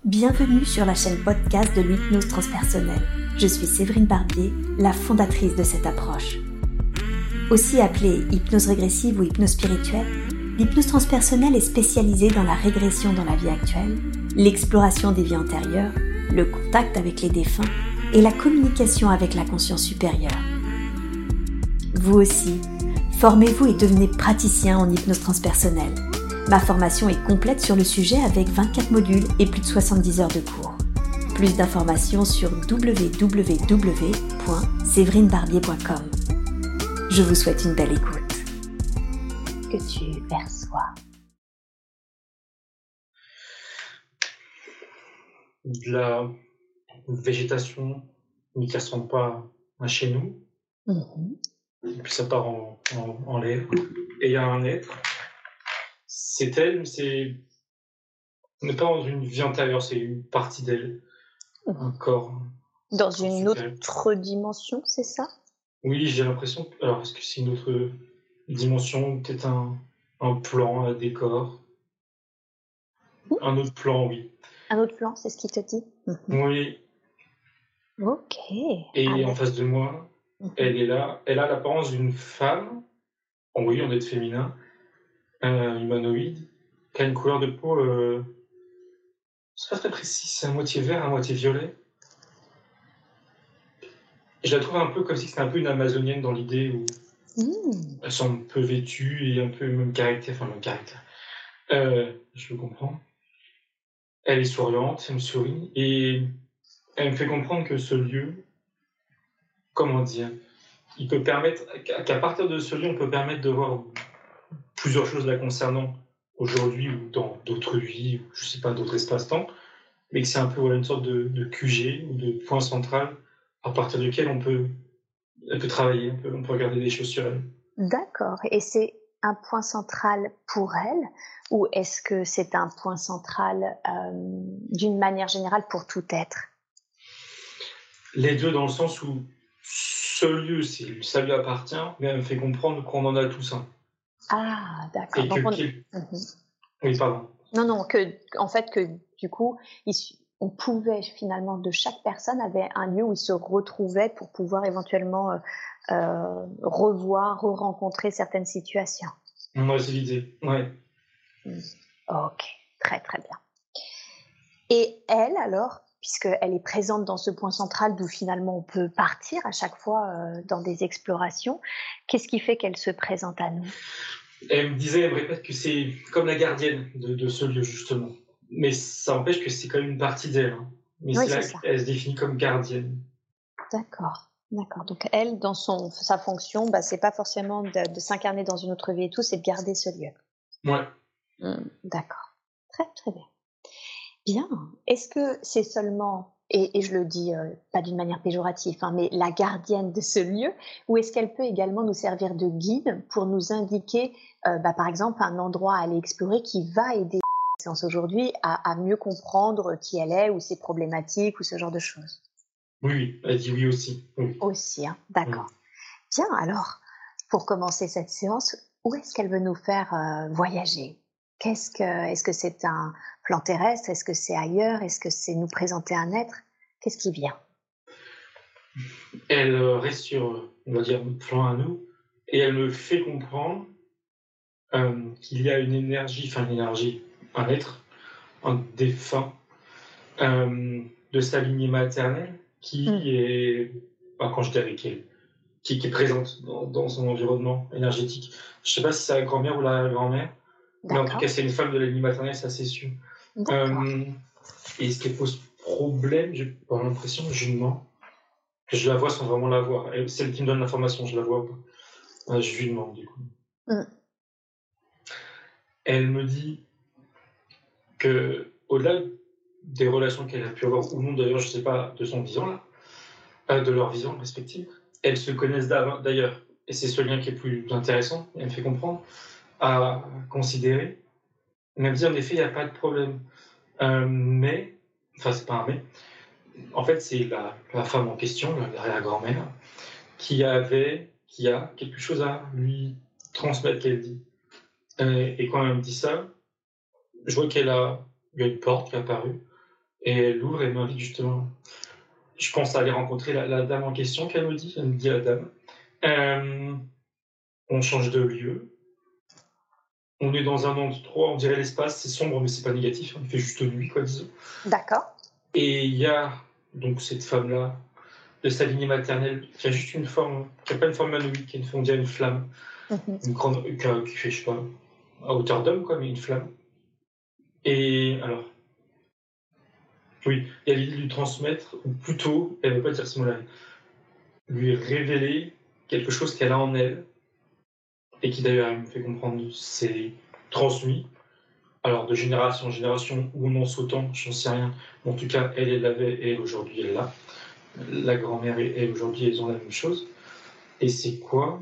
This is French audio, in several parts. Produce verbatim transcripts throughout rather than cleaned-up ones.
Bienvenue sur la chaîne podcast de l'hypnose transpersonnelle. Je suis Séverine Barbier, la fondatrice de cette approche. Aussi appelée hypnose régressive ou hypnose spirituelle, l'hypnose transpersonnelle est spécialisée dans la régression dans la vie actuelle, l'exploration des vies antérieures, le contact avec les défunts et la communication avec la conscience supérieure. Vous aussi, formez-vous et devenez praticien en hypnose transpersonnelle. Ma formation est complète sur le sujet avec vingt-quatre modules et plus de soixante-dix heures de cours. Plus d'informations sur w w w point séverine barbier point com. Je vous souhaite une belle écoute. Que tu perçois. De la végétation, mais qui ne ressemble pas à chez nous. Mmh. Et puis ça part en, en, en l'air. Et il y a un être. C'est elle, mais c'est. On n'est pas dans une vie antérieure, c'est une partie d'elle. Un corps. Dans un corps une supérieur. autre dimension, c'est ça? Oui, j'ai l'impression. Alors, est-ce que c'est une autre dimension, peut-être un, un plan, un décor? Mmh. Un autre plan, oui. Un autre plan, c'est ce qu'il te dit? Mmh. Oui. Ok. Et ah, en face de moi, mmh. elle est là. Elle a l'apparence d'une femme. Oh, oui, on est féminin. Euh, humanoïde. Qui a une couleur de peau. Euh... C'est pas très précis, c'est à moitié vert, à moitié violet. Et je la trouve un peu comme si c'était un peu une amazonienne dans l'idée où mmh. elle semble un peu vêtue et un peu même caractère. Enfin, même caractère. Euh, je le comprends. Elle est souriante, elle me sourit et elle me fait comprendre que ce lieu, comment dire, il peut permettre, qu'à partir de ce lieu, on peut permettre de voir plusieurs choses la concernant aujourd'hui ou dans d'autres vies, ou je sais pas, d'autres espaces-temps, mais que c'est un peu voilà, une sorte de, de Q G ou de point central à partir duquel on peut, elle peut travailler, on peut, on peut regarder des choses sur elle. D'accord. Et c'est un point central pour elle ou est-ce que c'est un point central euh, d'une manière générale pour tout être? Les deux, dans le sens où ce lieu, c'est, ça lui appartient, mais elle me fait comprendre qu'on en a tous un. Ah, d'accord. Et Donc que, on... qu'il... mm-hmm. Oui, pardon. Non, non, que, en fait, que du coup, il, on pouvait finalement, de chaque personne avait un lieu où il se retrouvait pour pouvoir éventuellement euh, euh, revoir, re-rencontrer certaines situations. Moi, c'est l'idée, ouais. Mmh. Ok, très très bien. Et elle, alors, puisqu'elle est présente dans ce point central d'où finalement on peut partir à chaque fois euh, dans des explorations, qu'est-ce qui fait qu'elle se présente à nous? Elle me disait, elle me répète que c'est comme la gardienne de, de ce lieu, justement. Mais ça empêche que c'est quand même une partie d'elle. Hein. Mais Oui, c'est là c'est ça. qu'elle se définit comme gardienne. D'accord, d'accord. Donc elle, dans son, sa fonction, bah, c'est pas forcément de, de s'incarner dans une autre vie et tout, c'est de garder ce lieu. Ouais. Mmh, d'accord, très très bien. Bien. Est-ce que c'est seulement, et, et je le dis euh, pas d'une manière péjorative, hein, mais la gardienne de ce lieu, ou est-ce qu'elle peut également nous servir de guide pour nous indiquer, euh, bah, par exemple, un endroit à aller explorer qui va aider la séance aujourd'hui à, à mieux comprendre qui elle est, ou ses problématiques, ou ce genre de choses? Oui, oui, elle dit oui aussi. Oui. Aussi, hein, d'accord. Oui. Bien, alors, pour commencer cette séance, où est-ce qu'elle veut nous faire euh, voyager? Qu'est-ce que, est-ce que c'est un plan terrestre? Est-ce que c'est ailleurs? Est-ce que c'est nous présenter un être? Qu'est-ce qui vient? Elle reste sur, on va dire, notre plan à nous, et elle me fait comprendre euh, qu'il y a une énergie, enfin une énergie, un être, un défunt euh, de sa lignée maternelle qui mmh. est, enfin, quand je dis avec elle, qui, qui est présente dans, dans son environnement énergétique. Je ne sais pas si c'est la grand-mère ou la grand-mère, mais en tout cas, c'est une femme de la lignée maternelle, ça c'est sûr. Euh, et ce qui pose problème, j'ai pas l'impression, je lui demande, que je la vois sans vraiment la voir. Elle, c'est elle qui me donne l'information, je la vois pas. Euh, je lui demande, du coup. Mm. Elle me dit que, au-delà des relations qu'elle a pu avoir, ou non d'ailleurs, je sais pas, de son vivant là, euh, de leur vision respective, elles se connaissent d'ailleurs. Et c'est ce lien qui est plus intéressant, elle me fait comprendre, à considérer. Elle m'a dit, en effet, il n'y a pas de problème. Euh, mais, enfin, c'est pas un mais, en fait, c'est la, la femme en question, la grand-mère, qui avait, qui a quelque chose à lui transmettre, qu'elle dit. Et, et quand elle me dit ça, je vois qu'elle a, il y a une porte qui est apparue, Et elle ouvre et elle m'invite justement, je pense, à aller rencontrer la, la dame en question qu'elle me dit, elle me dit la dame. Euh, on change de lieu. On est dans un endroit, on dirait l'espace, c'est sombre, mais c'est pas négatif, hein, il fait juste nuit, quoi, disons. D'accord. Et il y a donc cette femme-là, de sa lignée maternelle, qui a juste une forme, qui n'a pas une forme humanoïde, qui a une, on dirait une flamme, Mm-hmm. une grande, qui, qui fait, je sais pas, à hauteur d'homme, quoi, mais une flamme. Et alors, oui, il y a l'idée de lui transmettre, ou plutôt, elle ne veut pas dire ce mot-là, lui révéler quelque chose qu'elle a en elle, et qui d'ailleurs, elle me fait comprendre, c'est transmis. Alors, de génération en génération, ou non sautant, j'en sais rien. Mais en tout cas, elle, elle l'avait, et elle, aujourd'hui, elle l'a. La grand-mère et elle, aujourd'hui, elles ont la même chose. Et c'est quoi?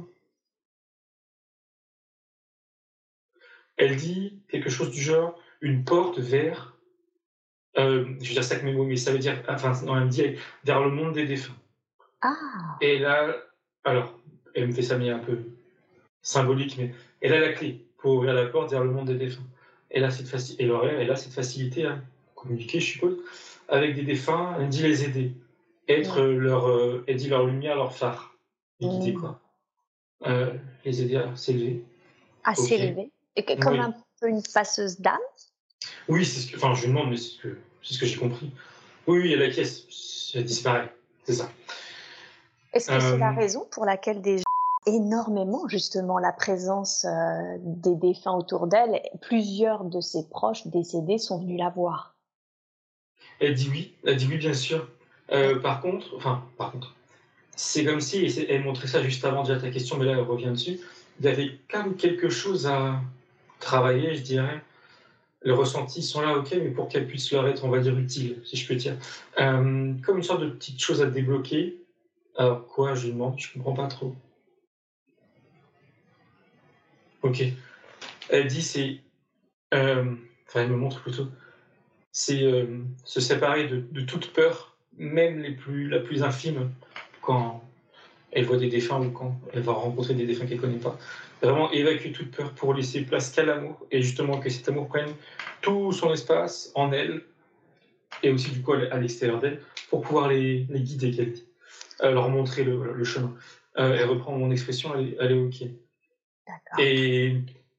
Elle dit quelque chose du genre, une porte vers... Euh, je veux dire ça avec mes mots, mais ça veut dire... Enfin, non, elle me dit vers le monde des défunts. Ah. Et là, alors, elle me fait ça, mais un peu symbolique, mais elle a la clé pour ouvrir la porte vers le monde des défunts. Elle a cette, faci... elle aurait, elle a cette facilité à communiquer, je suppose, avec des défunts. Elle dit les aider, être Mm. leur, euh, elle dit leur lumière, leur phare, les guider, Mm. quoi. Euh, les aider à s'élever. À Ok. s'élever. Et que- comme Oui. un peu une passeuse d'âme. Oui, c'est ce que, enfin, je lui demande, mais c'est ce que, c'est ce que j'ai compris. Oui, oui, elle acquiesce, elle disparaît, c'est ça. Est-ce que Euh, c'est la raison pour laquelle des gens énormément justement la présence euh, des défunts autour d'elle, plusieurs de ses proches décédés sont venus la voir? Elle dit oui, elle dit oui, bien sûr. Euh, par contre, enfin, par contre, c'est comme si, et c'est- elle montrait ça juste avant déjà ta question, mais là elle revient dessus, il y avait quand même quelque chose à travailler, je dirais. Les ressentis sont là, ok, mais pour qu'elles puissent leur être, on va dire, utiles, si je peux dire. Euh, comme une sorte de petite chose à débloquer. Alors quoi, je lui demande, je comprends pas trop. Ok. Elle dit c'est, euh, enfin elle me montre plutôt, c'est euh, se séparer de, de toute peur, même les plus, la plus infime, quand elle voit des défunts ou quand elle va rencontrer des défunts qu'elle ne connaît pas. Vraiment évacuer toute peur pour laisser place qu'à l'amour, et justement que cet amour prenne tout son espace en elle, et aussi du coup à l'extérieur d'elle, pour pouvoir les, les guider, qu'elle dit, euh, leur montrer le, le chemin. Euh, elle reprend mon expression, elle, elle est ok. D'accord. Et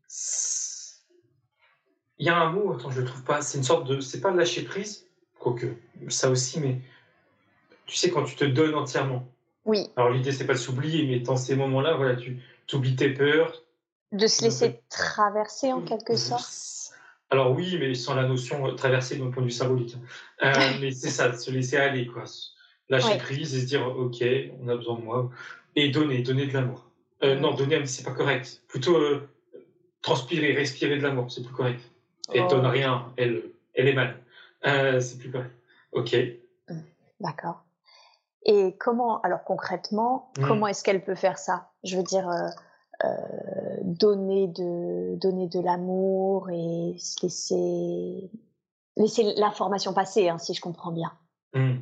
il y a un mot, attends, je le trouve pas, c'est une sorte de, c'est pas lâcher prise, quoique, ça aussi, mais tu sais, quand tu te donnes entièrement. Oui, Alors l'idée, c'est pas de s'oublier, mais dans ces moments-là, voilà, tu oublies tes peurs. de se laisser traverser en quelque sorte. Alors oui, mais sans la notion euh, traversée d'un point de vue symbolique. Euh, mais c'est ça, de se laisser aller, quoi. Lâcher Oui. prise et se dire, ok, on a besoin de moi. Et donner, donner de l'amour. Euh, Mm. Non, donner, c'est pas correct. Plutôt euh, transpirer, respirer de l'amour, c'est plus correct. Elle Oh. donne rien, elle, elle est mal. Euh, c'est plus correct. Ok. Mm. D'accord. Et comment, alors concrètement, Mm. comment est-ce qu'elle peut faire ça? Je veux dire, euh, euh, donner de donner de l'amour et se laisser laisser l'information passer, hein, si je comprends bien. Mm.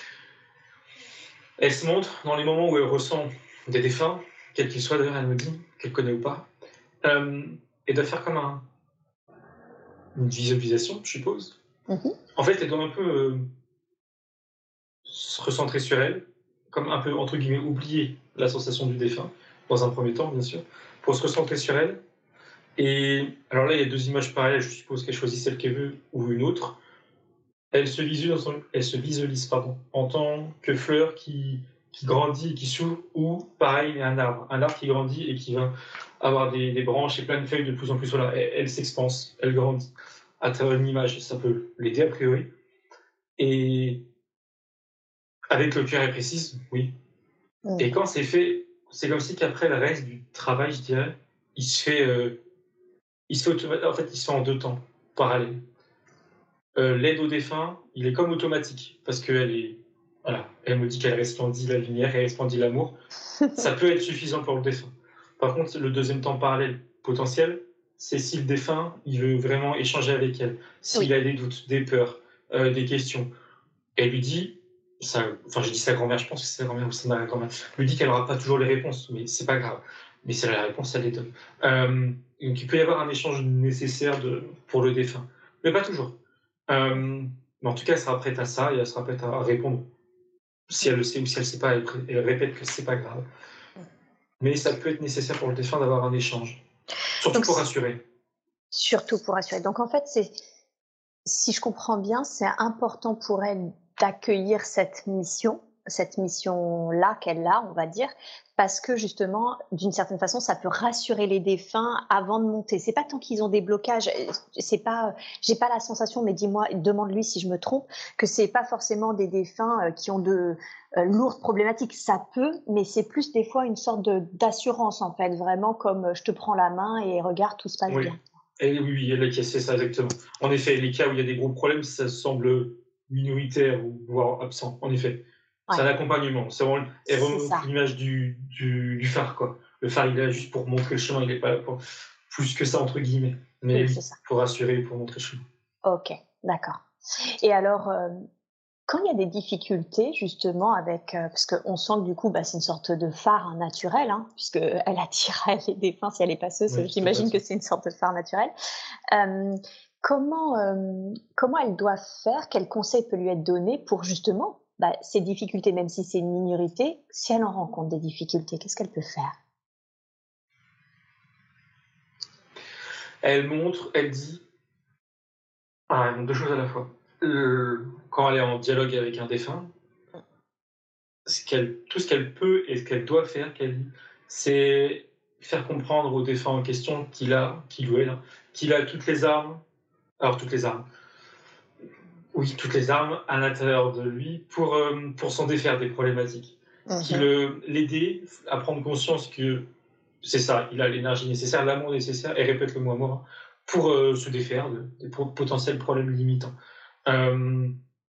Elle se montre dans les moments où elle ressent des défunts, quels qu'ils soient d'ailleurs, elle me dit, qu'elle connaît ou pas, euh, et doit faire comme un, une visualisation, je suppose. Mm-hmm. En fait, elle doit un peu euh, se recentrer sur elle, comme un peu, entre guillemets, oublier la sensation du défunt, dans un premier temps, bien sûr, pour se recentrer sur elle. Et alors là, il y a deux images parallèles, je suppose qu'elle choisit celle qu'elle veut ou une autre. Elle se visualise, elle se visualise pardon, en tant que fleur qui, qui grandit et qui s'ouvre, ou pareil, un arbre. Un arbre qui grandit et qui va avoir des, des branches et plein de feuilles de plus en plus. Voilà, elle, elle s'expanse, elle grandit à travers une image. Ça peut l'aider a priori. Et avec le cœur, elle précise, oui. Mm. Et quand c'est fait, c'est comme si qu'après le reste du travail, je dirais, il se fait, euh, il se fait automa- en fait, il se fait en deux temps parallèles. Euh, l'aide aux défunts, il est comme automatique parce qu'elle est, voilà, elle me dit qu'elle resplendit la lumière, elle resplendit l'amour. Ça peut être suffisant pour le défunt. Par contre, le deuxième temps parallèle potentiel, c'est si le défunt, il veut vraiment échanger avec elle, s'il Oui. a des doutes, des peurs, euh, des questions. Elle lui dit, ça, enfin, j'ai dit sa grand-mère, je pense que c'est sa grand-mère ou sa mère-grand-mère, lui dit qu'elle n'aura pas toujours les réponses, mais c'est pas grave. Mais si elle a la réponse, elle les donne. Euh, donc il peut y avoir un échange nécessaire de, pour le défunt, mais pas toujours. Euh, Mais en tout cas, elle sera prête à ça et elle sera prête à répondre. Si elle le sait ou si elle ne sait pas, elle, elle répète que c'est pas grave. Mais ça peut être nécessaire pour le défunt d'avoir un échange. Surtout Donc, pour rassurer. Surtout pour rassurer. Donc en fait, c'est, si je comprends bien, c'est important pour elle d'accueillir cette mission, cette mission-là qu'elle a, on va dire, parce que justement, d'une certaine façon, ça peut rassurer les défunts avant de monter. C'est pas tant qu'ils ont des blocages, c'est pas, j'ai pas la sensation, mais dis-moi, demande-lui si je me trompe, que c'est pas forcément des défunts qui ont de euh, lourdes problématiques. Ça peut, mais c'est plus des fois une sorte de, d'assurance en fait, vraiment comme je te prends la main et regarde, tout se passe Oui. bien. Et oui, oui, elle a cassé ça exactement. En effet, les cas où il y a des gros problèmes, ça semble minoritaire ou voire absent. En effet. Ouais. C'est un accompagnement. C'est vraiment, et vraiment C'est ça. l'image du, du, du phare, quoi. Le phare, il est là juste pour montrer le chemin, il n'est pas là pour plus que ça, entre guillemets. Mais Oui, oui, c'est ça. pour rassurer, pour montrer le chemin. Ok, d'accord. Et alors, euh, quand il y a des difficultés, justement, avec, euh, parce qu'on sent que du coup, bah, c'est une sorte de phare hein, naturel, hein, puisqu'elle attire elle les défunts, si elle est passeuse, Oui, j'imagine tout à que c'est une sorte de phare naturel. Euh, comment, euh, comment elle doit faire, quel conseil peut lui être donné pour justement bah, ces difficultés, même si c'est une minorité, si elle en rencontre des difficultés, qu'est-ce qu'elle peut faire? Elle montre, elle dit, ah, elle montre deux choses à la fois. Le- quand elle est en dialogue avec un défunt, ce qu'elle, tout ce qu'elle peut et ce qu'elle doit faire, qu'elle dit, c'est faire comprendre au défunt en question qu'il a, qu'il ou elle, hein, qu'il a toutes les armes, alors toutes les armes, oui, toutes les armes à l'intérieur de lui pour, euh, pour s'en défaire des problématiques. Qu'il Mhm. euh, l'aider à prendre conscience que c'est ça, il a l'énergie nécessaire, l'amour nécessaire, et répète le mot amour, hein, pour euh, se défaire de- des potentiels problèmes limitants. Euh,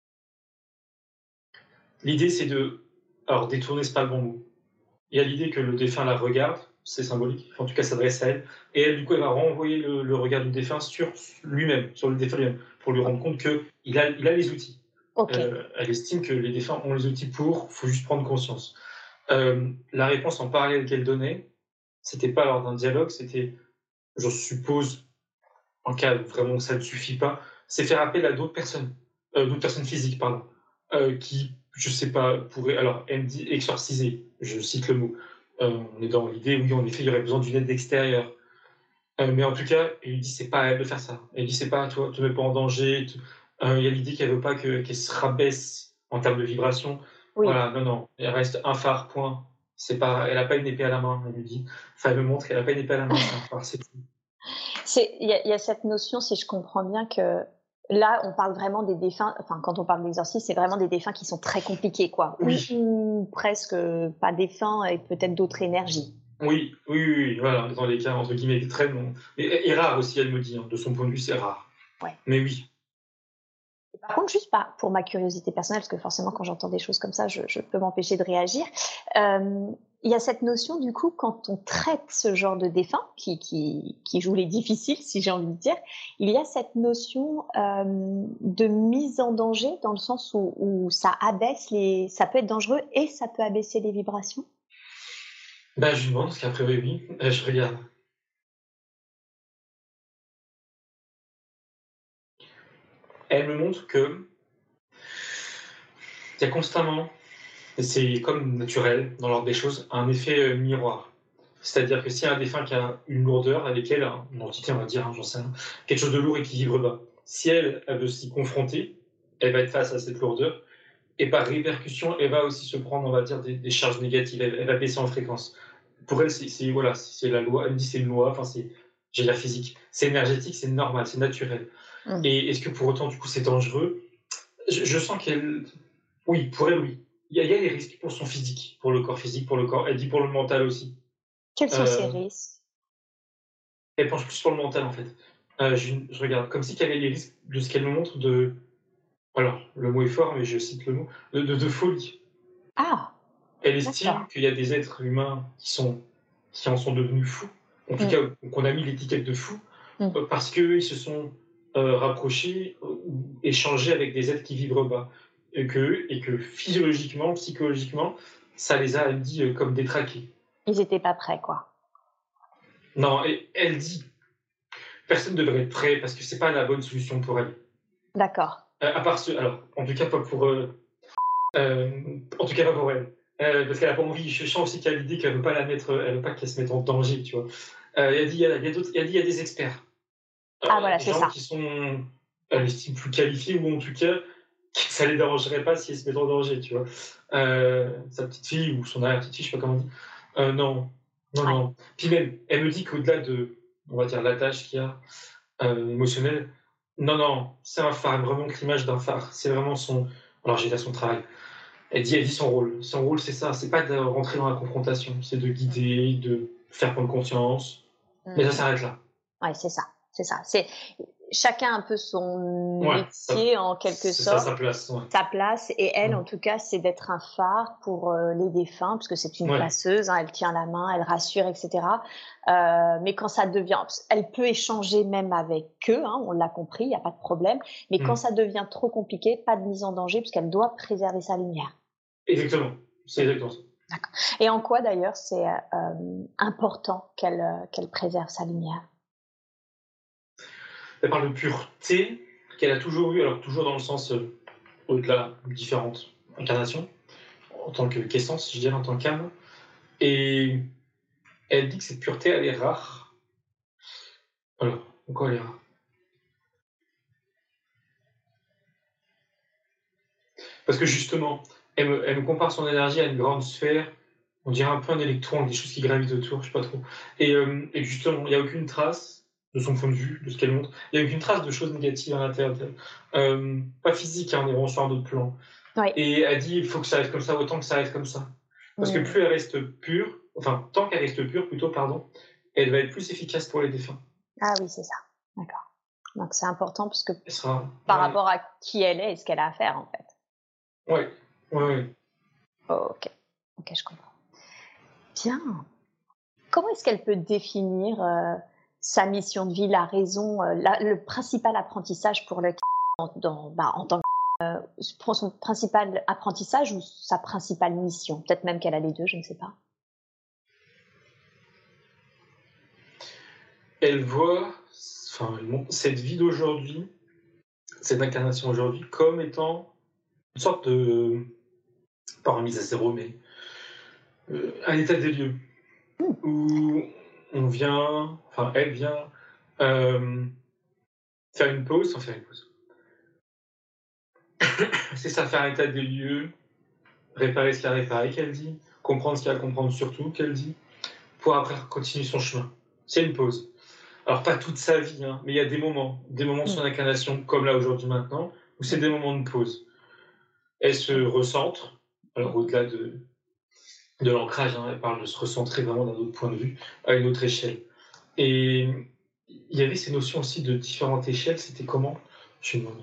L'idée, c'est de. Alors, détourner, c'est pas le bon mot. Il y a l'idée que le défunt la regarde, c'est symbolique, en tout cas s'adresse à elle, et elle, du coup, elle va renvoyer le, le regard du défunt sur lui-même, sur le défunt lui-même, pour lui rendre compte qu'il a, il a les outils. Ok. Euh, elle estime que les défunts ont les outils pour, il faut juste prendre conscience. Euh, la réponse en parallèle qu'elle donnait, c'était pas lors d'un dialogue, c'était, je suppose, en cas vraiment où ça ne suffit pas, c'est faire appel à d'autres personnes, euh, d'autres personnes physiques, pardon, euh, qui, je sais pas, pourraient, alors elle me dit exorciser, je cite le mot. Euh, on est dans l'idée, oui, en effet, il y aurait besoin d'une aide extérieure. Euh, mais en tout cas, elle lui dit, c'est pas à elle de faire ça. Elle lui dit, c'est pas à toi, te mets pas en danger. te- Euh, Il y a l'idée qu'elle veut pas que, qu'elle se rabaisse en termes de vibration. Oui. Voilà, non, non, elle reste un phare, point. C'est pas, elle a pas une épée à la main, elle lui dit. Enfin, elle me montre qu'elle a pas une épée à la main, c'est un phare, c'est tout. C'est, il y a, il y a cette notion, si je comprends bien, que là, on parle vraiment des défunts, enfin, quand on parle d'exorcisme, c'est vraiment des défunts qui sont très compliqués, quoi. Ou, Oui, ou presque pas défunts et peut-être d'autres énergies. oui, oui, oui, oui, voilà, dans les cas, entre guillemets, extrêmes. on- Et, et rare aussi, elle me dit, hein, de son point de vue, c'est rare. Ouais. Mais oui, Par contre, juste pas pour ma curiosité personnelle, parce que forcément, quand j'entends des choses comme ça, je, je peux m'empêcher de réagir. Euh, il y a cette notion, du coup, quand on traite ce genre de défunt, qui, qui, qui joue les difficiles, si j'ai envie de dire, il y a cette notion euh, de mise en danger, dans le sens où, où ça abaisse les, ça peut être dangereux et ça peut abaisser les vibrations. bah, je lui demande, parce qu'après, oui, oui, euh, je regarde. Elle me montre que il y a constamment, et c'est comme naturel dans l'ordre des choses, un effet euh, miroir. C'est-à-dire que s'il y a un défunt qui a une lourdeur avec elle, hein, une entité, on va dire, hein, j'en sais rien, quelque chose de lourd et qui vibre bas, si elle, elle veut s'y confronter, elle va être face à cette lourdeur, et par répercussion, elle va aussi se prendre, on va dire, des, des charges négatives, elle, elle va baisser en fréquence. Pour elle, c'est, c'est- voilà, c'est la loi, elle me dit c'est une loi, enfin c'est, j'ai la physique, c'est énergétique, c'est normal, c'est naturel. Mm. Et est-ce que pour autant, du coup, c'est dangereux? je, je sens qu'elle, oui, pour elle, oui. Il y, a, il y a des risques pour son physique, pour le corps physique, pour le corps, elle dit pour le mental aussi. Quels sont ces Euh, risques? Elle penche plus sur le mental, en fait. Euh, je, je regarde, comme si qu'elle avait les risques de ce qu'elle me montre de, alors, le mot est fort, mais je cite le mot, de, de, de folie. Ah, Elle estime d'accord. qu'il y a des êtres humains qui, sont, qui en sont devenus fous, en tout Mm. cas qu'on a mis l'étiquette de fou, Mm. euh, parce qu'ils se sont euh, rapprochés euh, ou échangés avec des êtres qui vibrent bas. Et que, et que physiologiquement, psychologiquement, ça les a, elle dit, euh, comme détraqués. Ils étaient pas prêts, quoi. Non, et elle dit, personne ne devrait être prêt parce que c'est pas la bonne solution pour elle. D'accord. Euh, à part ce, alors, en tout cas pas pour, euh, euh, en tout cas pas pour elle, euh, parce qu'elle a pas envie. Je sens aussi qu'elle a l'idée qu'elle veut pas la mettre, elle veut pas qu'elle se mette en danger, tu vois. Euh, elle a dit, il y a, il y a d'autres, elle a dit, il y a des experts, Ah euh, voilà, des c'est gens ça. qui sont, elle estime plus qualifiés ou en tout cas, que ça les dérangerait pas si elle se met en danger, tu vois. Euh, sa petite fille ou son arrière petite fille, je sais pas comment on dit. Euh, non, non, Ouais. non. Puis même, elle me dit qu'au-delà de, on va dire, l'attache qu'il y a euh, émotionnelle, non, non, c'est un phare, vraiment que l'image d'un phare. C'est vraiment son, alors j'ai dit son travail. Elle dit, elle dit son rôle. Son rôle, c'est ça. C'est pas de rentrer dans la confrontation. C'est de guider, de faire prendre conscience. Mais ça Mhm. s'arrête là. Ouais, c'est ça, c'est ça. C'est chacun un peu son Ouais, ça, métier en quelque c'est ça sorte, sa place. Ouais. sa place, et elle, Ouais. en tout cas, c'est d'être un phare pour euh, les défunts, parce que c'est une Ouais. passeuse, hein, elle tient la main, elle rassure, et cetera. Euh, mais quand ça devient, elle peut échanger même avec eux, hein, on l'a compris, il n'y a pas de problème. Mais quand Mm. ça devient trop compliqué, pas de mise en danger, puisqu'elle doit préserver sa lumière. Exactement. C'est exactement ça. D'accord. Et en quoi d'ailleurs c'est euh, important qu'elle euh, qu'elle préserve sa lumière? Elle parle de pureté qu'elle a toujours eu, alors toujours dans le sens euh, au-delà de différentes incarnations, en tant que- qu'essence, je dirais, en tant qu'âme. Et elle dit que cette pureté, elle est rare. Alors, pourquoi elle est rare? Parce que justement, elle me, elle me compare son énergie à une grande sphère, on dirait un peu un électron avec des choses qui gravitent autour, je sais pas trop. Et, euh, et justement, il n'y a aucune trace de son point de vue, de ce qu'elle montre. Il n'y a aucune trace de choses négatives à l'intérieur d'elle. Euh, pas physique, hein, on est vraiment sur un autre plan. Oui. Et elle dit, il faut que ça reste comme ça, autant que ça reste comme ça. Parce que Mmh. plus elle reste pure, enfin, tant qu'elle reste pure, plutôt, pardon, elle va être plus efficace pour les défunts. Ah oui, c'est ça. D'accord. Donc c'est important parce que Elle sera, par ouais, rapport à qui elle est et ce qu'elle a à faire en fait. ouais, ouais, ouais. Ok, ok, je comprends. Bien. Comment est-ce qu'elle peut définir euh, sa mission de vie, la raison, euh, la- le principal apprentissage pour le dans, dans- bah, en tant que euh, son principal apprentissage ou sa principale mission? Peut-être même qu'elle a les deux, je ne sais pas. Elle voit, enfin, elle montre cette vie d'aujourd'hui, cette incarnation aujourd'hui, comme étant une sorte de, pas remise à zéro, mais euh, un état des lieux où on vient, enfin, elle vient euh, faire une pause, sans faire une pause. C'est ça, faire un état des lieux, réparer ce qu'il y a à réparer, qu'elle dit, comprendre ce qu'il y a à comprendre surtout, qu'elle dit, pour après continuer son chemin. C'est une pause. Alors, pas toute sa vie, hein, mais il y a des moments, des moments de son incarnation, comme là aujourd'hui maintenant, où c'est des moments de pause. Elle se recentre, alors au-delà de, de l'ancrage, hein, elle parle de se recentrer vraiment d'un autre point de vue, à une autre échelle. Et il y avait ces notions aussi de différentes échelles, c'était comment? Je me demande.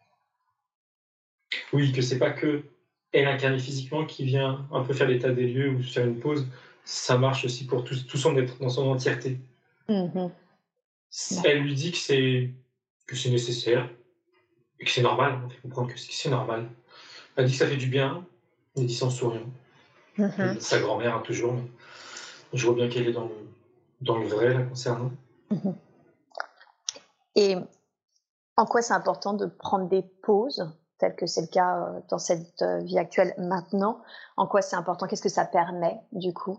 Oui, que c'est pas que elle incarnée physiquement qui vient un peu faire l'état des lieux ou faire une pause, ça marche aussi pour tout, tout son être, dans son entièreté. Mhm. Elle lui dit que c'est que c'est nécessaire et que c'est normal, on fait comprendre que c'est, que c'est normal. Elle dit que ça fait du bien, elle dit sans sourire. Mhm. Sa grand-mère, hein, toujours, mais je vois bien qu'elle est dans le, dans le vrai, là, concernant. Mhm. Et en quoi c'est important de prendre des pauses, tel que c'est le cas euh, dans cette euh, vie actuelle maintenant? En quoi c'est important? Qu'est-ce que ça permet, du coup?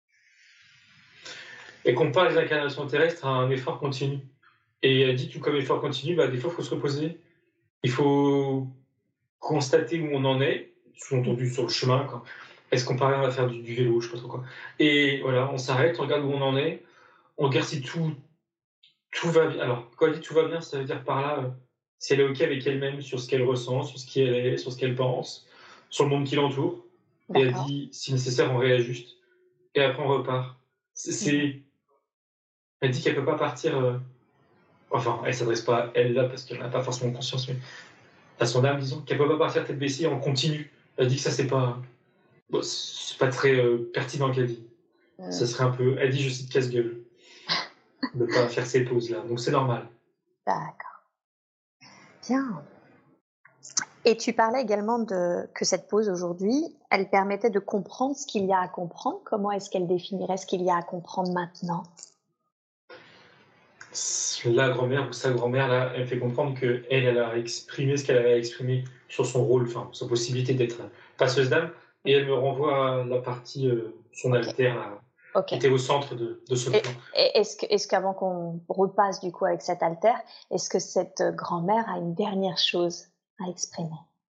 Elle compare les incarnations terrestres à un effort continu. Et elle dit, tout comme effort continu, bah, des fois, il faut se reposer. Il faut constater où on en est, sous-entendu sur le chemin. Quand... Est-ce qu'on parvient à faire du, du vélo, je sais pas trop quoi. Et voilà, on s'arrête, on regarde où on en est, on regarde si tout, tout va bien. Alors, quand elle dit tout va bien, ça veut dire par là, euh, si elle est OK avec elle-même, sur ce qu'elle ressent, sur ce qu'elle est, sur ce qu'elle pense, sur le monde qui l'entoure. Et elle D'accord. dit, si nécessaire, on réajuste. Et après, on repart. C'est, Mhm. c'est... Elle dit qu'elle peut pas partir. Euh... Enfin, elle s'adresse pas à elle là parce qu'elle n'a pas forcément conscience, mais à son âme, disons, qu'elle peut pas partir tête baissée en continu. Elle dit que ça, c'est pas, bon, c'est pas très euh, pertinent qu'elle dit. Ça Mhm. serait un peu, elle dit, je cite casse-gueule, de pas faire ces pauses là. Donc c'est normal. D'accord. Bien. Et tu parlais également de que cette pause aujourd'hui, elle permettait de comprendre ce qu'il y a à comprendre. Comment est-ce qu'elle définirait ce qu'il y a à comprendre maintenant? la grand-mère ou sa grand-mère, là, elle fait comprendre qu'elle, elle a exprimé ce qu'elle avait à exprimer sur son rôle, enfin, sa possibilité d'être passeuse d'âme, et elle me renvoie à la partie, euh, son Ok, altère, là, qui ok. était au centre de, de ce Et, plan. et est-ce que, est-ce qu'avant qu'on repasse du coup avec cet altère, est-ce que cette euh, grand-mère a une dernière chose à exprimer?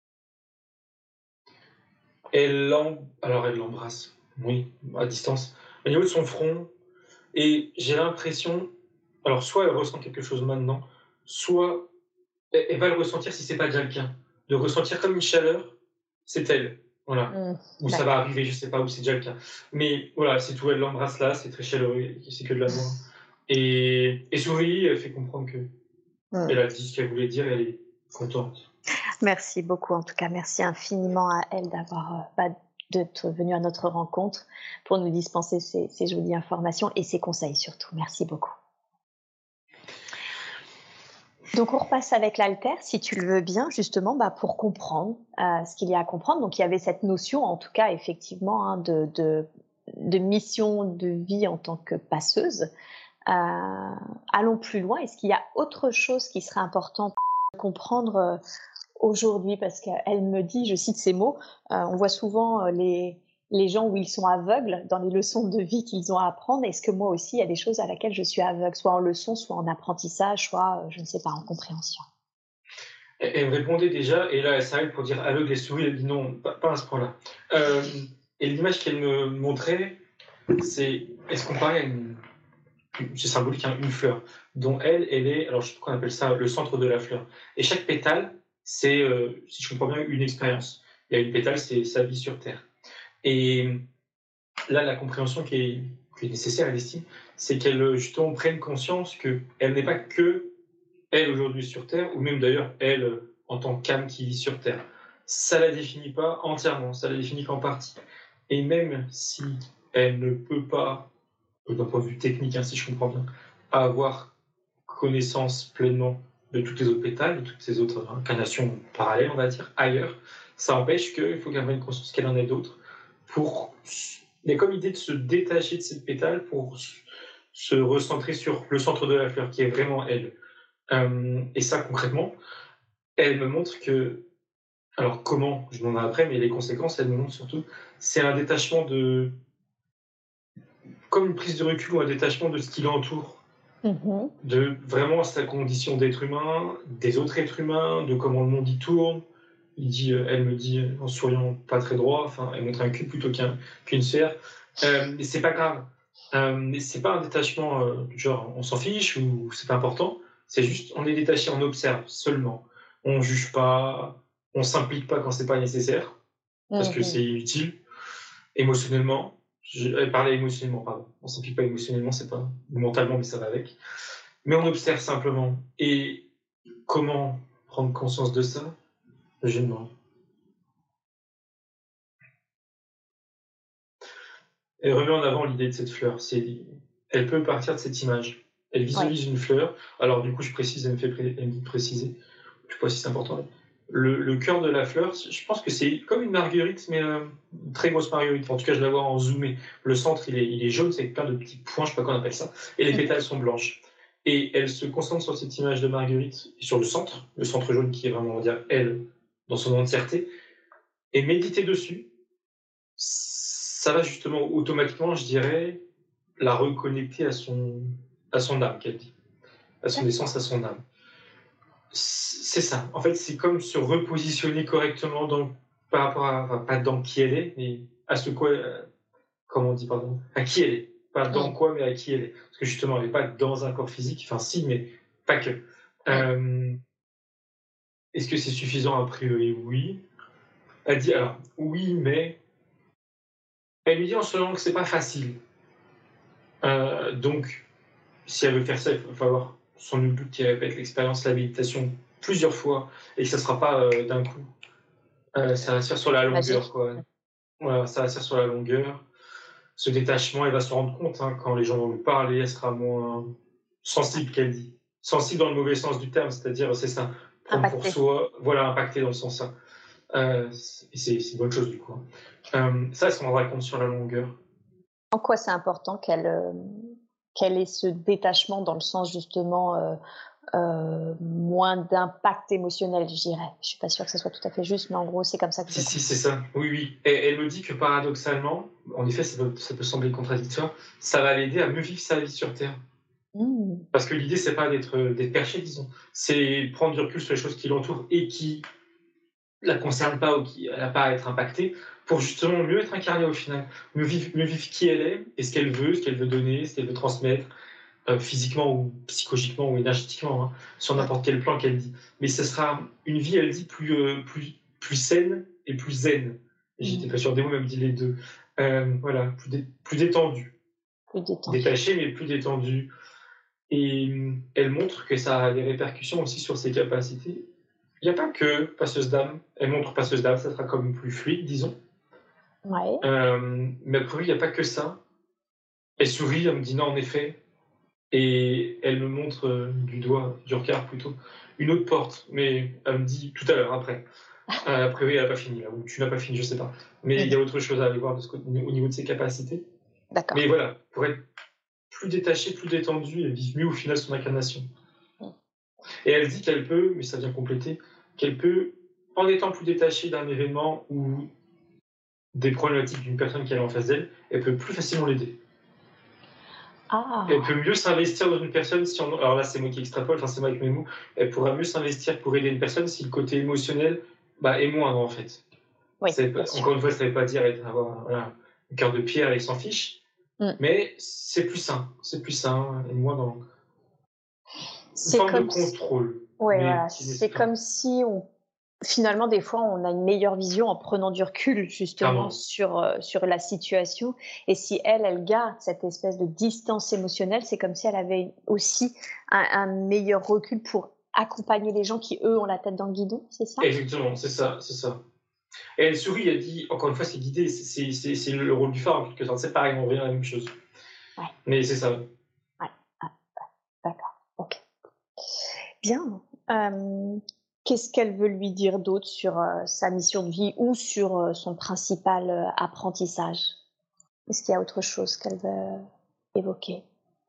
Elle l'em... Alors, elle l'embrasse, oui, à distance, au niveau de son front, et j'ai l'impression, alors, soit elle ressent quelque chose maintenant, soit elle, elle va le ressentir si c'est pas déjà le cas. De ressentir comme une chaleur, c'est elle. Voilà. Hmm, Ou ça va d'accord. arriver, je sais pas, ou c'est déjà le cas. Mais voilà, c'est tout, elle l'embrasse là, c'est très chaleureux, c'est que de l'amour. Et, et sourit, elle fait comprendre que Hmm. elle a dit ce qu'elle voulait dire, elle est contente. Merci beaucoup, en tout cas, merci infiniment à elle d'avoir euh, bah, d'être venue à notre rencontre pour nous dispenser ces, ces jolies informations et ces conseils surtout. Merci beaucoup. Donc on repasse avec l'altère, si tu le veux bien, justement, bah, pour comprendre euh, ce qu'il y a à comprendre. Donc il y avait cette notion, en tout cas, effectivement, hein, de, de, de mission de vie en tant que passeuse. Euh, allons plus loin. Est-ce qu'il y a autre chose qui serait important de comprendre euh, aujourd'hui? Parce qu'elle me dit, je cite ces mots, euh, on voit souvent euh, les, les gens où ils sont aveugles dans les leçons de vie qu'ils ont à apprendre. Est-ce que moi aussi, il y a des choses à laquelle je suis aveugle, soit en leçon, soit en apprentissage, soit, euh, je ne sais pas, en compréhension? Elle, elle me répondait déjà, et là elle s'arrête pour dire aveugle et souris, elle dit non, pas, pas à ce point-là. Euh, et l'image qu'elle me montrait, c'est, est-ce qu'on parlait à une, c'est symbolique, hein, une fleur, dont elle, elle est, alors je sais pas qu'on appelle ça le centre de la fleur. Et chaque pétale, c'est, euh, si je comprends bien, une expérience. Il y a une pétale, c'est sa vie sur Terre. Et là, la compréhension qui est, qui est nécessaire, elle estime, c'est qu'elle justement prenne conscience qu'elle n'est pas que elle aujourd'hui sur Terre, ou même d'ailleurs elle en tant qu'âme qui vit sur Terre. Ça la définit pas entièrement, ça la définit qu'en partie. Et même si elle ne peut pas, d'un point de vue technique, hein, si je comprends bien, avoir connaissance pleinement de toutes les autres pétales, de toutes ces autres incarnations parallèles, on va dire, ailleurs, ça empêche qu'il faut qu'elle prenne conscience qu'elle en ait d'autres pour... Il y a comme idée de se détacher de cette pétale pour se recentrer sur le centre de la fleur, qui est vraiment elle. Euh, et ça, concrètement, elle me montre que... Alors, comment, je m'en ai après, mais les conséquences, elle me montre surtout, c'est un détachement de... Comme une prise de recul ou un détachement de ce qui l'entoure. Mmh. De vraiment sa condition d'être humain, des autres êtres humains, de comment le monde y tourne. Il dit, euh, elle me dit en souriant pas très droit, enfin, elle montre un cul plutôt qu'un, qu'une sphère. Euh, mais c'est pas grave. Euh, c'est pas un détachement euh, genre on s'en fiche ou c'est pas important. C'est juste on est détaché, on observe seulement. On juge pas, on s'implique pas quand c'est pas nécessaire parce que c'est inutile. Émotionnellement, je, elle parlait émotionnellement, pardon. On s'implique pas émotionnellement, c'est pas mentalement, mais ça va avec. Mais on observe simplement. Et comment prendre conscience de ça? Je demande. Elle remet en avant l'idée de cette fleur. C'est, elle peut partir de cette image. Elle visualise ouais. une fleur. Alors du coup, je précise, elle me, fait pré- elle me dit de préciser. Je sais pas si c'est important. Le, le cœur de la fleur, je pense que c'est comme une marguerite, mais euh, une très grosse marguerite. En tout cas, je la vois en zoomé. Le centre, il est, il est jaune, c'est avec plein de petits points, je sais pas comment on appelle ça. Et les pétales sont blanches. Et elle se concentre sur cette image de marguerite et sur le centre, le centre jaune qui est vraiment, on va dire, elle, dans son entièreté. Et méditer dessus, ça va justement automatiquement, je dirais, la reconnecter à son, à son âme, qu'elle dit. À son essence, à son âme. C'est ça. En fait, c'est comme se repositionner correctement dans, par rapport à, enfin, pas dans qui elle est, mais à ce quoi, euh, comment on dit, pardon, à qui elle est. Pas dans quoi, mais à qui elle est. Parce que justement, elle n'est pas dans un corps physique, enfin si, mais pas que. Euh, est-ce que c'est suffisant? A priori, oui. Elle dit, alors, oui, mais elle lui dit en ce moment que c'est pas facile. Euh, donc, si elle veut faire ça, il va falloir sans nul doute qu'elle répète l'expérience, la méditation plusieurs fois et que ça ne sera pas euh, d'un coup. Euh, ça va se faire sur la longueur, quoi. Voilà, ça va se faire sur la longueur. Ce détachement, elle va se rendre compte hein, quand les gens vont lui parler, elle sera moins sensible, qu'elle dit. Sensible dans le mauvais sens du terme, c'est-à-dire, c'est ça, prendre impacté. Pour soi, voilà, impacté dans le sens ça. Euh, c'est, c'est une bonne chose, du coup. Euh, ça, elle se rendra compte sur la longueur. En quoi c'est important qu'elle, euh, quel est ce détachement dans le sens justement euh, euh, moins d'impact émotionnel, je dirais. Je suis pas sûre que ce soit tout à fait juste, mais en gros, c'est comme ça que je Si, le si, comprends. c'est ça. Oui, oui. Et elle me dit que paradoxalement, en effet, ça peut, ça peut sembler contradictoire, ça va l'aider à mieux vivre sa vie sur Terre. Mmh. Parce que l'idée, c'est pas d'être, d'être perché, disons. C'est prendre du recul sur les choses qui l'entourent et qui la concernent pas ou qui n'a pas à être impactée pour justement mieux être incarnée au final. Mieux vivre, mieux vivre qui elle est et ce qu'elle veut, ce qu'elle veut donner, ce qu'elle veut transmettre, euh, physiquement ou psychologiquement ou énergétiquement, hein, sur n'importe quel plan qu'elle dit. Mais ce sera une vie, elle dit, plus, euh, plus, plus saine et plus zen. Et j'étais Mmh. pas sûr des mots, même dit les deux. Euh, voilà, plus, dé- plus détendue. Plus détendu. Détachée, mais plus détendue. Et euh, elle montre que ça a des répercussions aussi sur ses capacités. Il n'y a pas que passeuse d'âme. Elle montre passeuse d'âme, ça sera comme plus fluide, disons. Ouais. Euh, mais a priori, il n'y a pas que ça. Elle sourit, elle me dit non, en effet. Et elle me montre euh, du doigt, du regard plutôt, une autre porte. Mais elle me dit tout à l'heure, après. Euh, a priori, elle n'a pas fini, là, ou tu n'as pas fini, je ne sais pas. Mais il y a autre chose à aller voir de ce côté, au niveau de ses capacités. D'accord. Mais voilà, pour être plus détachée, plus détendue et vivre mieux au final son incarnation. Mm. Et elle dit qu'elle peut, mais ça vient compléter, qu'elle peut, en étant plus détachée d'un événement ou des problématiques d'une personne qui est en face d'elle, elle peut plus facilement l'aider. Ah. Elle peut mieux s'investir dans une personne si on... Alors là, c'est moi qui extrapole, enfin c'est moi avec mes mots. Elle pourra mieux s'investir pour aider une personne si le côté émotionnel bah, est moindre en fait. Oui, C'est bien pas... sûr. Encore une fois, ça ne veut pas dire être, avoir voilà, un cœur de pierre et il s'en fiche, Mm. mais c'est plus sain, c'est plus sain et moins dans une C'est forme de comme si... contrôle. Ouais, mais voilà. qui n'est C'est pas- comme si on... finalement, des fois, on a une meilleure vision en prenant du recul justement Clairement. sur, euh, sur la situation. Et si elle, elle garde cette espèce de distance émotionnelle, c'est comme si elle avait aussi un, un meilleur recul pour accompagner les gens qui, eux, ont la tête dans le guidon, c'est ça? Exactement, c'est ça, c'est ça. Et elle sourit, elle dit, encore une fois, c'est guidé, c'est, c'est, c'est, c'est le rôle du phare en quelque sorte, c'est pareil, on revient à la même chose. Ouais. Mais c'est ça. Ouais. Ah, d'accord, ok. Bien. Euh, qu'est-ce qu'elle veut lui dire d'autre sur euh, sa mission de vie ou sur euh, son principal euh, apprentissage? Est-ce qu'il y a autre chose qu'elle veut évoquer?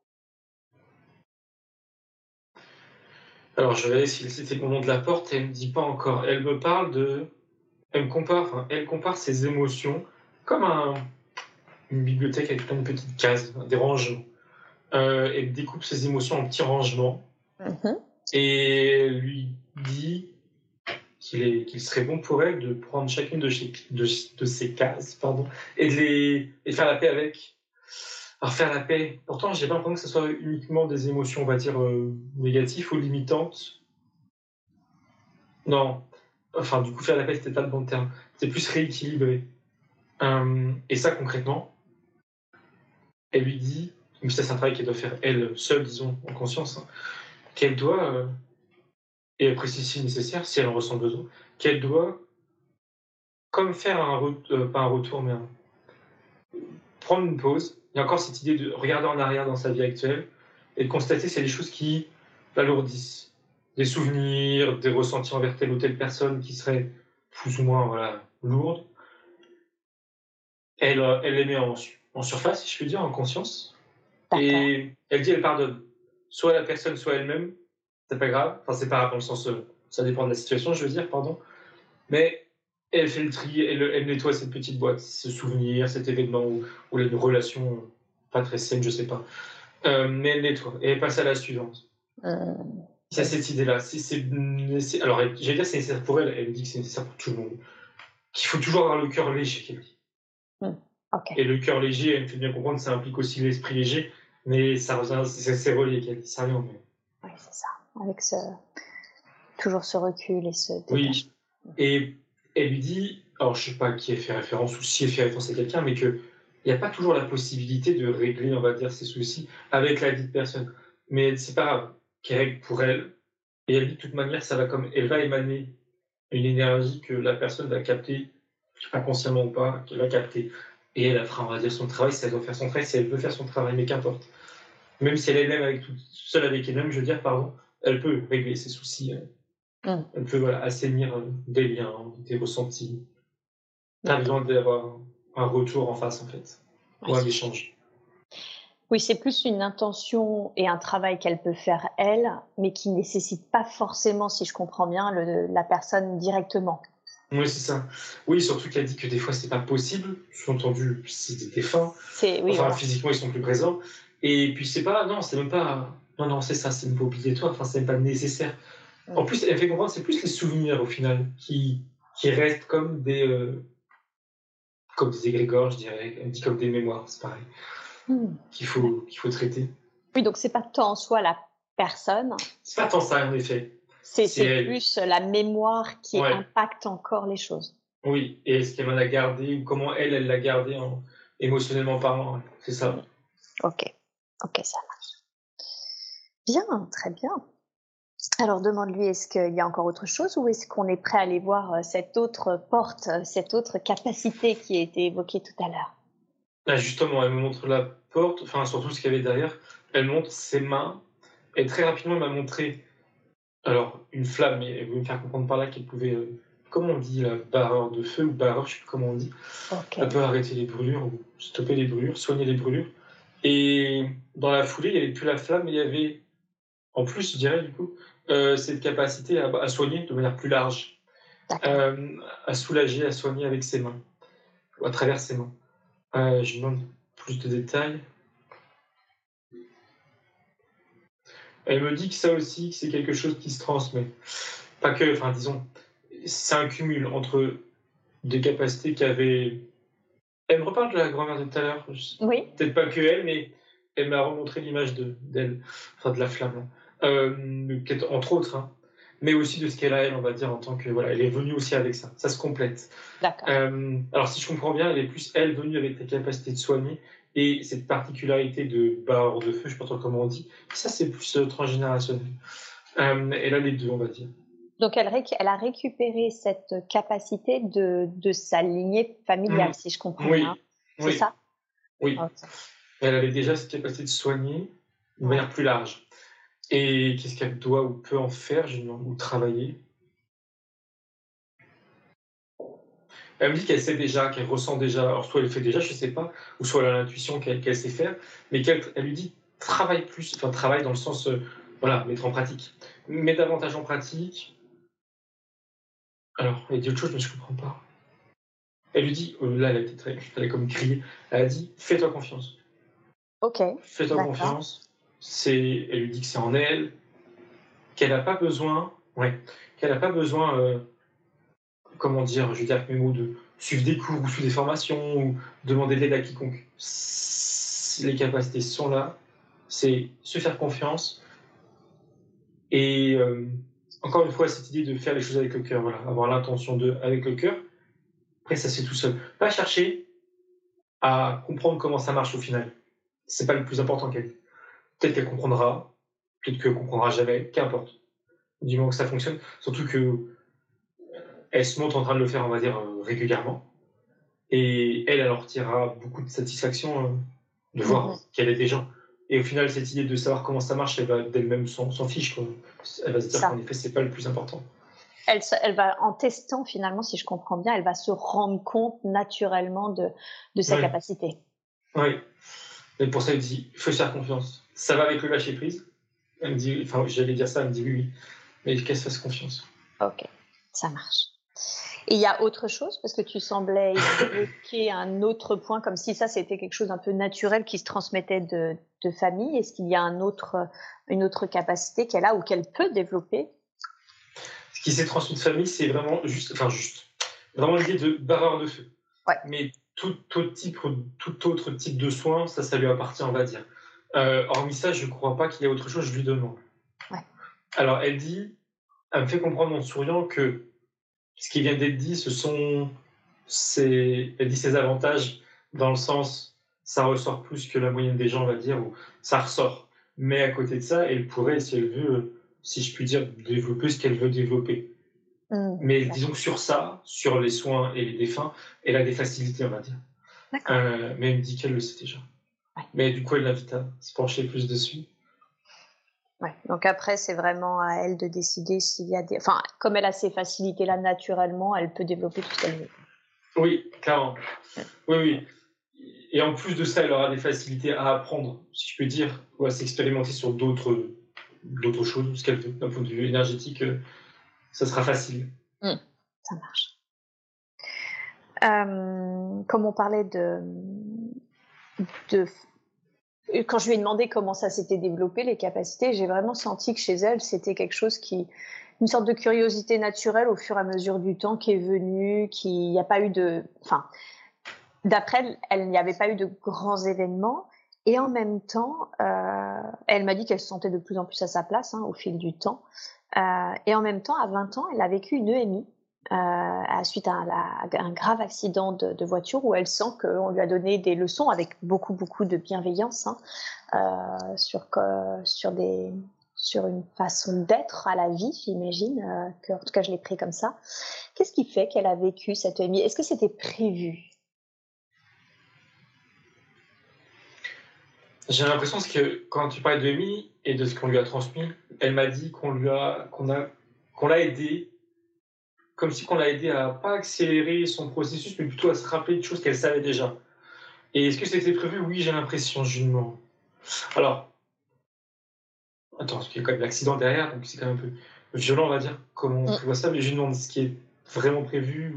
Alors je vais si c'était le moment de la porte, elle me dit pas encore. Elle me parle de, elle me compare, enfin, elle compare ses émotions comme un, une bibliothèque avec plein de petites cases, des rangements. Euh, elle découpe ses émotions en petits rangements Mhm. et elle lui dit qu'il est, qu'il serait bon pour elle de prendre chacune de, chez, de, de ces cases, pardon, et de les et de faire la paix avec. Alors faire la paix. Pourtant, j'ai pas l'impression que ce soit uniquement des émotions, on va dire euh, négatives ou limitantes. Non. Enfin, du coup, faire la paix, c'était pas le bon terme. C'est plus rééquilibré. Euh, et ça, concrètement, elle lui dit, mais ça, c'est un travail qu'elle doit faire elle seule, disons, en conscience, hein, qu'elle doit, euh, et elle précise si nécessaire, si elle en ressent besoin, qu'elle doit, comme faire un, re- euh, pas un retour, mais un- prendre une pause. Il y a encore cette idée de regarder en arrière dans sa vie actuelle et de constater s'il y a des choses qui l'alourdissent. Des souvenirs, des ressentis envers telle ou telle personne qui seraient plus ou moins voilà, lourdes. Elle, euh, elle les met en, en surface, si je puis dire, en conscience. D'accord. Et elle dit elle pardonne. Soit la personne, soit elle-même. C'est pas grave. Enfin, c'est pas grave dans le sens. euh, ça dépend de la situation, je veux dire, pardon. Mais elle fait le tri, elle, elle nettoie cette petite boîte, ce souvenir, cet événement ou, ou une relation pas très saine, je sais pas. Euh, mais elle nettoie et elle passe à la suivante. Euh, C'est cette idée-là. C'est, c'est, c'est- alors, elle- j'allais dire c'est nécessaire pour elle. Elle me dit que c'est nécessaire pour tout le monde. Qu'il faut toujours avoir le cœur léger, qu'elle dit. hmm, ok. Et le cœur léger, elle me fait bien comprendre, ça implique aussi l'esprit léger, mais ça revient, c'est, c'est relié, qu'elle dit. Ça revient, mais... Oui, c'est ça. Avec ce toujours ce recul et ce détachement. Oui. Et elle lui dit, alors je sais pas qui elle fait référence ou si elle fait référence à quelqu'un, mais qu'il n'y a pas toujours la possibilité de régler, on va dire, ses soucis avec la dite personne. Mais c'est pas grave, qu'elle règle pour elle. Et elle dit de toute manière, ça va comme, elle va émaner une énergie que la personne va capter, inconsciemment ou pas, qu'elle va capter. Et elle fera, on va dire, son travail, si elle doit faire son travail, si elle veut faire son travail, mais qu'importe. Même si elle est même avec tout, seule avec elle-même, je veux dire, pardon, elle peut régler ses soucis. Elle, Mm. elle peut voilà, assainir des liens, des ressentis. T'as besoin d'avoir un retour en face, en fait, ou un échange. Oui, c'est plus une intention et un travail qu'elle peut faire elle, mais qui nécessite pas forcément, si je comprends bien, le la personne directement. Oui, c'est ça. Oui, surtout qu'elle dit que des fois, c'est pas possible. Sous-entendu, c'est des défunts. C'est oui, Enfin, voilà. physiquement, ils sont plus présents. Et puis, c'est pas, non, c'est même pas, non, non, c'est ça, c'est même pas obligatoire. Enfin, c'est même pas nécessaire. En Mmh. plus, elle fait comprendre, c'est plus les souvenirs, au final, qui, qui restent comme des, euh, comme des égrégores, je dirais. Elle dit comme des mémoires, c'est pareil, Mmh. qu'il faut, qu'il faut traiter. Oui, donc c'est pas tant en soi la personne, C'est pas tant ça, en effet. c'est C'est c'est elle. plus la mémoire qui Ouais. impacte encore les choses. Oui. Et est-ce qu'elle en a gardé, ou comment elle, elle l'a gardé en, émotionnellement parlant. Ouais. C'est ça. Mmh. OK. OK, ça marche. Bien, très bien. Alors demande-lui, est-ce qu'il y a encore autre chose ou est-ce qu'on est prêt à aller voir, heu, cette autre porte, heu, cette autre capacité qui a été évoquée tout à l'heure? Là, justement, elle me montre la porte, enfin, surtout ce qu'il y avait derrière. Elle montre ses mains et très rapidement, elle m'a montré, alors, une flamme, mais elle voulait me faire comprendre par là qu'elle pouvait, heu, comment on dit là? Barreur de feu ou barreur, je sais plus comment on dit. Elle OK. peut arrêter les brûlures ou stopper les brûlures, soigner les brûlures et dans la foulée, il y avait plus la flamme, mais il y avait, en plus, je dirais, du coup, heu, cette capacité à à soigner de manière plus large, D'accord. hem, à soulager, à soigner avec ses mains, ou à travers ses mains. Heu, je lui demande plus de détails. Elle me dit que ça aussi, que c'est quelque chose qui se transmet. Pas que, enfin disons, c'est un cumul entre des capacités qu'avait. Elle me reparle de la grand-mère de tout à l'heure, je- Oui? peut-être pas que elle, mais elle m'a remontré l'image de d'elle, enfin de la flamme, là. Euh, peut-être entre autres, hein, mais aussi de ce qu'elle a elle, on va dire en tant que voilà, elle est venue aussi avec ça, ça se complète. D'accord. Euh, alors si je comprends bien, elle est plus elle venue avec la capacité de soigner et cette particularité de barre de feu, je sais pas trop comment on dit, ça c'est plus euh, transgénérationnel. Euh, elle a les deux, on va dire. Donc elle réc elle a récupéré cette capacité de de sa lignée Mm. familiale, si je comprends bien, Oui, c'est oui, ça? oui. OK. Elle avait déjà cette capacité de soigner de Ouais. manière plus large. Et qu'est-ce qu'elle doit ou peut en faire, je lui demande, ou travailler. Elle me dit qu'elle sait déjà, qu'elle ressent déjà, alors soit elle le fait déjà, je sais pas, ou soit elle a l'intuition qu'elle qu'elle sait faire, mais qu'elle elle lui dit travaille plus, enfin travaille dans le sens, euh, voilà, mettre en pratique. Mets davantage en pratique. Alors, elle dit autre chose, mais je comprends pas. Elle lui dit, euh, là, elle a été très, elle a comme crié, elle a dit fais-toi confiance. OK. Fais-toi D'accord. confiance. C'est, elle lui dit que c'est en elle, qu'elle n'a pas besoin, ouais, qu'elle n'a pas besoin, euh, comment dire, je veux dire avec mes mots, de suivre des cours ou suivre des formations ou demander de l'aide à quiconque. Si les capacités sont là, c'est se faire confiance et euh, encore une fois, cette idée de faire les choses avec le cœur, voilà, avoir l'intention de avec le cœur. Après, ça c'est tout seul. Pas chercher à comprendre comment ça marche au final. C'est pas le plus important qu'elle dit. Peut-être qu'elle comprendra, peut-être qu'elle comprendra jamais, qu'importe. Du moment que ça fonctionne, surtout que elle se montre en train de le faire, on va dire, euh, régulièrement. Et elle, elle en retirera beaucoup de satisfaction euh, de voir Mmh. qu'elle aide des gens. Et au final, cette idée de savoir comment ça marche, elle va d'elle-même s'en, s'en fiche, quoi. Elle va se C'est dire qu'en ça. effet, c'est pas le plus important. Elle se elle va en testant finalement, si je comprends bien, elle va se rendre compte naturellement de de sa Oui, capacité. oui. Et pour ça, elle dit, il faut se faire confiance. Ça va avec le lâcher prise. Elle me dit, enfin, j'allais dire ça, elle me dit oui, oui. Mais qu'elle se fasse confiance. OK, ça marche. Et il y a autre chose? Parce que tu semblais évoquer un autre point, comme si ça, c'était quelque chose d'un peu naturel qui se transmettait de de famille. Est-ce qu'il y a un autre, une autre capacité qu'elle a ou qu'elle peut développer? Ce qui s'est transmis de famille, c'est vraiment juste, enfin juste, vraiment l'idée de barreur de feu. Ouais. Mais tout autre type, tout autre type de soin, ça, ça lui appartient, on va dire. Euh, hormis ça, je ne crois pas qu'il y ait autre chose, je lui demande. Ouais. Alors, elle dit, elle me fait comprendre en souriant que ce qui vient d'être dit, ce sont ses, elle dit ses avantages, dans le sens, ça ressort plus que la moyenne des gens, on va dire, ou ça ressort. Mais à côté de ça, elle pourrait, si elle veut, si je puis dire, développer ce qu'elle veut développer. Mmh. Mais disons D'accord. que sur ça, sur les soins et les défunts, elle a des facilités, on va dire. D'accord. Euh, mais elle me dit qu'elle le sait déjà. Ouais. Mais du coup, elle l'invite à se pencher plus dessus. Ouais. Donc après, c'est vraiment à elle de décider s'il y a des, enfin, comme elle a ces facilités-là naturellement, elle peut développer tout ce qu'elle veut. Oui, clairement. Mmh. Oui, oui. et en plus de ça, elle aura des facilités à apprendre, si je peux dire, ou à s'expérimenter sur d'autres, d'autres choses, ce qu'elle veut, d'un point de vue énergétique, euh, ça sera facile. Mmh, ça marche. Euh, comme on parlait de, de... Quand je lui ai demandé comment ça s'était développé, les capacités, j'ai vraiment senti que chez elle, c'était quelque chose qui... Une sorte de curiosité naturelle au fur et à mesure du temps qui est venue, qu'il n'y a pas eu de... Enfin, d'après elle, elle n'y avait pas eu de grands événements. Et en même temps, euh, elle m'a dit qu'elle se sentait de plus en plus à sa place hein, au fil du temps. Euh, et en même temps, à vingt ans, elle a vécu une E M I euh, suite à un, à un grave accident de, de voiture où elle sent qu'on lui a donné des leçons avec beaucoup, beaucoup de bienveillance hein, euh, sur, euh, sur, des, sur une façon d'être à la vie, j'imagine. Euh, que, en tout cas, je l'ai pris comme ça. Qu'est-ce qui fait qu'elle a vécu cette E M I ? Est-ce que c'était prévu ? J'ai l'impression que quand tu parlais de E M I et de ce qu'on lui a transmis, elle m'a dit qu'on lui a, qu'on a, qu'on l'a aidé, comme si qu'on l'a aidé à pas accélérer son processus, mais plutôt à se rappeler de choses qu'elle savait déjà. Et est-ce que c'était prévu ? Oui, j'ai l'impression, je lui demande. Alors, attends, parce qu'il y a quand même l'accident derrière, donc c'est quand même un peu violent, on va dire, comment on voit ça, mais je lui demande ce qui est vraiment prévu.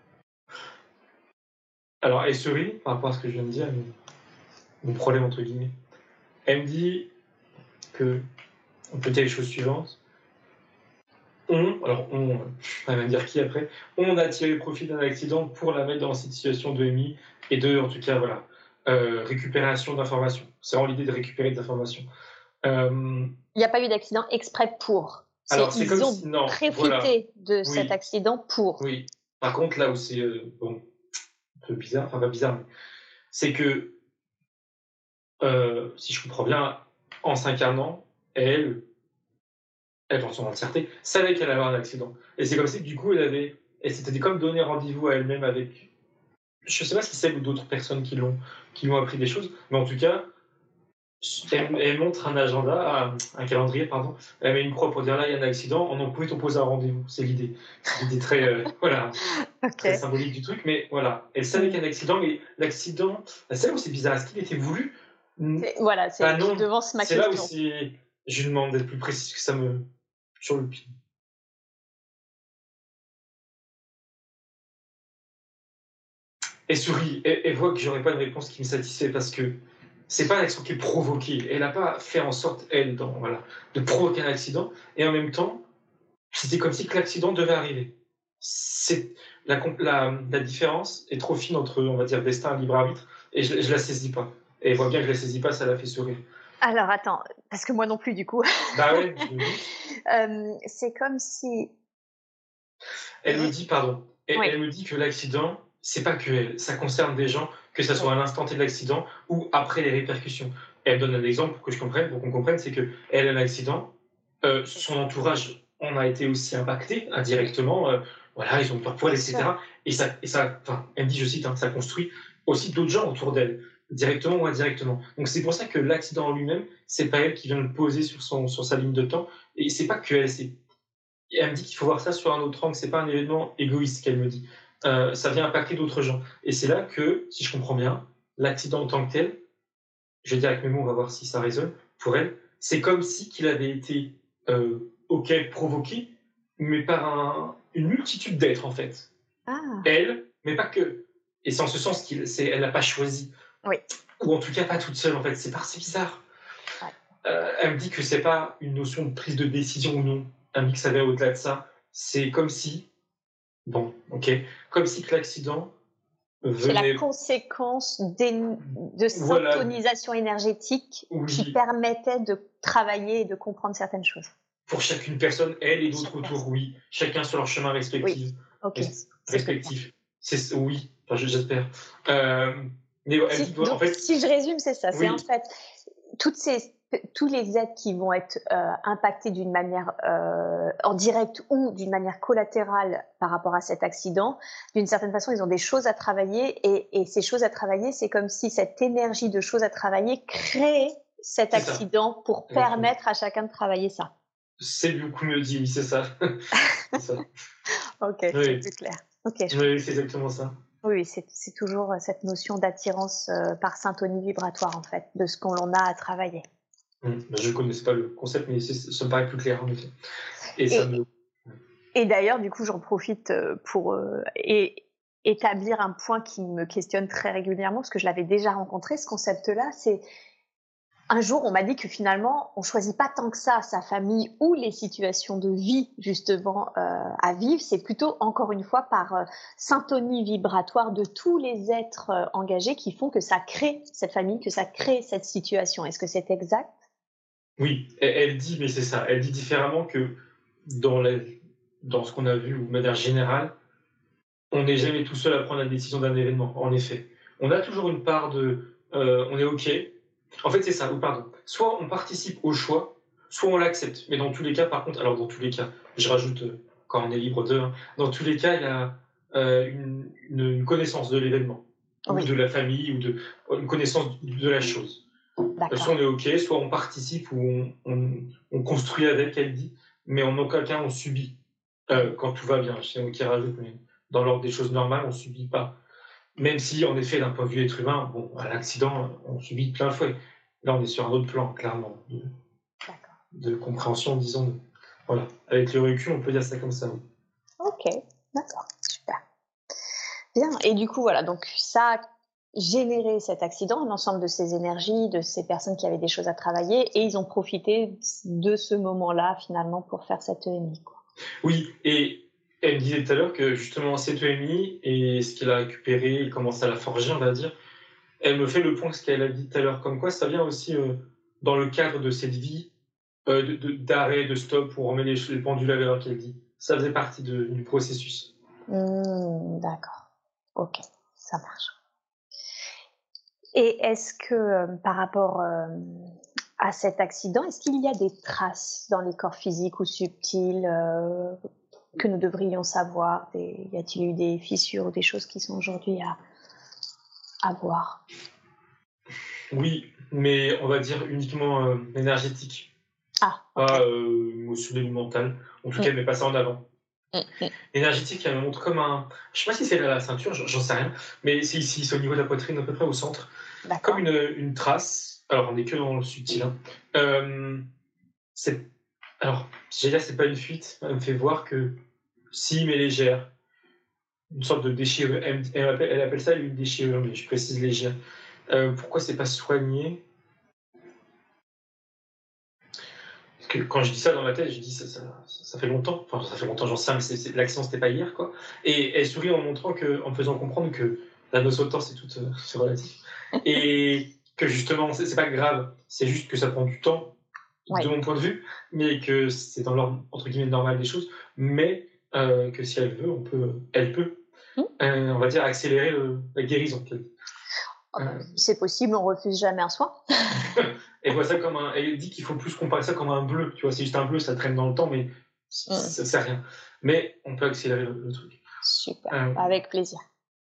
Alors, elle sourit par rapport à ce que je viens de dire, mais mon problème entre guillemets. Elle me dit que on peut dire les choses suivantes. On, alors on, elle va me dire qui après, on a tiré profit d'un accident pour la mettre dans cette situation de E M I et de, en tout cas, voilà, euh, récupération d'informations. C'est vraiment l'idée de récupérer des informations. Euh, Il n'y a pas eu d'accident exprès pour. C'est, alors, c'est ils comme ont si, non, profité voilà. de Oui. cet accident pour. Oui. Par contre, là où c'est euh, bon, un peu bizarre, enfin pas bizarre, mais c'est que, euh, si je comprends bien, en s'incarnant, elle, elle, dans son entièreté, savait qu'elle allait avoir un accident. Et c'est comme si, du coup, elle avait, elle s'était comme donné rendez-vous à elle-même avec, je sais pas si c'est ou d'autres personnes qui l'ont, qui l'ont appris des choses, mais en tout cas, elle, elle montre un agenda, un calendrier, pardon. Elle met une croix pour dire là, il y a un accident, on en pouvait te poser un rendez-vous. C'est l'idée. C'est l'idée très, euh, voilà, Okay. très symbolique du truc, mais voilà. Elle savait qu'il y a un accident, et l'accident, c'est là où c'est bizarre. Est-ce qu'il était voulu ? C'est, voilà, c'est ah, non. je devance ma c'est question. là où c'est, je lui demande d'être plus précis, que ça me, sur le pied. Elle sourit, elle, elle voit que j'aurais pas une réponse qui me satisfait parce que c'est pas une action qui est provoquée. Elle n'a pas fait en sorte, elle, dans, voilà, de provoquer un accident. Et en même temps, c'était comme si que l'accident devait arriver. C'est, la, la, la différence est trop fine entre, on va dire, destin et libre arbitre. Et je, je la saisis pas. Et elle voit bien que je la saisis pas, ça la fait sourire. Alors attends, parce que moi non plus du coup. Bah ouais. euh, c'est comme si. Elle me dit, pardon. Elle, oui. elle me dit que l'accident, c'est pas que elle. Ça concerne des gens, que ça soit à l'instant T de l'accident ou après les répercussions. Elle donne un exemple pour que je comprenne, pour qu'on comprenne, c'est que elle a un accident, euh, son entourage en a été aussi impacté indirectement. Euh, voilà, ils ont peur pour elle, et cetera. Et ça, et ça, enfin, elle me dit, je cite, hein, ça construit aussi d'autres gens autour d'elle, directement ou indirectement. Donc c'est pour ça que l'accident en lui-même, c'est pas elle qui vient le poser sur son, sur sa ligne de temps. Et c'est pas que elle, c'est Et elle me dit qu'il faut voir ça sur un autre angle, c'est pas un événement égoïste qu'elle me dit. Euh, ça vient impacter d'autres gens. Et c'est là que, si je comprends bien, l'accident en tant que tel, je vais dire avec mes mots, on va voir si ça résonne, pour elle, c'est comme si qu'il avait été, euh, ok, provoqué, mais par un, une multitude d'êtres en fait. Ah. Elle, mais pas que. Et c'est en ce sens qu'elle elle n'a pas choisi. Oui. Ou en tout cas pas toute seule en fait. C'est pas, c'est bizarre. Ouais. Euh, elle me dit que c'est pas une notion de prise de décision ou non. Elle me dit que ça va au-delà de ça. C'est comme si, bon, ok, comme si que l'accident venait... C'est la conséquence de syntonisation voilà. énergétique oui. qui permettait de travailler et de comprendre certaines choses. Pour chacune personne, elle et d'autres autour, oui. Chacun sur leur chemin respectif. Oui. Ok. Res- respectif. C'est, oui, enfin, j'espère. Euh, mais elle si, dit, donc, en fait, si je résume, c'est ça. Oui. C'est en fait toutes ces tous les êtres qui vont être euh, impactés d'une manière euh, en direct ou d'une manière collatérale par rapport à cet accident, d'une certaine façon, ils ont des choses à travailler et, et ces choses à travailler, c'est comme si cette énergie de choses à travailler créait cet c'est accident ça. pour Exactement. permettre à chacun de travailler ça. C'est beaucoup mieux dit, oui, c'est ça. c'est ça. Ok, oui. c'est plus clair. Ok. Je oui, c'est exactement ça. Oui, c'est, c'est toujours cette notion d'attirance euh, par syntonie vibratoire, en fait, de ce qu'on en a à travailler. Mmh. Je ne connaissais pas le concept, mais c'est, ça me paraît plus clair, en effet. Et, ça Et, me... et d'ailleurs, du coup, j'en profite pour euh, et, établir un point qui me questionne très régulièrement, parce que je l'avais déjà rencontré, ce concept-là, c'est un jour, on m'a dit que finalement, on choisit pas tant que ça sa famille ou les situations de vie, justement, euh, à vivre. C'est plutôt, encore une fois, par euh, syntonie vibratoire de tous les êtres euh, engagés qui font que ça crée cette famille, que ça crée cette situation. Est-ce que c'est exact? Oui, elle, elle dit, mais c'est ça, elle dit différemment que dans, la, dans ce qu'on a vu, ou de manière générale, on n'est jamais tout seul à prendre la décision d'un événement, en effet. On a toujours une part de euh, on est OK. En fait, c'est ça, ou pardon. Soit on participe au choix, soit on l'accepte. Mais dans tous les cas, par contre, alors dans tous les cas, je rajoute euh, quand on est libre de, hein, dans tous les cas, il y a euh, une, une, une connaissance de l'événement, ou Oui, de la famille, ou de, une connaissance de la chose. Euh, Soit on d'accord. est OK, soit on participe, ou on, on, on construit avec, elle dit, mais en aucun cas on subit euh, quand tout va bien. C'est moi qui rajoute, mais dans l'ordre des choses normales, on subit pas. Même si, en effet, d'un point de vue être humain, bon, à l'accident, on subit plein de fouet. Là, on est sur un autre plan, clairement, de, D'accord. de compréhension, disons. De, voilà. Avec le recul, on peut dire ça comme ça. Oui. Ok, d'accord, super. Bien, et du coup, voilà, donc ça a généré cet accident, l'ensemble de ces énergies, de ces personnes qui avaient des choses à travailler, et ils ont profité de ce moment-là, finalement, pour faire cette E M I, quoi. Oui, et elle me disait tout à l'heure que, justement, cette E M I et ce qu'elle a récupéré, il commence à la forger, on va dire, elle me fait le point, ce qu'elle a dit tout à l'heure, comme quoi ça vient aussi euh, dans le cadre de cette vie euh, de, de, d'arrêt, de stop, pour remettre les, les pendules à l'heure qu'elle dit. Ça faisait partie de, du processus. Mmh, d'accord, ok, ça marche. Et est-ce que, euh, par rapport euh, à cet accident, est-ce qu'il y a des traces dans les corps physiques ou subtils euh, que nous devrions savoir? Des, y a-t-il eu des fissures ou des choses qui sont aujourd'hui à, à voir? Oui, mais on va dire uniquement euh, énergétique, Ah, ok. pas euh, émotionnel ou mental. En tout Mm, cas, elle met pas ça en avant. mm, mm. Énergétique, elle me montre comme un. Je sais pas si c'est à la ceinture, j'en j'en sais rien, mais c'est ici, c'est au niveau de la poitrine, à peu près au centre. Comme D'accord. une, une trace. Alors, on n'est que dans le subtil. Hein. Euh, c'est... Alors, j'allais dire, c'est pas une fuite, elle me fait voir que si, mais légère. Une sorte de déchirure. Elle, elle appelle, elle appelle ça une déchirure, mais je précise légère. Euh, pourquoi c'est pas soigné? Parce que quand je dis ça dans ma tête, je dis ça, ça, ça fait longtemps. Enfin, ça fait longtemps, j'en sais rien, mais c'est, c'est, l'accident c'était pas hier, quoi. Et elle sourit en montrant que, en me faisant comprendre que la noce au temps c'est tout, euh, c'est relatif, et que justement c'est, c'est pas grave, c'est juste que ça prend du temps, Oui. de mon point de vue, mais que c'est dans l'ordre entre guillemets normal des choses, mais euh, que si elle veut, on peut, elle peut, Mm. euh, on va dire accélérer le, la guérison. Oh, bah, Euh, c'est possible, on refuse jamais un soin. Elle voit ça comme un. Elle dit qu'il faut plus comparer ça comme un bleu. Tu vois, c'est juste un bleu, ça traîne dans le temps, mais Mm. ça sert à rien. Mais on peut accélérer le, le truc. Super, Euh, avec plaisir.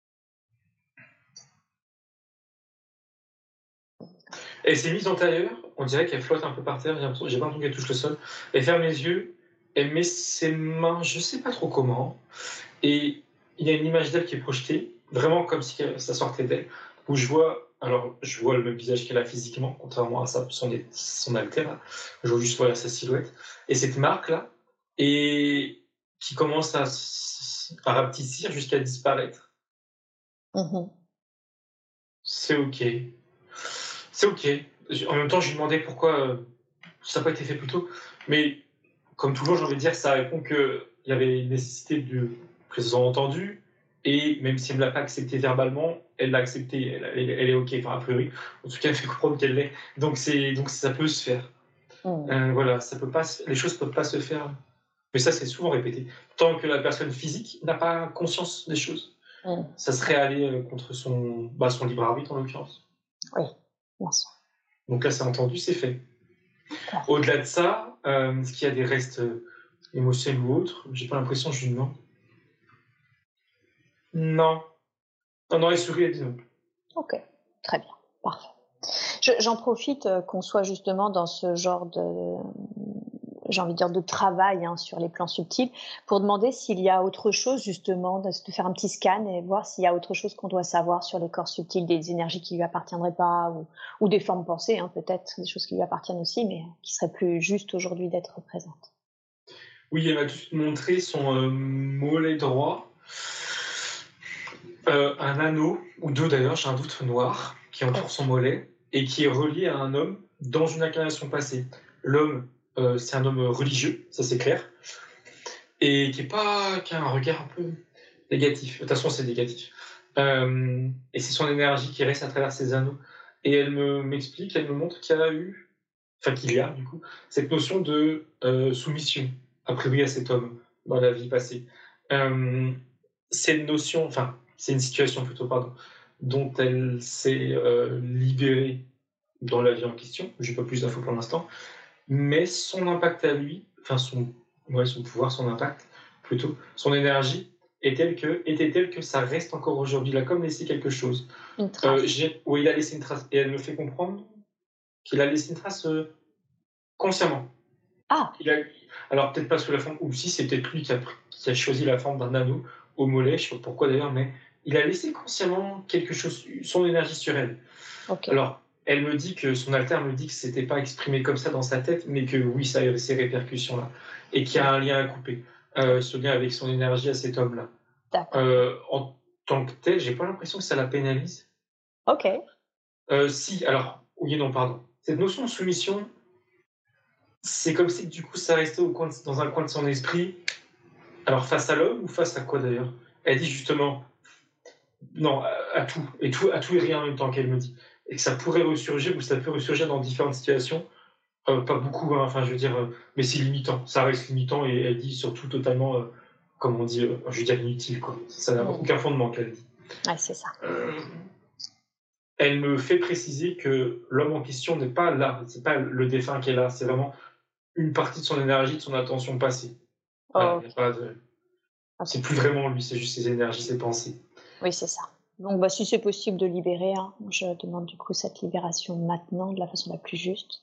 Elle s'est mise antérieure, on dirait qu'elle flotte un peu par terre, j'ai l'impression- j'ai pas l'impression qu'elle touche le sol. Elle ferme les yeux, elle met ses mains, je sais pas trop comment, et il y a une image d'elle qui est projetée, vraiment comme si ça sortait d'elle, où je vois, alors je vois le même visage qu'elle a physiquement, contrairement à ça, son, son alter, là. Je vois juste voilà, sa silhouette, et cette marque-là, et qui commence à, s- à rapetissir jusqu'à disparaître. Mhm. C'est ok. C'est ok. En même temps, je lui demandais pourquoi euh, ça n'a pas été fait plus tôt. Mais comme toujours, j'ai envie de dire, ça répond qu'il y avait une nécessité de que ce soit entendu. Et même si elle ne l'a pas accepté verbalement, elle l'a accepté. Elle, elle- elle est ok, enfin, a priori. En tout cas, elle fait comprendre qu'elle l'est. Donc, c'est, donc ça peut se faire. Mm. Euh, voilà, ça peut pas, se- les choses ne peuvent pas se faire. Mais ça, c'est souvent répété. Tant que la personne physique n'a pas conscience des choses, Mm. ça serait aller euh, contre son, bah, son libre arbitre, en l'occurrence. Oui, bien sûr. Donc là, c'est entendu, c'est fait. D'accord. Au-delà de ça, euh, est-ce qu'il y a des restes euh, émotionnels ou autres? J'ai pas l'impression, je lui demande. Non. Non, non, elle sourit, elle dit non. Ok, très bien, parfait. Je- j'en profite euh, qu'on soit justement dans ce genre de j'ai envie de dire, de travail hein, sur les plans subtils, pour demander s'il y a autre chose, justement, de, de faire un petit scan et voir s'il y a autre chose qu'on doit savoir sur les corps subtils, des énergies qui lui appartiendraient pas, ou, ou des formes pensées, hein, peut-être, des choses qui lui appartiennent aussi, mais qui seraient plus justes aujourd'hui d'être présentes. Oui, elle m'a tout montré son euh, mollet droit, euh, un anneau, ou deux d'ailleurs, j'ai un doute, noir, qui entoure Ouais. son mollet, et qui est relié à un homme dans une incarnation passée. L'homme, euh, c'est un homme religieux, ça c'est clair, et qui, est pas, qui a un regard un peu négatif. De toute façon, c'est négatif. Euh, et c'est son énergie qui reste à travers ses anneaux. Et elle me, m'explique, elle me montre qu'il y a eu, enfin qu'il y a du coup, cette notion de euh, soumission attribuée à cet homme dans la vie passée. Euh, c'est une notion, enfin, c'est une situation plutôt, pardon, dont elle s'est euh, libérée dans la vie en question. J'ai pas plus d'infos pour l'instant, mais son impact à lui, enfin son, ouais, son pouvoir, son impact plutôt, son énergie est telle que, était telle que ça reste encore aujourd'hui. Il a comme laissé quelque chose. Une trace. Euh, j'ai, oui, il a laissé une trace, et elle me fait comprendre qu'il a laissé une trace euh, consciemment. Ah, Il a, alors peut-être pas sous la forme, ou si c'est peut-être lui qui a, pr- qui a choisi la forme d'un anneau au mollet, je sais pas pourquoi d'ailleurs, mais il a laissé consciemment quelque chose, son énergie sur elle. ok. Alors, elle me dit que son alter me dit que c'était pas exprimé comme ça dans sa tête, mais que oui, ça a ces répercussions-là, et qu'il y a un lien à couper, euh, ce lien avec son énergie à cet homme-là. D'accord. Euh, en tant que tel, j'ai pas l'impression que ça la pénalise. Ok. Euh, si, alors, oui et non, pardon. Cette notion de soumission, c'est comme si du coup ça restait au coin de- dans un coin de son esprit. Alors face à l'homme ou face à quoi d'ailleurs? Elle dit justement non à, à tout et tout à tout et rien en même temps qu'elle me dit, et que ça pourrait ressurgir ou ça peut ressurgir dans différentes situations. Euh, pas beaucoup, hein, enfin je veux dire, euh, mais c'est limitant. Ça reste limitant et elle dit surtout totalement, euh, comme on dit, euh, je veux dire inutile quoi. Ça n'a Mm. aucun fondement qu'elle dit. Ouais, c'est ça. Euh, elle me fait préciser que l'homme en question n'est pas là, c'est pas le défunt qui est là, c'est vraiment une partie de son énergie, de son attention passée. Voilà, Oh, y a pas de... ok. C'est plus vraiment lui, c'est juste ses énergies, ses pensées. Oui, c'est ça. Donc, bah, si c'est possible de libérer, hein, je demande du coup cette libération maintenant, de la façon la plus juste.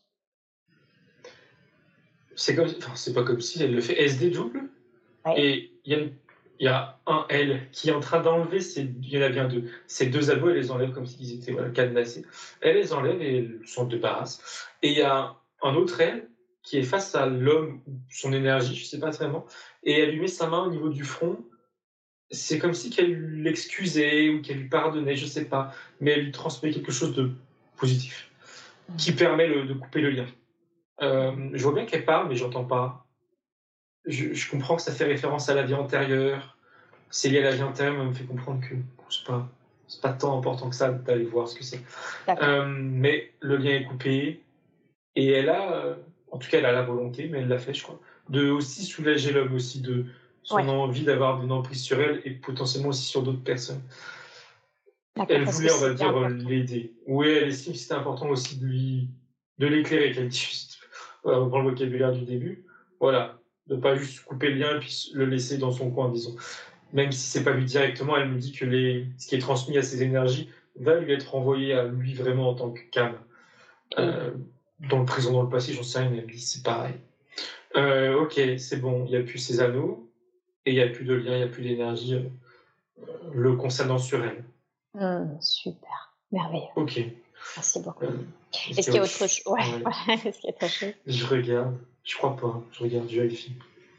C'est comme, enfin, c'est pas comme si elle le fait S D double, Ouais. et il y, a une- il y a un L qui est en train d'enlever, ces- il y en a bien deux. Ces deux anneaux, elle les enlève comme s'ils étaient voilà, cadenassés. Elle les enlève et elle s'en débarrasse. Et il y a un, un autre L qui est face à l'homme, ou son énergie, je sais pas vraiment, et elle lui met sa main au niveau du front. C'est comme si qu'elle l'excusait ou qu'elle lui pardonnait, je sais pas, mais elle lui transmet quelque chose de positif qui permet le- de couper le lien. Euh, je vois bien qu'elle parle, mais j'entends pas. Je, je comprends que ça fait référence à la vie antérieure. C'est lié à la vie antérieure, mais elle me fait comprendre que c'est pas, c'est pas tant important que ça d'aller voir ce que c'est. D'accord. Euh, mais le lien est coupé et elle a, euh, en tout cas, elle a la volonté, mais elle l'a fait, je crois, de aussi soulager l'homme aussi de son Ouais. envie d'avoir une emprise sur elle et potentiellement aussi sur d'autres personnes. D'accord. Elle Parce voulait, que on va c'était dire, important. l'aider. Oui, elle estime que c'était important aussi de lui, de l'éclairer, qu'elle dit juste, voilà, on reprend le vocabulaire du début, voilà, de pas juste couper le lien et puis le laisser dans son coin, disons. Même si c'est pas lui directement, elle me dit que les, ce qui est transmis à ses énergies va lui être envoyé à lui vraiment en tant que Cam. Euh, dans le présent, dans le passé, j'en sais rien, mais elle me dit c'est pareil. Euh, ok, c'est bon, il n'y a plus ses anneaux, et il n'y a plus de lien, il n'y a plus d'énergie euh, le concernant sur elle. Mmh, super. Merveilleux. Ok. Merci beaucoup. Euh, Est-ce qu'il y a autre chose? Ouais. Ouais. Ouais. Est-ce qu'il y a autre chose? Je regarde. Je crois pas. Je regarde, je vérifie.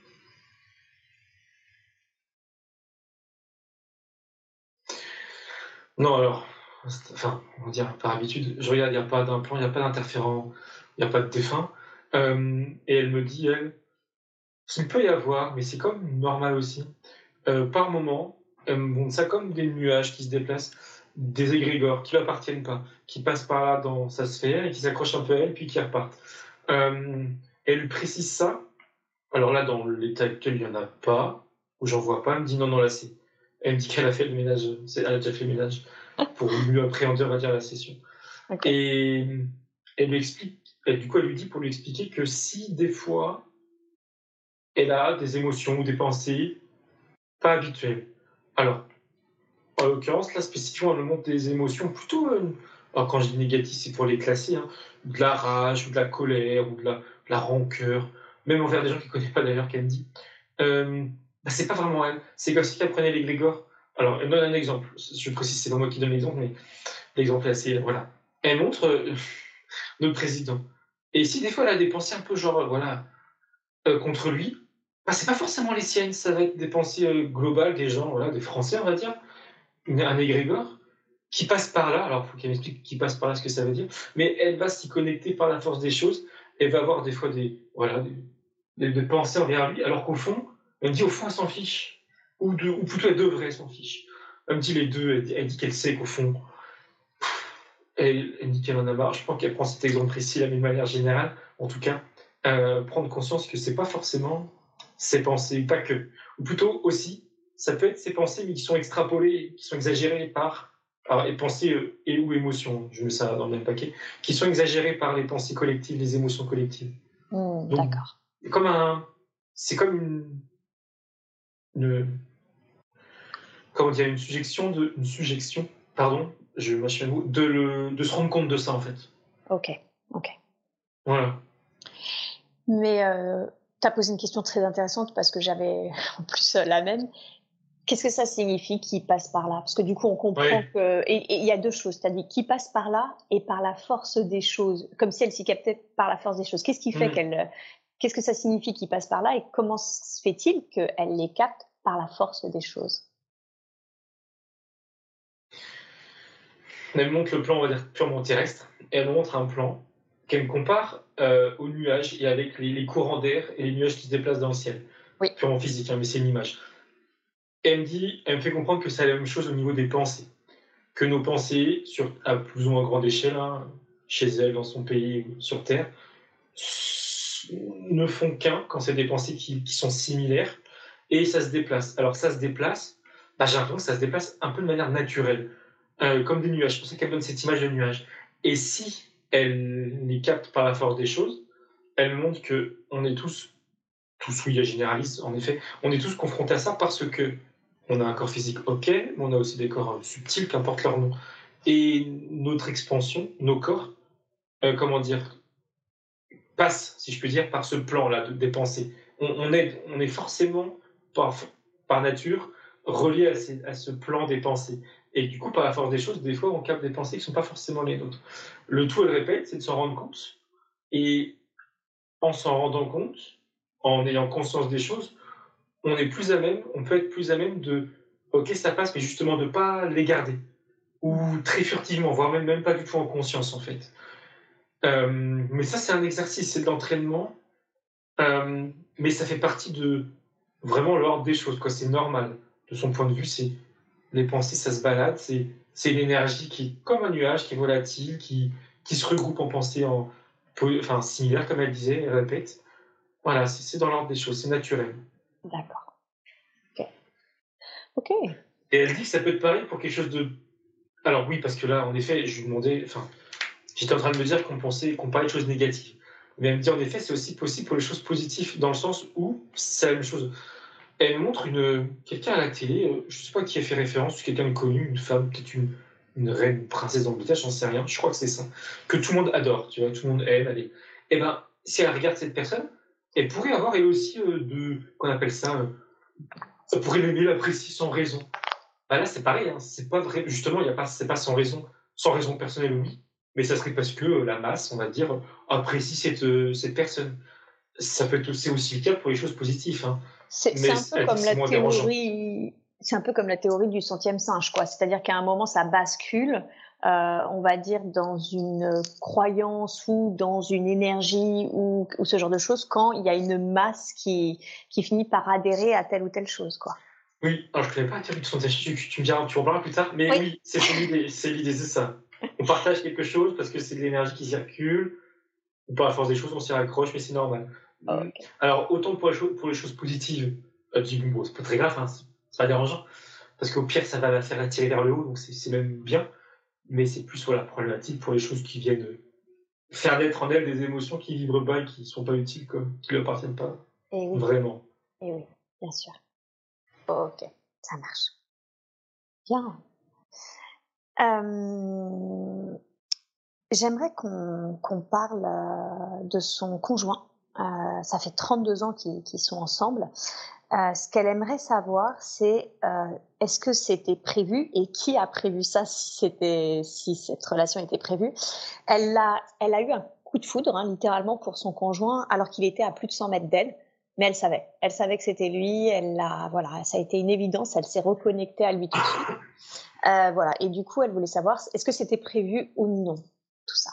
Non, alors, c'est- enfin, on va dire par habitude, je regarde, il n'y a pas d'implant, il n'y a pas d'interférent, il n'y a pas de défunt. Euh, et elle me dit, elle, qu'il peut y avoir, mais c'est comme normal aussi. Euh, par moment, elle me montre ça comme des nuages qui se déplacent, des égrégores qui ne lui appartiennent pas, qui passent par là dans sa sphère et qui s'accrochent un peu à elle, puis qui repartent. Euh, elle précise ça. Alors là, dans l'état actuel, il n'y en a pas, ou j'en vois pas. Elle me dit non, non, là, c'est. Elle me dit qu'elle a fait le ménage, c'est- elle a déjà fait le ménage pour mieux appréhender, on va dire, la session. Ok. Et elle lui explique, et du coup, elle lui dit pour lui expliquer que si des fois, elle a des émotions ou des pensées pas habituelles. Alors, en l'occurrence, là, spécifiquement, elle me montre des émotions plutôt. euh, Alors, quand je dis négatif, c'est pour les classer, hein, de la rage, ou de la colère, ou de la, de la rancœur, même envers des gens qu'il ne connaît pas d'ailleurs, qu'elle me dit. Euh, bah, c'est pas vraiment elle. C'est comme si elle prenait l'égrégore. Alors, elle donne un exemple. Je précise, c'est pas moi qui donne l'exemple, mais l'exemple est assez. Voilà. Elle montre euh, notre président. Et si des fois elle a des pensées un peu genre, euh, voilà, euh, contre lui, bah, c'est pas forcément les siennes, ça va être des pensées euh, globales des gens, voilà, des Français, on va dire, une- un égrégore qui passe par là. Alors, il faut qu'elle m'explique qui passe par là ce que ça veut dire, mais elle va s'y connecter par la force des choses. Elle va avoir des fois des, voilà, des, des- des pensées envers lui, alors qu'au fond, elle me dit au fond, elle s'en fiche. Ou, de, ou plutôt, elle devrait, elle s'en fiche. Elle me dit les deux, elle, dit- elle dit qu'elle sait qu'au fond, elle, elle dit qu'elle en a marre. Je pense qu'elle prend cet exemple précis, là, mais de manière générale, en tout cas, euh, prendre conscience que c'est pas forcément ses pensées, pas que. Ou plutôt aussi, ça peut être ses pensées, mais qui sont extrapolées, qui sont exagérées par. Alors, et pensées euh, et ou émotions, je mets ça dans le même paquet, qui sont exagérées par les pensées collectives, les émotions collectives. Mmh, Donc, d'accord. c'est comme un. C'est comme une. une comment dire, une suggestion de. Une suggestion, pardon, je mâche mes mots, de, le, de se rendre compte de ça, en fait. Ok, ok. Voilà. Mais euh, tu as posé une question très intéressante parce que j'avais en plus euh, la même. Qu'est-ce que ça signifie qui passe par là? Parce que du coup, on comprend Ouais. que. Et il y a deux choses. Tu as dit qui passe par là et par la force des choses, comme si elle s'y captait par la force des choses. Qu'est-ce qui fait Mmh. qu'elle. Qu'est-ce que ça signifie qui passe par là et comment se fait-il qu'elle les capte par la force des choses? Elle montre le plan, on va dire, purement terrestre, et elle montre un plan qu'elle me compare euh, aux nuages et avec les, les courants d'air et les nuages qui se déplacent dans le ciel. Oui. Purement physique, hein, mais c'est une image. Et elle me dit, elle me fait comprendre que c'est la même chose au niveau des pensées. Que nos pensées, sur, à plus ou moins grande échelle, hein, chez elle, dans son pays, sur Terre, s- ne font qu'un quand c'est des pensées qui, qui sont similaires et ça se déplace. Alors ça se déplace, bah, j'ai l'impression que ça se déplace un peu de manière naturelle, euh, comme des nuages. C'est pour ça qu'elle donne cette image de nuages. Et si elle les capte par la force des choses, elle montre que on est tous, tous oui, généraliste, en effet, on est tous confrontés à ça parce que on a un corps physique, ok, mais on a aussi des corps euh, subtils, qu'importe leur nom. Et notre expansion, nos corps, euh, comment dire, passe, si je peux dire, par ce plan-là de, des pensées. On, on, est, on est forcément, par, par nature, relié à, ces, à ce plan des pensées. Et du coup, par la force des choses, des fois, on capte des pensées qui ne sont pas forcément les nôtres. Le tout, elle répète, c'est de s'en rendre compte. Et en s'en rendant compte, en ayant conscience des choses, on est plus à même, on peut être plus à même de, ok, ça passe, mais justement de ne pas les garder. Ou très furtivement, voire même, même pas du tout en conscience, en fait. Euh, mais ça, c'est un exercice, c'est de l'entraînement. Euh, mais ça fait partie de vraiment l'ordre des choses, quoi. C'est normal. De son point de vue, c'est les pensées, ça se balade. C'est c'est l'énergie qui est comme un nuage, qui est volatile, qui qui se regroupe en pensées en enfin similaires, comme elle disait, elle répète. Voilà, c'est c'est dans l'ordre des choses, c'est naturel. D'accord. Ok. Ok. Et elle dit que ça peut être pareil pour quelque chose de. Alors oui, parce que là, en effet, je lui demandais, enfin, j'étais en train de me dire qu'on pensait, qu'on parlait de choses négatives. Mais elle me dit en effet, c'est aussi possible pour les choses positives, dans le sens où c'est la même chose. Elle montre une, quelqu'un à la télé, euh, je ne sais pas qui a fait référence, quelqu'un de connu, une femme, peut-être une, une reine, une princesse d'Angleterre, j'en sais rien, je crois que c'est ça, que tout le monde adore, tu vois, tout le monde aime, allez. Et ben, si elle regarde cette personne, elle pourrait avoir elle aussi euh, de, qu'on appelle ça, euh, ça pourrait l'aimer, l'apprécier sans raison. Bah là, c'est pareil, hein, c'est pas vrai, justement, il y a pas, c'est pas sans raison, sans raison personnelle, oui, mais ça serait parce que euh, la masse, on va dire, apprécie cette, euh, cette personne. Ça peut être, c'est aussi le cas pour les choses positives, hein. C'est Mais c'est un peu elle dit que comme c'est la moins dérangeant. théorie. C'est un peu comme la théorie du centième singe, quoi. C'est-à-dire qu'à un moment, ça bascule, euh, on va dire, dans une croyance ou dans une énergie ou, ou ce genre de choses, quand il y a une masse qui, qui finit par adhérer à telle ou telle chose, quoi. Oui, alors je ne connais pas la théorie du sondage, tu, tu me diras, tu en parleras plus tard, mais Oui. oui, c'est c'est l'idée, c'est l'idée, c'est ça. On partage quelque chose parce que c'est de l'énergie qui circule, ou par la force des choses, on s'y raccroche, mais c'est normal. Ok. Alors, autant pour les, choses, pour les choses positives, euh, tu dis, bon, c'est pas très grave, hein, c'est c'est pas dérangeant, parce qu'au pire, ça va la faire attirer vers le haut, donc c'est c'est même bien, mais c'est plus voilà, problématique pour les choses qui viennent euh, faire naître en elle des émotions qui vibrent bas et qui sont pas utiles, comme, qui lui appartiennent pas, Et oui, vraiment. et oui, bien sûr. Ok, ça marche. Bien. Euh, J'aimerais qu'on qu'on parle euh, de son conjoint Euh, ça fait trente-deux ans qu'ils, qu'ils sont ensemble. Euh, ce qu'elle aimerait savoir, c'est euh, est-ce que c'était prévu et qui a prévu ça si c'était si cette relation était prévue. Elle a elle a eu un coup de foudre, hein, littéralement pour son conjoint, alors qu'il était à plus de cent mètres d'elle. Mais elle savait, elle savait que c'était lui. Elle l'a, voilà, ça a été une évidence. Elle s'est reconnectée à lui tout de suite. Euh, voilà. Et du coup, elle voulait savoir est-ce que c'était prévu ou non, tout ça.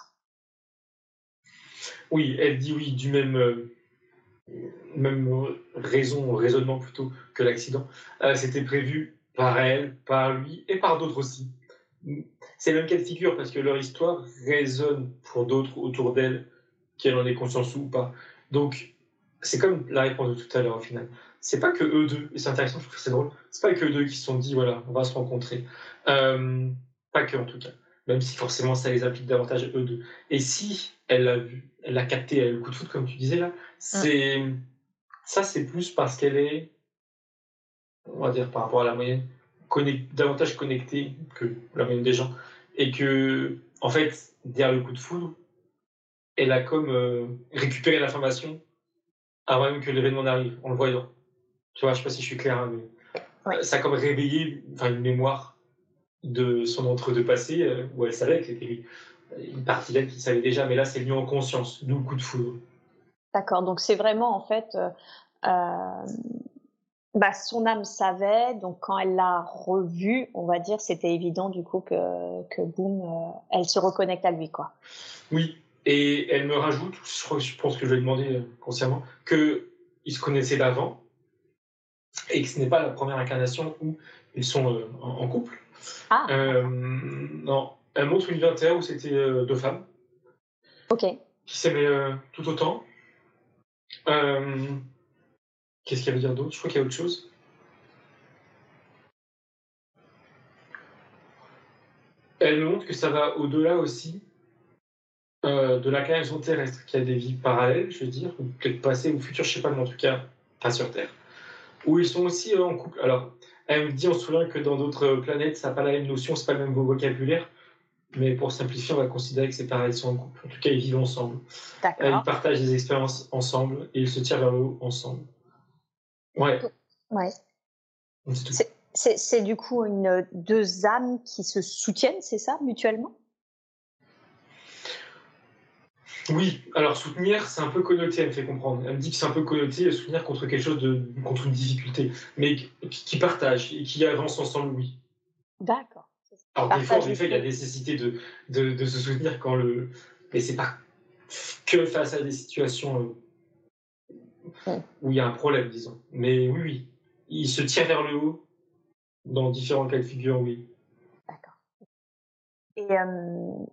Oui, elle dit oui du même. Euh... même raison, raisonnement plutôt que l'accident, euh, c'était prévu par elle, par lui et par d'autres aussi. C'est le même cas de figure parce que leur histoire résonne pour d'autres autour d'elle, qu'elle en ait conscience ou pas. Donc, c'est comme la réponse de tout à l'heure au final. C'est pas que eux deux, et c'est intéressant, je trouve que c'est drôle, c'est pas que eux deux qui se sont dit voilà, on va se rencontrer. Euh, pas que en tout cas. Même si forcément ça les implique davantage eux deux. Et si elle l'a vu, elle l'a capté, elle a eu le coup de foudre comme tu disais là, c'est. Mmh. Ça, c'est plus parce qu'elle est, on va dire par rapport à la moyenne, connect... davantage connectée que la moyenne des gens. Et que, en fait, derrière le coup de foudre, elle a comme euh, récupéré l'information avant même que l'événement n'arrive, en le voyant. Tu vois, je sais pas si je suis clair, hein, mais Ouais. ça a comme réveillé enfin, une mémoire de son entre-deux passé, euh, où elle savait que c'était une partie d'elle qui savait déjà, mais là, c'est venu en conscience, d'où le coup de foudre. D'accord, donc c'est vraiment en fait, euh, euh, bah, son âme savait, donc quand elle l'a revu, on va dire, c'était évident du coup que, que boum, euh, elle se reconnecte à lui, quoi. Oui, et elle me rajoute, je, crois, je pense que je lui ai demandé euh, consciemment, qu'ils se connaissaient d'avant et que ce n'est pas la première incarnation où ils sont euh, en, en couple. Ah, Euh, non, elle montre une vingtaine où c'était euh, deux femmes ok. qui s'aimaient euh, tout autant. Euh, Qu'est-ce qu'il y avait dire d'autre? Je crois qu'il y a autre chose. Elle me montre que ça va au-delà aussi euh, de l'incarnation terrestre, qu'il y a des vies parallèles, je veux dire, ou peut-être passées ou futures, je sais pas, mais en tout cas, pas sur Terre, où ils sont aussi euh, en couple. Alors, elle me dit, on se souvient que dans d'autres planètes, ça n'a pas la même notion, c'est pas le même vocabulaire, mais pour simplifier, on va considérer que c'est pareil, ils sont en couple. En tout cas, ils vivent ensemble. D'accord. Euh, ils partagent des expériences ensemble et ils se tirent vers le haut ensemble. Ouais. Ouais. C'est tout. C'est, c'est, c'est du coup une, deux âmes qui se soutiennent, c'est ça, mutuellement? Oui, alors soutenir, c'est un peu connoté, elle me fait comprendre. Elle me dit que c'est un peu connoté, soutenir contre quelque chose, de, contre une difficulté, mais qui, qui partagent et qui avancent ensemble, oui. D'accord. Alors des fois, en effet, il y a nécessité de, de, de se soutenir quand le... Mais c'est pas que face à des situations euh, Ouais. où il y a un problème, disons. Mais oui, oui, ils se tirent vers le haut dans différents cas de figure, oui. D'accord. Et... Euh...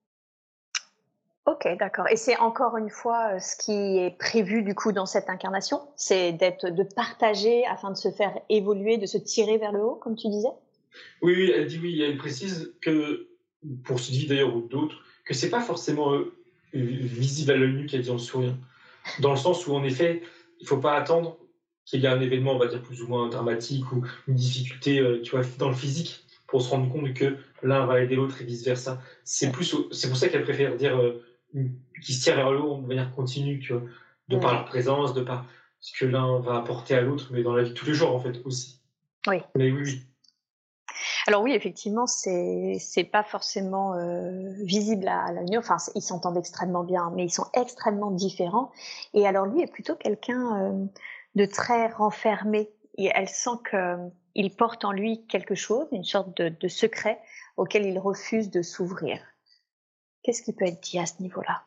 Ok, d'accord. Et c'est encore une fois euh, ce qui est prévu du coup dans cette incarnation, c'est d'être, de partager afin de se faire évoluer, de se tirer vers le haut, comme tu disais. Oui, oui, elle dit oui. Elle précise que pour ce dit d'ailleurs ou d'autres, que c'est pas forcément euh, visible à l'œil nu qu'elle dit en souriant. Dans le sens où en effet, il faut pas attendre qu'il y ait un événement, on va dire plus ou moins dramatique ou une difficulté, euh, tu vois, dans le physique, pour se rendre compte que l'un va aider l'autre et vice versa. C'est plus, au... c'est pour ça qu'elle préfère dire euh, qu'ils se tirent vers le haut de manière continue, tu vois, de par leur présence, de par ce que l'un va apporter à l'autre, mais dans la vie de tous les jours en fait aussi. Oui. Mais oui, oui. Alors oui, effectivement, c'est c'est pas forcément euh, visible à l'œil nu. Enfin, ils s'entendent extrêmement bien, mais ils sont extrêmement différents. Et alors lui est plutôt quelqu'un euh, de très renfermé. Et elle sent que il porte en lui quelque chose, une sorte de, de secret auquel il refuse de s'ouvrir. Qu'est-ce qui peut être dit à ce niveau-là?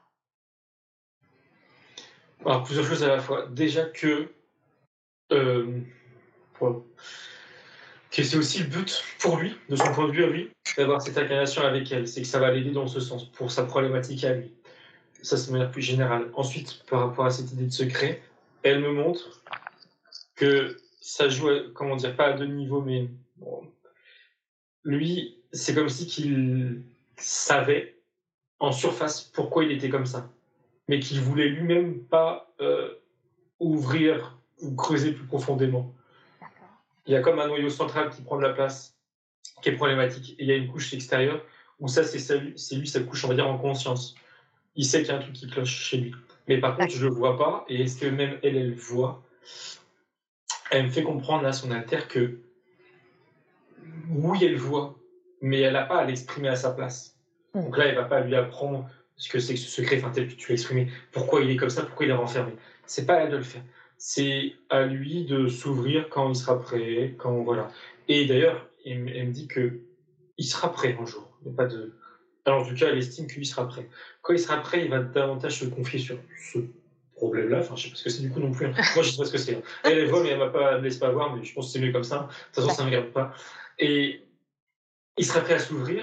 Alors plusieurs choses à la fois. Déjà que euh, pour... que c'est aussi le but pour lui, de son point de vue à lui, d'avoir cette incarnation avec elle. C'est que ça va l'aider dans ce sens, pour sa problématique à lui. Ça, c'est de manière plus générale. Ensuite, par rapport à cette idée de secret, elle me montre que ça joue, à, comment dire, pas à deux niveaux, mais bon, lui, c'est comme si qu'il savait en surface pourquoi il était comme ça, mais qu'il voulait lui-même pas euh, ouvrir ou creuser plus profondément. Il y a comme un noyau central qui prend de la place, qui est problématique, et il y a une couche extérieure où ça, c'est, sa, c'est lui, sa couche, on va dire, en conscience. Il sait qu'il y a un truc qui cloche chez lui, Mais par contre, je le vois pas. Et est-ce que même elle, elle le voit? Elle me fait comprendre à son alter que oui, elle voit, mais elle n'a pas à l'exprimer à sa place. Mm. Donc là, elle va pas lui apprendre ce que c'est que ce secret, enfin, tel que tu l'as exprimé, pourquoi il est comme ça, pourquoi il est renfermé. C'est pas à elle de le faire. C'est à lui de s'ouvrir quand il sera prêt, quand voilà. Et d'ailleurs, elle, me- elle me dit que il sera prêt un jour. Il n'y a pas de. Alors, en tout cas, elle estime qu'il sera prêt. Quand il sera prêt, il va davantage se confier sur ce problème-là. Enfin, je sais pas ce que c'est du coup non plus. hein. Moi, je sais pas ce que c'est. hein. Elle, elle voit, mais elle m'a pas, elle me laisse pas voir. Mais je pense que c'est mieux comme ça. De toute façon, ça ne me regarde pas. Et il sera prêt à s'ouvrir.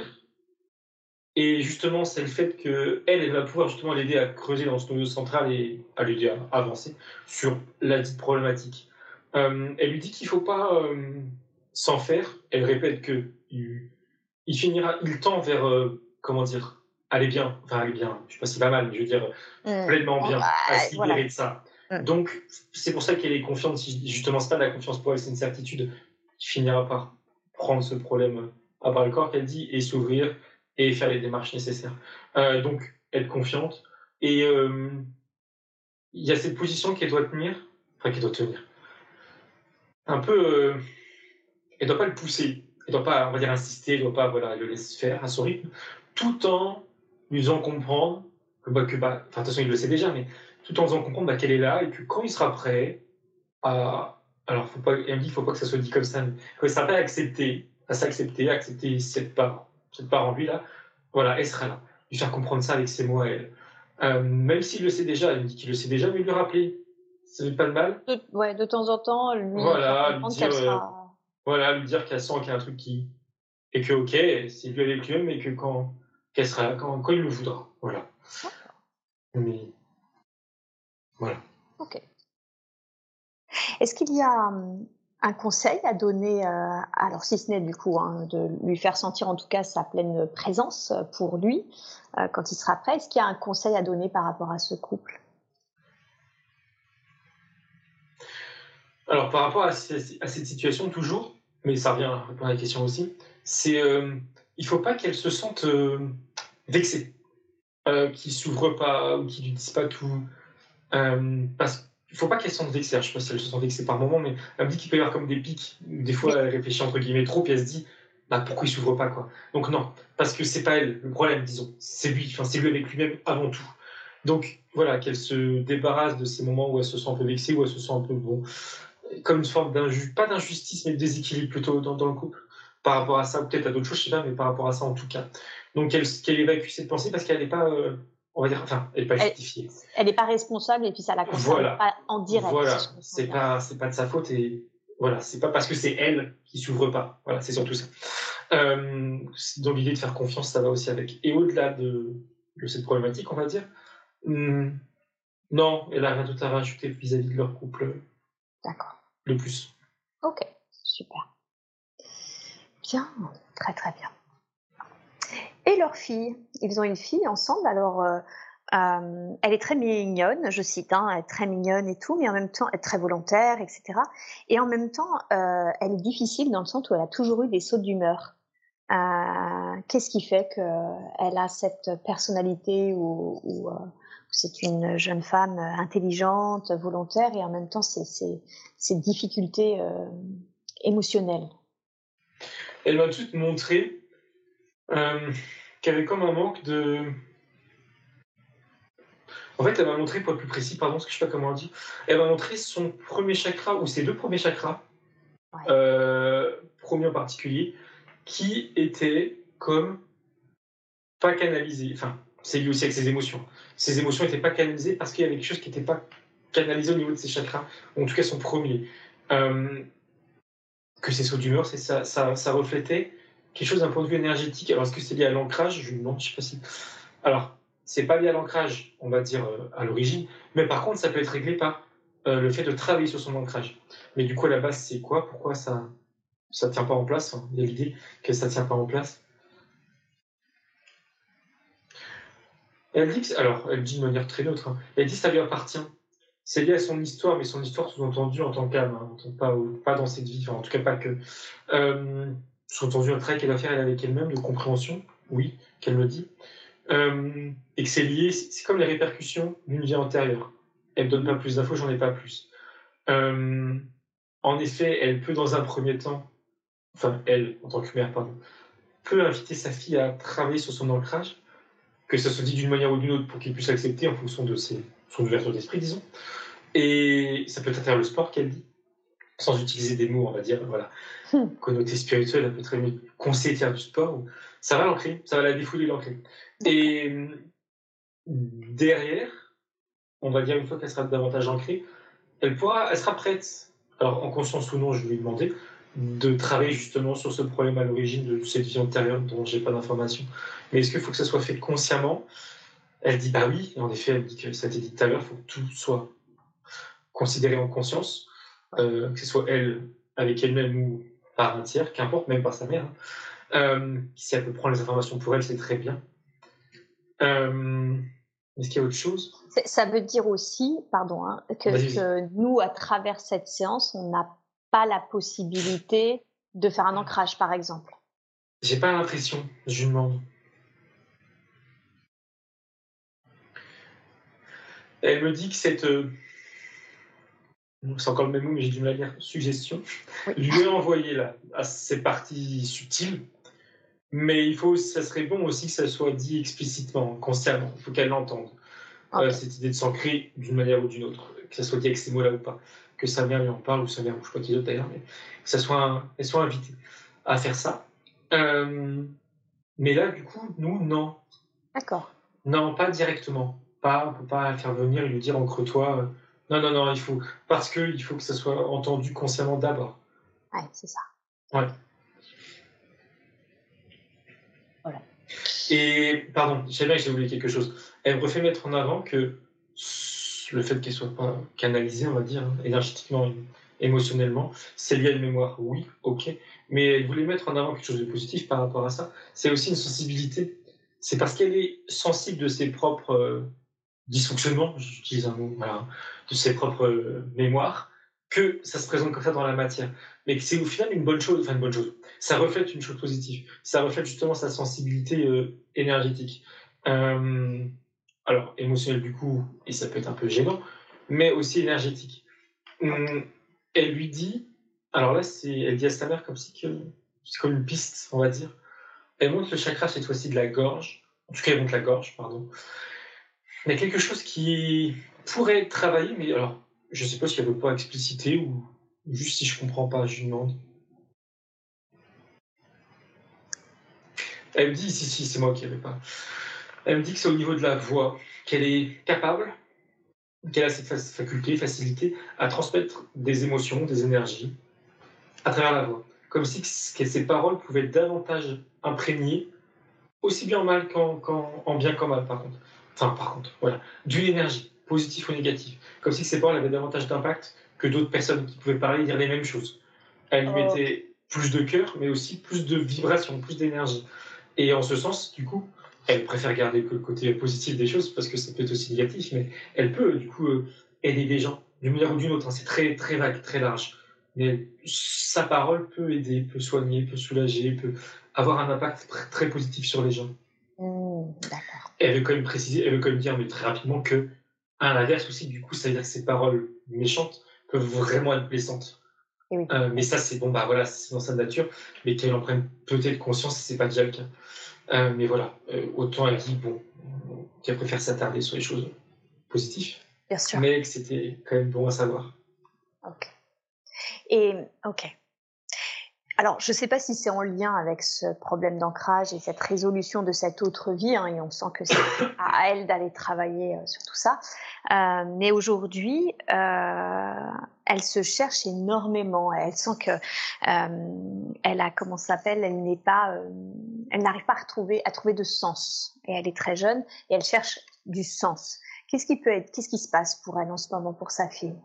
Et justement, c'est le fait qu'elle, elle va pouvoir justement l'aider à creuser dans ce noyau central et à l'aider à avancer sur la dite problématique. Euh, elle lui dit qu'il ne faut pas euh, s'en faire. Elle répète que il, il finira, il tend vers, euh, comment dire, aller bien, enfin aller bien, je ne sais pas si va mal, mais je veux dire Mm. pleinement Bon, bien, bah, à se libérer voilà. de ça. Mm. Donc, c'est pour ça qu'elle est confiante, si- justement, c'est pas de la confiance pour elle, c'est une certitude qui finira par prendre ce problème à bras le corps, qu'elle dit, et s'ouvrir et faire les démarches nécessaires. Euh, donc, être confiante. Et euh, il y a cette position qu'elle doit tenir, enfin qu'elle doit tenir. Un peu, euh, elle doit pas le pousser, elle doit pas, on va dire, insister, elle doit pas, voilà, le laisser faire à son rythme, tout en lui faisant comprendre que, bah, que bah, enfin, de toute façon, il le sait déjà, mais tout en faisant comprendre bah, qu'elle est là et que quand il sera prêt à, alors, faut pas, elle me dit, il faut pas que ça soit dit comme ça, mais quand il sera prêt à accepter, à s'accepter, à accepter cette part, cette part en lui là, voilà, elle sera là. Lui faire comprendre ça avec ses mots à elle. Euh, même s'il le sait déjà, il me dit qu'il le sait déjà, mais lui rappeler, ça fait pas de mal. De, ouais, de temps en temps, lui faire Voilà, lui comprendre dire, qu'elle euh, sera. voilà, lui dire qu'elle sent qu'il y a un truc qui, et que ok, c'est lui avec lui-même, mais que quand, qu'elle sera là, quand, quand il le voudra, voilà. D'accord. Mais voilà. Ok. Est-ce qu'il y a hum, un conseil à donner, euh, alors si ce n'est du coup hein, de lui faire sentir en tout cas sa pleine présence pour lui euh, quand il sera prêt, est-ce qu'il y a un conseil à donner par rapport à ce couple? Alors, par rapport à, ces- à cette situation, toujours, mais ça revient à répondre à la question aussi, c'est euh, il ne faut pas qu'elle se sente euh, vexée, euh, qu'il ne s'ouvre pas ou qu'il ne lui dise pas tout. Euh, parce qu'il ne faut pas qu'elle se sente vexée. Alors, je ne sais pas si elle se sent vexée par moment, mais elle me dit qu'il peut y avoir comme des pics. Où des fois, Oui. elle réfléchit entre guillemets trop, puis elle se dit bah, pourquoi il ne s'ouvre pas quoi. Donc, non, parce que c'est pas elle le problème, disons. C'est lui, enfin, c'est lui avec lui-même avant tout. Donc, voilà, qu'elle se débarrasse de ces moments où elle se sent un peu vexée, où elle se sent un peu bon comme une forme d'injustice, pas d'injustice, mais de déséquilibre plutôt dans, dans le couple par rapport à ça, ou peut-être à d'autres choses, je sais pas, mais par rapport à ça en tout cas. Donc qu'elle, qu'elle évacue cette pensée parce qu'elle n'est pas, euh, on va dire, enfin, elle n'est pas Elle justifiée. elle n'est pas responsable et puis ça la concerne Voilà, pas en direct. voilà, Si je comprends c'est bien. pas, c'est pas de sa faute et voilà, c'est pas parce que c'est elle qui s'ouvre pas. Voilà, c'est surtout ça. Euh, dans l'idée de faire confiance, ça va aussi avec. Et au-delà de, de cette problématique, on va dire, hum, non, elle a rien d'autre à rajouter vis-à-vis de leur couple D'accord. de plus. Ok, super. Bien, très très bien. Et leur fille, ils ont une fille ensemble, alors euh, euh, elle est très mignonne, je cite, hein, elle est très mignonne et tout, mais en même temps elle est très volontaire, et cetera. Et en même temps, euh, elle est difficile dans le sens où elle a toujours eu des sautes d'humeur. Euh, qu'est-ce qui fait qu'elle a cette personnalité où, où, euh, c'est une jeune femme intelligente, volontaire, et en même temps ces, ces, ces difficultés euh, émotionnelles? Elle m'a tout montré euh, qu'il y avait comme un manque de. En fait, elle m'a montré, pour être plus précis, pardon, parce que je sais pas comment on dit, elle m'a montré son premier chakra, ou ses deux premiers chakras, Ouais. euh, premier en particulier, qui étaient comme pas canalisés. Enfin, c'est lié aussi avec ses émotions. Ses émotions n'étaient pas canalisées parce qu'il y avait quelque chose qui n'était pas canalisé au niveau de ses chakras, ou en tout cas son premier. Euh, que ses sauts d'humeur, c'est ça, ça, ça reflétait quelque chose d'un point de vue énergétique. Alors, est-ce que c'est lié à l'ancrage? Je me demande, je sais pas si. Alors, c'est pas lié à l'ancrage, on va dire, euh, à l'origine, mais par contre, ça peut être réglé par euh, le fait de travailler sur son ancrage. Mais du coup, à la base, c'est quoi? Pourquoi ça ça tient pas en place? Enfin, il y a l'idée que ça tient pas en place. Et elle dit que, alors, elle dit de manière très neutre, hein, elle dit que ça lui appartient. C'est lié à son histoire, mais son histoire sous-entendue en tant qu'âme, hein, pas, pas dans cette vie, enfin, en tout cas pas que. Euh, sous-entendu un travail qu'elle va faire elle avec elle-même de compréhension, oui, qu'elle me dit. euh, et que c'est lié, c'est, c'est comme les répercussions d'une vie antérieure. Elle me donne pas plus d'infos, j'en ai pas plus. Euh, en effet, elle peut dans un premier temps, enfin elle, en tant que mère, pardon, peut inviter sa fille à travailler sur son ancrage, que ça se dit d'une manière ou d'une autre pour qu'il puisse l'accepter en fonction de ses, son ouverture d'esprit, disons. Et ça peut être à travers le sport qu'elle dit, sans utiliser des mots, on va dire, voilà, Hmm. connoté spirituel, un peu très mieux conseiller de faire du sport. Ça va l'ancrer, ça va la défouler, l'ancrer. Et derrière, on va dire une fois qu'elle sera davantage ancrée, elle pourra, elle sera prête, alors en conscience ou non, je vais lui demander, de travailler justement sur ce problème à l'origine de cette vie antérieure dont j'ai pas d'informations. Mais est-ce qu'il faut que ça soit fait consciemment? Elle dit bah oui, et en effet, elle dit que ça a été dit tout à l'heure, il faut que tout soit considéré en conscience, euh, que ce soit elle avec elle-même ou par un tiers, qu'importe, même par sa mère. Hein. Euh, si elle peut prendre les informations pour elle, c'est très bien. Euh, est-ce qu'il y a autre chose? Ça veut dire aussi, pardon, hein, que, Vas-y, vas-y. que nous, à travers cette séance, on n'a pas la possibilité de faire un ancrage, par exemple. J'ai pas l'impression, je lui demande. Elle me dit que cette... Euh, c'est encore le même mot, mais j'ai dû me la lire, suggestion, Oui. lui est envoyée là, à ces parties subtiles, mais il faut, ça serait bon aussi que ça soit dit explicitement, consciemment, il faut qu'elle l'entende. Okay. Euh, cette idée de s'ancrer d'une manière ou d'une autre, que ça soit dit avec ces mots-là ou pas, que sa mère lui en parle, ou sa mère, ou je sais pas qui d'autre d'ailleurs, mais que ça soit, un, elle soit invitée à faire ça. Euh, mais là, du coup, nous, non. D'accord. Non, pas directement. Pas, on peut pas la faire venir et lui dire ancre-toi. Euh, non, non, non, il faut, parce que il faut que ça soit entendu consciemment d'abord. Ouais, c'est ça. Ouais. Voilà. Et, pardon, je sais bien que j'ai oublié quelque chose. Elle me refait mettre en avant que le fait qu'elle soit pas canalisée, on va dire, hein, énergétiquement, émotionnellement, c'est lié à une mémoire. Oui, ok. Mais elle voulait mettre en avant quelque chose de positif par rapport à ça. C'est aussi une sensibilité. C'est parce qu'elle est sensible de ses propres euh, dysfonctionnements, j'utilise un mot, voilà, de ses propres euh, mémoires, que ça se présente comme ça dans la matière. Mais que c'est au final une bonne chose, enfin une bonne chose. Ça reflète une chose positive. Ça reflète justement sa sensibilité euh, énergétique. Euh, alors, émotionnelle du coup, et ça peut être un peu gênant, mais aussi énergétique. Hum, elle lui dit, alors là, c'est, elle dit à sa mère comme si que, c'est comme une piste, on va dire. Elle montre le chakra cette fois-ci de la gorge, en tout cas elle montre la gorge, pardon. Il y a quelque chose qui pourrait être travaillé, mais alors, je ne sais pas si elle ne veut pas expliciter ou juste si je ne comprends pas, je lui demande. Elle me dit, si, si, c'est moi qui n'avais pas. Elle me dit que c'est au niveau de la voix, qu'elle est capable, qu'elle a cette faculté, facilité à transmettre des émotions, des énergies à travers la voix. Comme si que ses paroles pouvaient être davantage imprégnées, aussi bien en mal qu'en, qu'en en bien qu'en mal, par contre. Enfin, par contre, voilà. D'une énergie, positive ou négative. Comme si ses paroles avaient davantage d'impact que d'autres personnes qui pouvaient parler et dire les mêmes choses. Elle y mettait plus de cœur, mais aussi plus de vibration, plus d'énergie. Et en ce sens, du coup, elle préfère garder que le côté positif des choses, parce que ça peut être aussi négatif, mais elle peut, du coup, euh, aider des gens, d'une manière ou d'une autre. Hein. C'est très, très vague, très large. Mais sa parole peut aider, peut soigner, peut soulager, peut avoir un impact très, très positif sur les gens. Mmh, d'accord. Et elle veut quand même préciser, elle veut quand même dire, mais très rapidement, que, à l'inverse aussi, du coup, ça veut dire que ces paroles méchantes peuvent vraiment être blessantes. Et oui. Euh, mais ça, c'est bon, bah voilà, c'est dans sa nature, mais qu'elle en prenne peut-être conscience, c'est pas déjà le cas. Euh, mais voilà, euh, autant elle dit, bon, qu'elle préfère s'attarder sur les choses positives, Bien sûr. mais que c'était quand même bon à savoir. Ok. Et, ok. Alors, je ne sais pas si c'est en lien avec ce problème d'ancrage et cette résolution de cette autre vie, hein, et on sent que c'est à elle d'aller travailler euh, sur tout ça. Euh, mais aujourd'hui, euh, elle se cherche énormément. Elle sent que euh, elle a, comment ça s'appelle, elle n'est pas, euh, elle n'arrive pas à retrouver, à trouver de sens. Et elle est très jeune et elle cherche du sens. Qu'est-ce qui peut être, qu'est-ce qui se passe pour elle en ce moment, pour sa fille?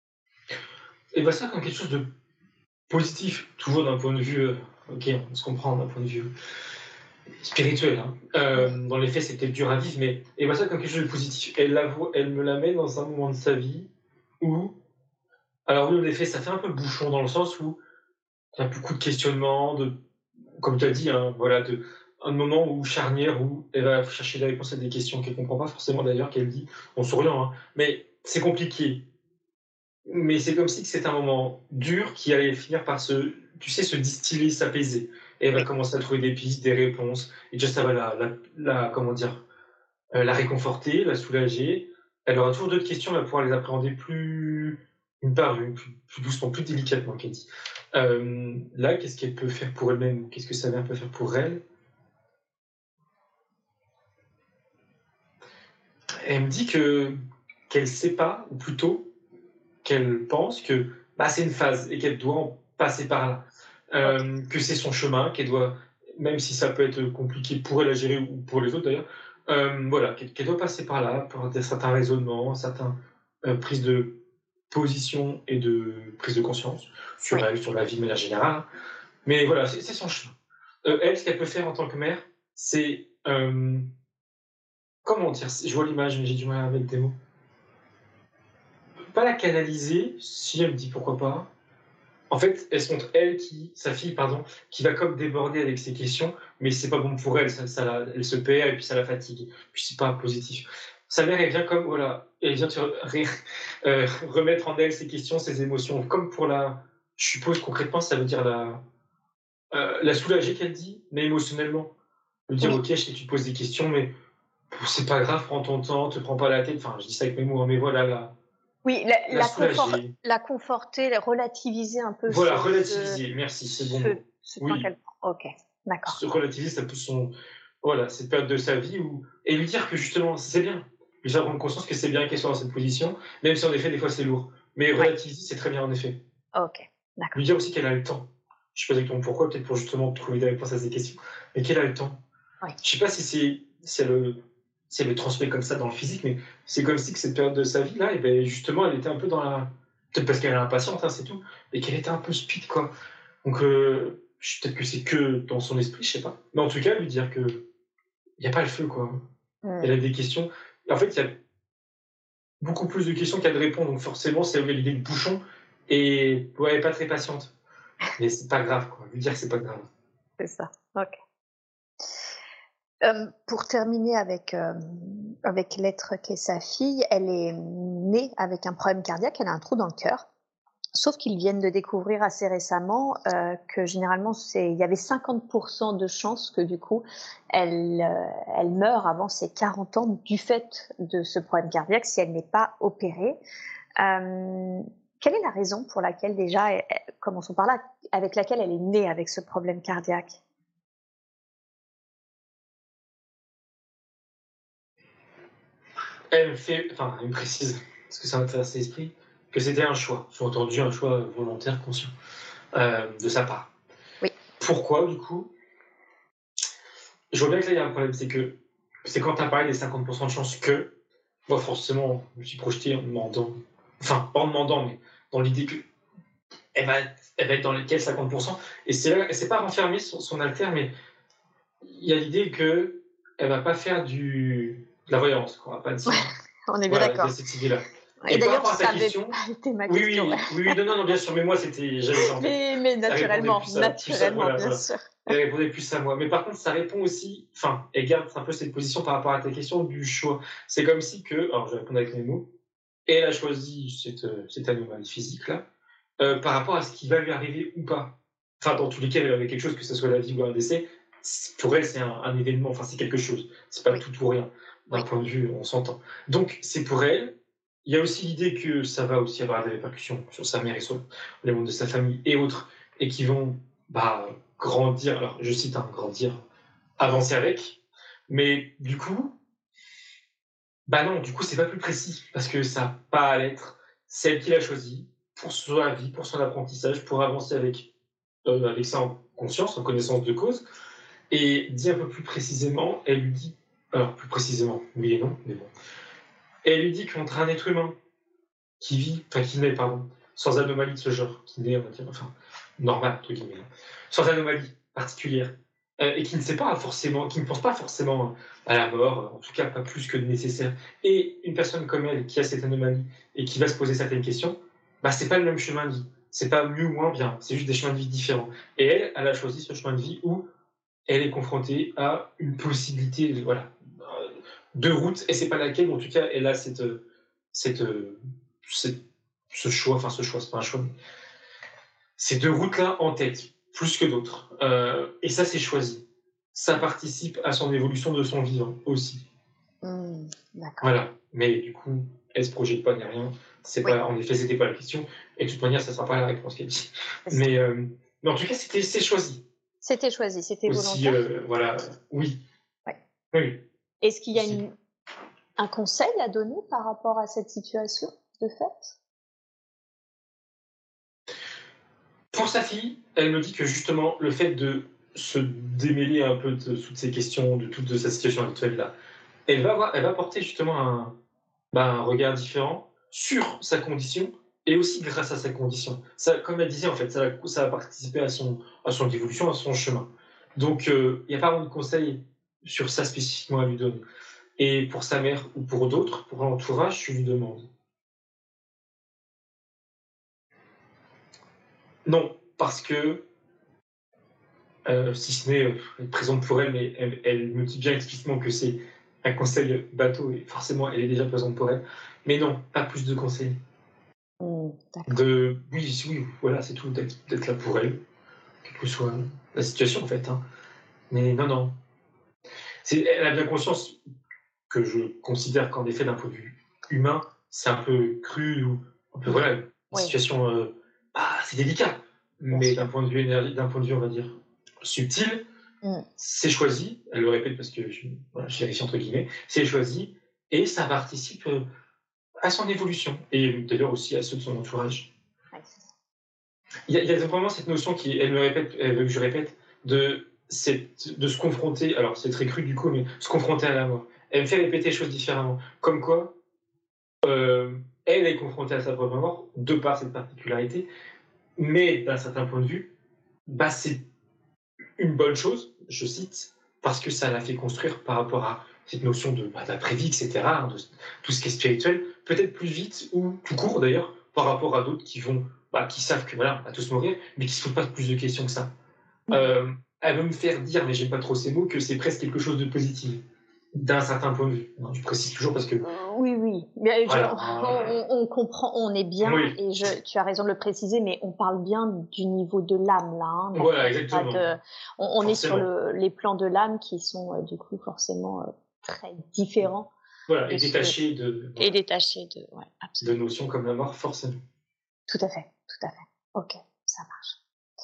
Et bien ça comme quelque chose de positif, toujours d'un point de vue, euh, ok, on se comprend d'un point de vue spirituel. Hein. Euh, dans les faits, c'est peut-être dur à vivre, mais et bien ça comme quelque chose de positif. Elle, la voit, elle me la met dans un moment de sa vie où, alors oui, en effet, ça fait un peu bouchon dans le sens où il y a beaucoup de questionnements, de, comme tu as dit, hein, voilà, de, un moment où charnière, où elle va chercher des réponses à des questions qu'elle ne comprend pas forcément d'ailleurs, qu'elle dit en souriant, hein, mais c'est compliqué. Mais c'est comme si c'était un moment dur qui allait finir par se, tu sais, se distiller, s'apaiser. Et elle va Oui. commencer à trouver des pistes, des réponses. Et déjà, ça va la, la, la comment dire, euh, la réconforter, la soulager. Elle aura toujours d'autres questions, elle va pouvoir les appréhender plus, une par une, plus, plus doucement, plus délicatement, qu'elle dit. Euh, là, qu'est-ce qu'elle peut faire pour elle-même? Qu'est-ce que sa mère peut faire pour elle? Elle me dit que qu'elle ne sait pas, ou plutôt qu'elle pense que bah, c'est une phase et qu'elle doit en passer par là. Euh, que c'est son chemin, qu'elle doit, même si ça peut être compliqué pour elle à gérer ou pour les autres d'ailleurs, euh, voilà, qu'elle, qu'elle doit passer par là pour des, certains raisonnements, certaines euh, prises de position et de prise de conscience sur Oui. elle, sur la vie de manière générale. Mais voilà, c'est, c'est son chemin. Euh, elle, ce qu'elle peut faire en tant que mère, c'est euh, comment dire, je vois l'image, mais j'ai du mal avec des mots. Pas la canaliser, si elle me dit pourquoi pas. En fait, elle se montre, elle, qui, sa fille, pardon, qui va comme déborder avec ses questions, mais c'est pas bon pour elle, ça, ça la, elle se perd et puis ça la fatigue. Puis c'est pas positif. Sa mère, elle vient comme, voilà, elle vient te re- euh, remettre en elle ses questions, ses émotions, comme pour la, je suppose concrètement, ça veut dire la, euh, la soulager qu'elle dit, mais émotionnellement. Lui dire, Oui. ok, je sais que tu te poses des questions, mais c'est pas grave, prends ton temps, te prends pas la tête. Enfin, je dis ça avec mes mots, hein, mais voilà, la, Oui, la, la la, confort, soulager. la conforter, la relativiser un peu Voilà, ce, ce, relativiser, merci, c'est le bon ce, mot. ce temps Oui, qu'elle prend. Ok, d'accord. se relativiser, ça peut son, voilà, cette période de sa vie où, et lui dire que justement, c'est bien. Lui faire prendre conscience que c'est bien qu'elle soit dans cette position, même si en effet, des fois, c'est lourd. Mais Oui, relativiser, c'est très bien en effet. ok, d'accord. Lui dire aussi qu'elle a le temps. Je sais pas exactement pourquoi, peut-être pour justement trouver des réponses à ces questions, mais qu'elle a le temps. Oui. Je sais pas si c'est, si elle, le- si elle le transmet comme ça dans le physique, mais c'est comme si que cette période de sa vie là, et ben justement, elle était un peu dans la, peut-être parce qu'elle est impatiente, hein, c'est tout, et qu'elle était un peu speed quoi. Donc euh, je- peut-être que c'est que dans son esprit, je sais pas. Mais en tout cas, lui dire que il y a pas le feu quoi. Hmm. Elle a des questions. En fait, il y a beaucoup plus de questions qu'il y a de réponses, donc forcément, c'est l'idée de bouchon. Et ouais, elle est pas très patiente. Mais c'est pas grave quoi. Lui dire que c'est pas grave. C'est ça, ok. Euh, pour terminer avec, euh, avec l'être qu'est sa fille, elle est née avec un problème cardiaque, elle a un trou dans le cœur. Sauf qu'ils viennent de découvrir assez récemment euh, que généralement, c'est, il y avait cinquante pour cent de chances que du coup, elle, euh, elle meure avant ses quarante ans du fait de ce problème cardiaque si elle n'est pas opérée. Euh, quelle est la raison pour laquelle déjà, elle- elle- commençons par là, avec laquelle elle est née avec ce problème cardiaque? Elle me fait, enfin, elle me précise, parce que ça m'intéresse l'esprit, que c'était un choix, sous-entendu un choix volontaire, conscient, euh, de sa part. Oui. Pourquoi, du coup? Je vois bien que là, il y a un problème, c'est que c'est quand tu as parlé des cinquante pour cent de chances que, moi, forcément, je me suis projeté en demandant, enfin, pas en demandant, mais dans l'idée que elle va, elle va être dans lesquels cinquante pour cent. Et c'est là, elle s'est pas renfermée son, son alter, mais il y a l'idée que elle va pas faire du, de la voyance, quoi, pas dire. On est bien Voilà, il y a d'accord. cette idée-là. Et, Et par d'ailleurs, rapport à ta ça avait question, pas été ma oui, question. oui, oui, oui, non, non, non, bien sûr, mais moi, c'était, j'avais ça en tête. Mais, mais Ça répondait naturellement, plus à, plus à, naturellement, voilà, bien voilà. sûr. Elle répondait plus à moi. Mais par contre, ça répond aussi, enfin, elle garde un peu cette position par rapport à ta question du choix. C'est comme si que, alors je vais répondre avec mes mots, et elle a choisi cette, euh, cette anomalie physique-là, euh, par rapport à ce qui va lui arriver ou pas. Enfin, dans tous les cas, elle avait quelque chose, que ce soit la vie ou un décès. Pour elle, c'est un, un événement, enfin, c'est quelque chose. C'est pas Oui. tout ou rien. D'un Oui. point de vue, on s'entend. Donc, c'est pour elle. Il y a aussi l'idée que ça va aussi avoir des répercussions sur sa mère et sur les membres de sa famille et autres, et qui vont bah, grandir, alors je cite un hein, grandir, avancer avec. Mais du coup, bah non, du coup, c'est pas plus précis, parce que ça n'a pas à l'être celle qu'il a choisie pour sa vie, pour son apprentissage, pour avancer avec, euh, avec ça en conscience, en connaissance de cause. Et dit un peu plus précisément, elle lui dit, alors plus précisément, oui et non, mais bon, elle lui dit qu'entre un être humain qui vit, enfin qui naît, pardon, sans anomalie de ce genre, qui naît, on va dire, enfin, normal, entre guillemets, sans anomalie particulière, euh, et qui ne sait pas forcément, qui ne pense pas forcément à la mort, en tout cas pas plus que nécessaire, et une personne comme elle qui a cette anomalie et qui va se poser certaines questions, bah c'est pas le même chemin de vie, c'est pas mieux ou moins bien, c'est juste des chemins de vie différents. Et elle, elle a choisi ce chemin de vie où elle est confrontée à une possibilité, de, voilà, euh, de route, et c'est pas laquelle, mais en tout cas, elle a cette, cette, cette- ce choix, enfin ce choix, c'est pas un choix, mais ces deux routes-là en tête, plus que d'autres. Euh, et ça, c'est choisi. Ça participe à son évolution de son vivant aussi. Mmh, d'accord. Voilà. Mais du coup, elle se projette pas ni rien. C'est Oui. pas, en effet, c'était pas la question. Et de toute manière, ça sera pas la réponse qu'elle dit. C'est ça. Mais, euh, mais en tout cas, c'était, c'est choisi. C'était choisi, c'était Aussi, volontaire. euh, voilà. Oui. Ouais. Oui. Est-ce qu'il y a Aussi. une- un conseil à donner par rapport à cette situation, de fait? Pour sa fille, elle me dit que justement, le fait de se démêler un peu de toutes ces questions, de toute de sa situation actuelle-là, elle va, avoir, elle va porter justement un, bah, un regard différent sur sa condition et aussi grâce à sa condition. Ça, comme elle disait, en fait, ça, ça va participer à son, à son évolution, à son chemin. Donc, il euh, n'y a pas vraiment de conseils sur ça spécifiquement à lui donner. Et pour sa mère ou pour d'autres, pour l'entourage, je lui demande. Non, parce que, euh, si ce n'est euh, présente pour elle, mais elle, elle me dit bien explicitement que c'est un conseil bateau et forcément elle est déjà présente pour elle. Mais non, pas plus de conseils. Mmh, d'accord. De oui, oui, voilà, c'est tout, d'être, d'être là pour elle, quelle que soit la situation en fait. Hein. Mais non, non. C'est, elle a bien conscience que je considère qu'en effet, d'un point de vue humain, c'est un peu cru ou un peu voilà, une Oui, situation, euh, ah, c'est délicat. bien Mais sûr. d'un point de vue énergie, d'un point de vue, on va dire, subtil, Mmh, c'est choisi. Elle le répète parce que je, voilà, je vérifie entre guillemets. C'est choisi et ça participe euh, à son évolution et d'ailleurs aussi à ceux de son entourage. ouais, c'est ça. Il y, a, il y a vraiment cette notion qui, elle me répète, elle veut que je répète, de, cette, de se confronter, alors c'est très cru du coup, mais se confronter à la mort. Elle me fait répéter les choses différemment. Comme quoi, euh, elle est confrontée à sa propre mort, de par cette particularité, mais d'un certain point de vue, bah, c'est une bonne chose, je cite, parce que ça l'a fait construire par rapport à cette notion de bah, d'après-vie, et cetera, hein, de tout ce qui est spirituel, peut-être plus vite ou tout court d'ailleurs, par rapport à d'autres qui vont, bah, qui savent que voilà, on va tous mourir, mais qui se posent pas plus de questions que ça. Mmh. Euh, elle veut me faire dire, mais j'aime pas trop ces mots, que c'est presque quelque chose de positif, d'un certain point de vue. Non, je précise toujours parce que. Euh, oui, oui, mais je- Voilà. on, on- on comprend, on est bien, Oui, et je, tu as raison de le préciser, mais on parle bien du niveau de l'âme là, hein, d'accord, voilà, pas exactement. de- on, on est sur Forcément. le, les plans de l'âme qui sont euh, du coup forcément euh, très différents Voilà, de et ce, détaché de, et voilà, détachés de, ouais, de absolument. notions comme la mort, forcément. Tout à fait, tout à fait. Ok, ça marche.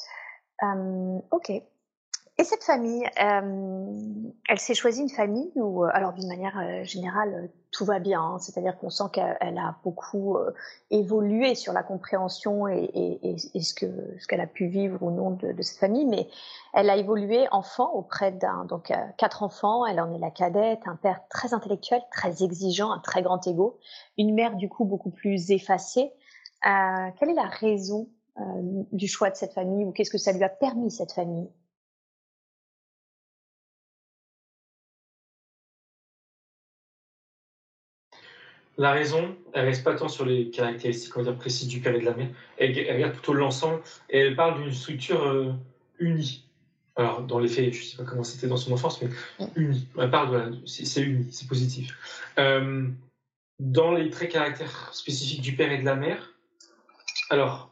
Euh, ok. Et cette famille, euh, elle s'est choisie une famille où, euh, alors d'une manière euh, générale, euh, tout va bien, hein, c'est-à-dire qu'on sent qu'elle elle a beaucoup euh, évolué sur la compréhension et, et, et, et ce que ce qu'elle a pu vivre ou non de, de cette famille, mais elle a évolué enfant auprès d'un donc euh, quatre enfants, elle en est la cadette, un père très intellectuel, très exigeant, un très grand ego, une mère du coup beaucoup plus effacée. Euh, quelle est la raison euh, du choix de cette famille ou qu'est-ce que ça lui a permis cette famille? La raison, elle reste pas tant sur les caractéristiques, on va dire, précises du père et de la mère, elle, elle regarde plutôt l'ensemble et elle parle d'une structure euh, unie. Alors, dans les faits, je sais pas comment c'était dans son enfance, mais unie. Elle parle, voilà, c'est, c'est uni, c'est positif. Euh, dans les traits caractères spécifiques du père et de la mère, alors,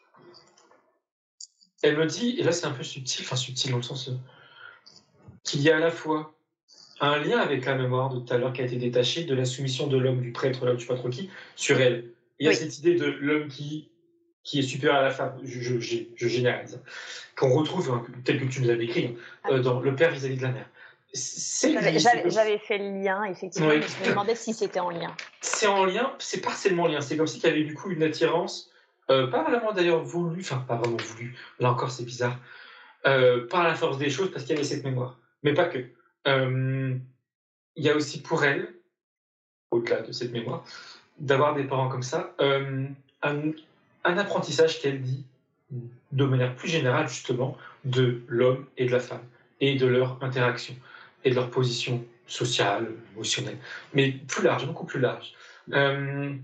elle me dit, et là c'est un peu subtil, enfin subtil dans le sens euh, qu'il y a à la fois un lien avec la mémoire de tout à l'heure qui a été détachée de la soumission de l'homme, du prêtre, là, je sais pas trop qui, sur elle. Il y a Oui. cette idée de l'homme qui, qui est supérieur à la femme, je, je, je, je généralise, qu'on retrouve, hein, tel que tu nous as décrit, hein, euh, dans le père vis-à-vis de la mère. C'est J'avais, lié, c'est j'avais, comme... j'avais fait le lien, effectivement, Oui. mais je me demandais si c'était en lien. C'est en lien, c'est partiellement lien, c'est comme si tu avais du coup une attirance, euh, pas vraiment d'ailleurs voulu, enfin pas vraiment voulu, là encore c'est bizarre, euh, par la force des choses parce qu'il y avait cette mémoire. Mais pas que. Euh, Il y a aussi pour elle, au-delà de cette mémoire, d'avoir des parents comme ça, euh, un, un apprentissage qu'elle dit, de manière plus générale justement, de l'homme et de la femme, et de leur interaction, et de leur position sociale, émotionnelle, mais plus large, beaucoup plus large. Euh,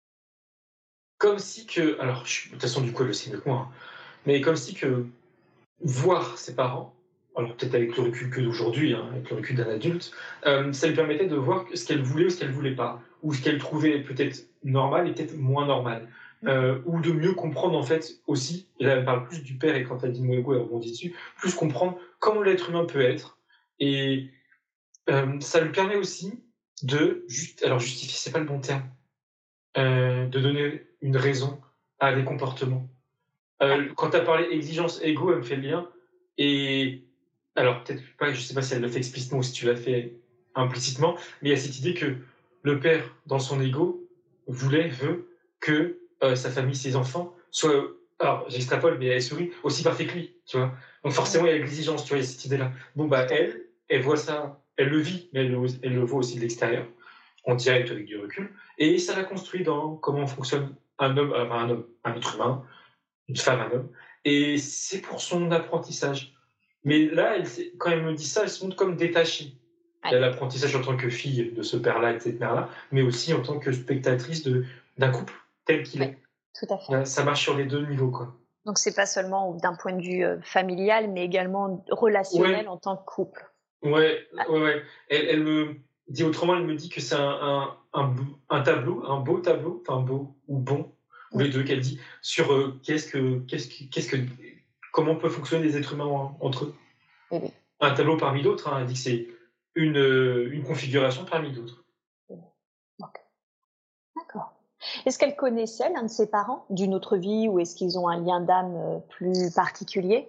comme si que, alors je, de toute façon du coup elle le sait mieux que moi, hein, mais comme si que voir ses parents, alors peut-être avec le recul que d'aujourd'hui, hein, avec le recul d'un adulte, euh, ça lui permettait de voir ce qu'elle voulait ou ce qu'elle voulait pas, ou ce qu'elle trouvait peut-être normal et peut-être moins normal, euh, ou de mieux comprendre en fait aussi, et là elle parle plus du père et quand elle dit mot ego elle rebondit dessus, plus comprendre comment l'être humain peut être, et euh, ça lui permet aussi de, juste, alors justifier c'est pas le bon terme, euh, de donner une raison à des comportements. Euh, quand tu as parlé exigence, ego, elle me fait le lien. Et alors, peut-être pas, je sais pas si elle le fait explicitement ou si tu l'as fait implicitement, mais il y a cette idée que le père, dans son ego, voulait, veut que euh, sa famille, ses enfants, soient, alors j'extrapole, mais elle sourit, aussi parfaits que lui, tu vois. Donc forcément, il y a l'exigence, tu vois, il y a cette idée-là. Bon, bah, elle, elle voit ça, elle le vit, mais elle le, elle le voit aussi de l'extérieur, en direct avec du recul, et ça l'a construit dans comment fonctionne un homme, enfin un homme, un être humain, une femme, un homme, et c'est pour son apprentissage. Mais là, elle, quand elle me dit ça, elle se montre comme détachée. Il y a l'apprentissage en tant que fille de ce père-là et de cette mère-là, mais aussi en tant que spectatrice de, d'un couple tel qu'il oui, est. Tout à fait. Ça marche sur les deux niveaux, quoi. Donc c'est pas seulement d'un point de vue euh, familial, mais également relationnel ouais. en tant que couple. Ouais, ah. ouais, ouais. Elle, elle me dit autrement, elle me dit que c'est un, un, un, un tableau, un beau tableau, enfin beau ou bon, ou les deux qu'elle dit, sur euh, qu'est-ce que, qu'est-ce que, qu'est-ce que, comment peuvent fonctionner les êtres humains en, entre eux. Oui, oui. Un tableau parmi d'autres, hein, elle dit que c'est une, euh, une configuration parmi d'autres. Okay. D'accord. Est-ce qu'elle connaissait l'un de ses parents d'une autre vie ou est-ce qu'ils ont un lien d'âme plus particulier?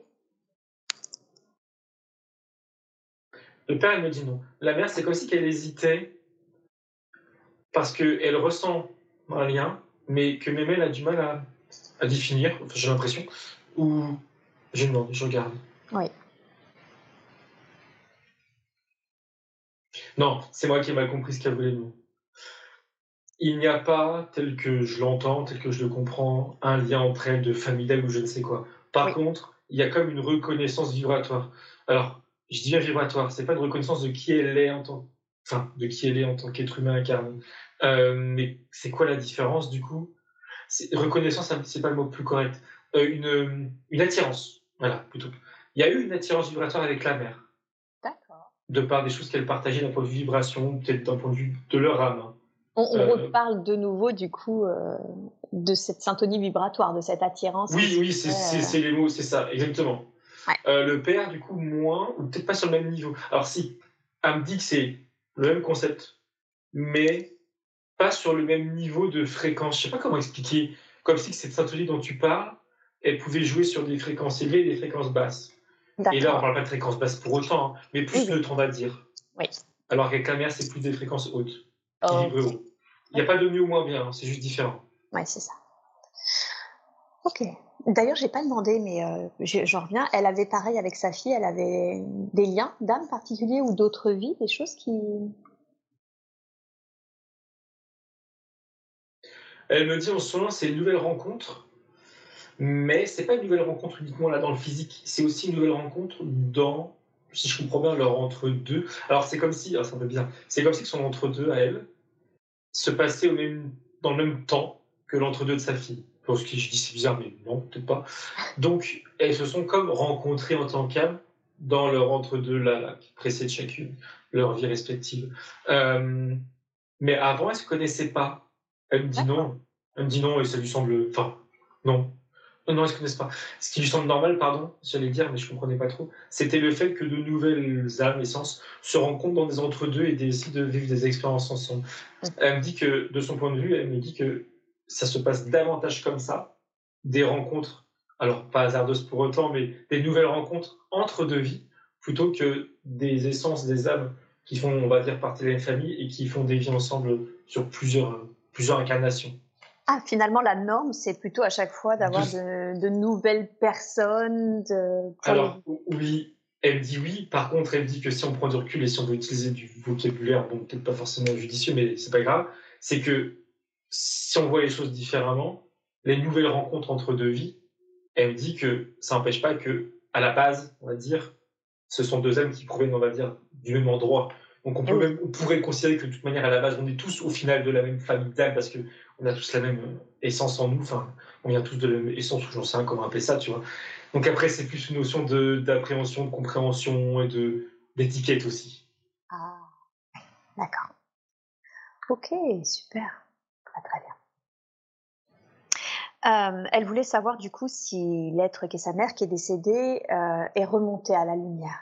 Le père, elle me dit non. La mère, c'est comme si qu'elle hésitait parce qu'elle ressent un lien, mais que même elle a du mal à, à définir, enfin, j'ai l'impression, ou je demande, je regarde. Oui. Non, c'est moi qui ai mal compris ce qu'elle voulait de nous. Il n'y a pas, tel que je l'entends, tel que je le comprends, un lien entre elles de familial ou je ne sais quoi. Par oui. contre, il y a comme une reconnaissance vibratoire. Alors, je dis bien vibratoire, c'est pas une reconnaissance de qui elle est en tant, enfin, de qui elle est en tant qu'être humain incarné. Euh, mais c'est quoi la différence du coup? C'est, reconnaissance, c'est pas le mot plus correct. Euh, une, une attirance, voilà, plutôt. Il y a eu une attirance vibratoire avec la mère. D'accord. De par des choses qu'elle partageait d'un point de vue vibration, peut-être d'un point de vue de leur âme. Hein. On, on euh, reparle de nouveau, du coup, euh, de cette syntonie vibratoire, de cette attirance. Oui, oui, c'est, c'est, c'est les mots, c'est ça, exactement. Ouais. Euh, le père, du coup, moins, ou peut-être pas sur le même niveau. Alors si, elle me dit que c'est le même concept, mais pas sur le même niveau de fréquence. Je sais pas comment expliquer. Comme si cette syntonie dont tu parles, elle pouvait jouer sur des fréquences élevées et des fréquences basses. D'accord. Et là, on parle pas de fréquences basses pour autant, hein, mais plus oui, neutre, on va dire. Oui. Alors qu'avec la mère, c'est plus des fréquences hautes. Qui oh. vibrent haut. Il n'y a pas de mieux ou moins bien, hein, c'est juste différent. Oui, c'est ça. Ok. D'ailleurs, j'ai pas demandé, mais euh, j'en reviens. Elle avait pareil avec sa fille, elle avait des liens d'âme particuliers ou d'autres vies, des choses qui... Elle me dit en ce moment, c'est une nouvelle rencontre, mais c'est pas une nouvelle rencontre uniquement là dans le physique, c'est aussi une nouvelle rencontre dans, si je comprends bien, leur entre-deux. Alors c'est comme si, alors c'est un peu bizarre, c'est comme si son entre-deux à elle se passait au même, dans le même temps que l'entre-deux de sa fille. Pour ce qui je dis c'est bizarre, mais non, peut-être pas. Donc elles se sont comme rencontrées en tant qu'âme dans leur entre-deux là, là, qui précède chacune leur vie respective. Euh, mais avant, elles se connaissaient pas. Elle me dit D'accord. non. Elle me dit non et ça lui semble... Enfin, non. Non, non, ils ne se connaissent pas. Ce qui lui semble normal, pardon, j'allais dire, mais je ne comprenais pas trop, c'était le fait que de nouvelles âmes, essences, se rencontrent dans des entre-deux et décident de vivre des expériences ensemble. Mmh. Elle me dit que, de son point de vue, elle me dit que ça se passe davantage comme ça, des rencontres, alors pas hasardeuses pour autant, mais des nouvelles rencontres entre deux vies, plutôt que des essences, des âmes qui font, on va dire, partie de la même famille et qui font des vies ensemble sur plusieurs... plusieurs incarnations. Ah, finalement, la norme, c'est plutôt à chaque fois d'avoir de, de nouvelles personnes. De... Alors, oui, elle dit oui. Par contre, elle dit que si on prend du recul et si on veut utiliser du vocabulaire, bon, peut-être pas forcément judicieux, mais c'est pas grave, c'est que si on voit les choses différemment, les nouvelles rencontres entre deux vies, elle me dit que ça n'empêche pas que, à la base, on va dire, ce sont deux âmes qui proviennent, on va dire, du même endroit. Donc on, peut même, on pourrait considérer que de toute manière, à la base, on est tous au final de la même famille d'âmes parce qu'on a tous la même essence en nous. Enfin, on vient tous de la même essence, ou j'en sais rien comment appeler ça, tu vois. Donc après, c'est plus une notion de, d'appréhension, de compréhension et de, d'étiquette aussi. Ah, d'accord. Ok, super. Très, très bien. Euh, elle voulait savoir du coup si l'être qui est sa mère, qui est décédée, euh, est remonté à la lumière.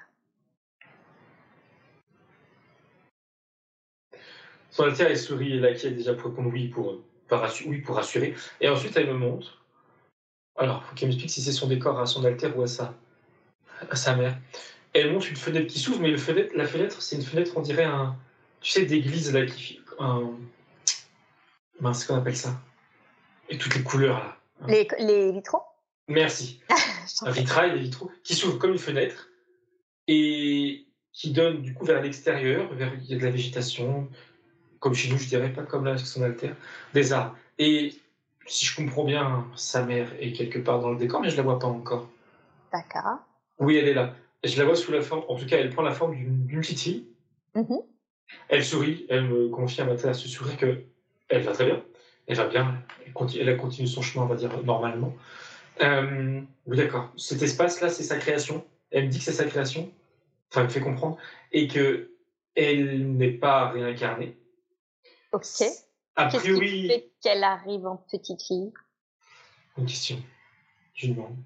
Son alter, elle sourit et là qui a déjà pour répondre oui pour, pour rassurer, oui pour rassurer. Et ensuite, elle me montre. Alors, faut qu'elle m'explique si c'est son décor à son alter ou à sa, à sa mère. Elle montre une fenêtre qui s'ouvre, mais le fenêtre, la fenêtre, c'est une fenêtre, on dirait un, tu sais, d'église là qui, un, mince, c'est qu'on appelle ça. Et toutes les couleurs là. Les, les vitraux. Merci. Je t'en Un prie. vitrail, des vitraux, qui s'ouvre comme une fenêtre et qui donne du coup vers l'extérieur, vers il y a de la végétation, comme chez nous, je dirais, pas comme là avec son alter, des arbres. Et si je comprends bien, sa mère est quelque part dans le décor, mais je la vois pas encore. D'accord. Oui, elle est là. Et je la vois sous la forme, en tout cas, elle prend la forme d'une, d'une petite fille. Mhm. Elle sourit, elle me confirme à travers ce sourire que elle va très bien, elle va bien, elle continue, elle continue son chemin, on va dire, normalement. Euh, oui, d'accord. Cet espace-là, c'est sa création. Elle me dit que c'est sa création, enfin, elle me fait comprendre, et que elle n'est pas réincarnée. Ok. A Qu'est-ce qui priori, fait qu'elle arrive en petite fille? une question, je lui demande.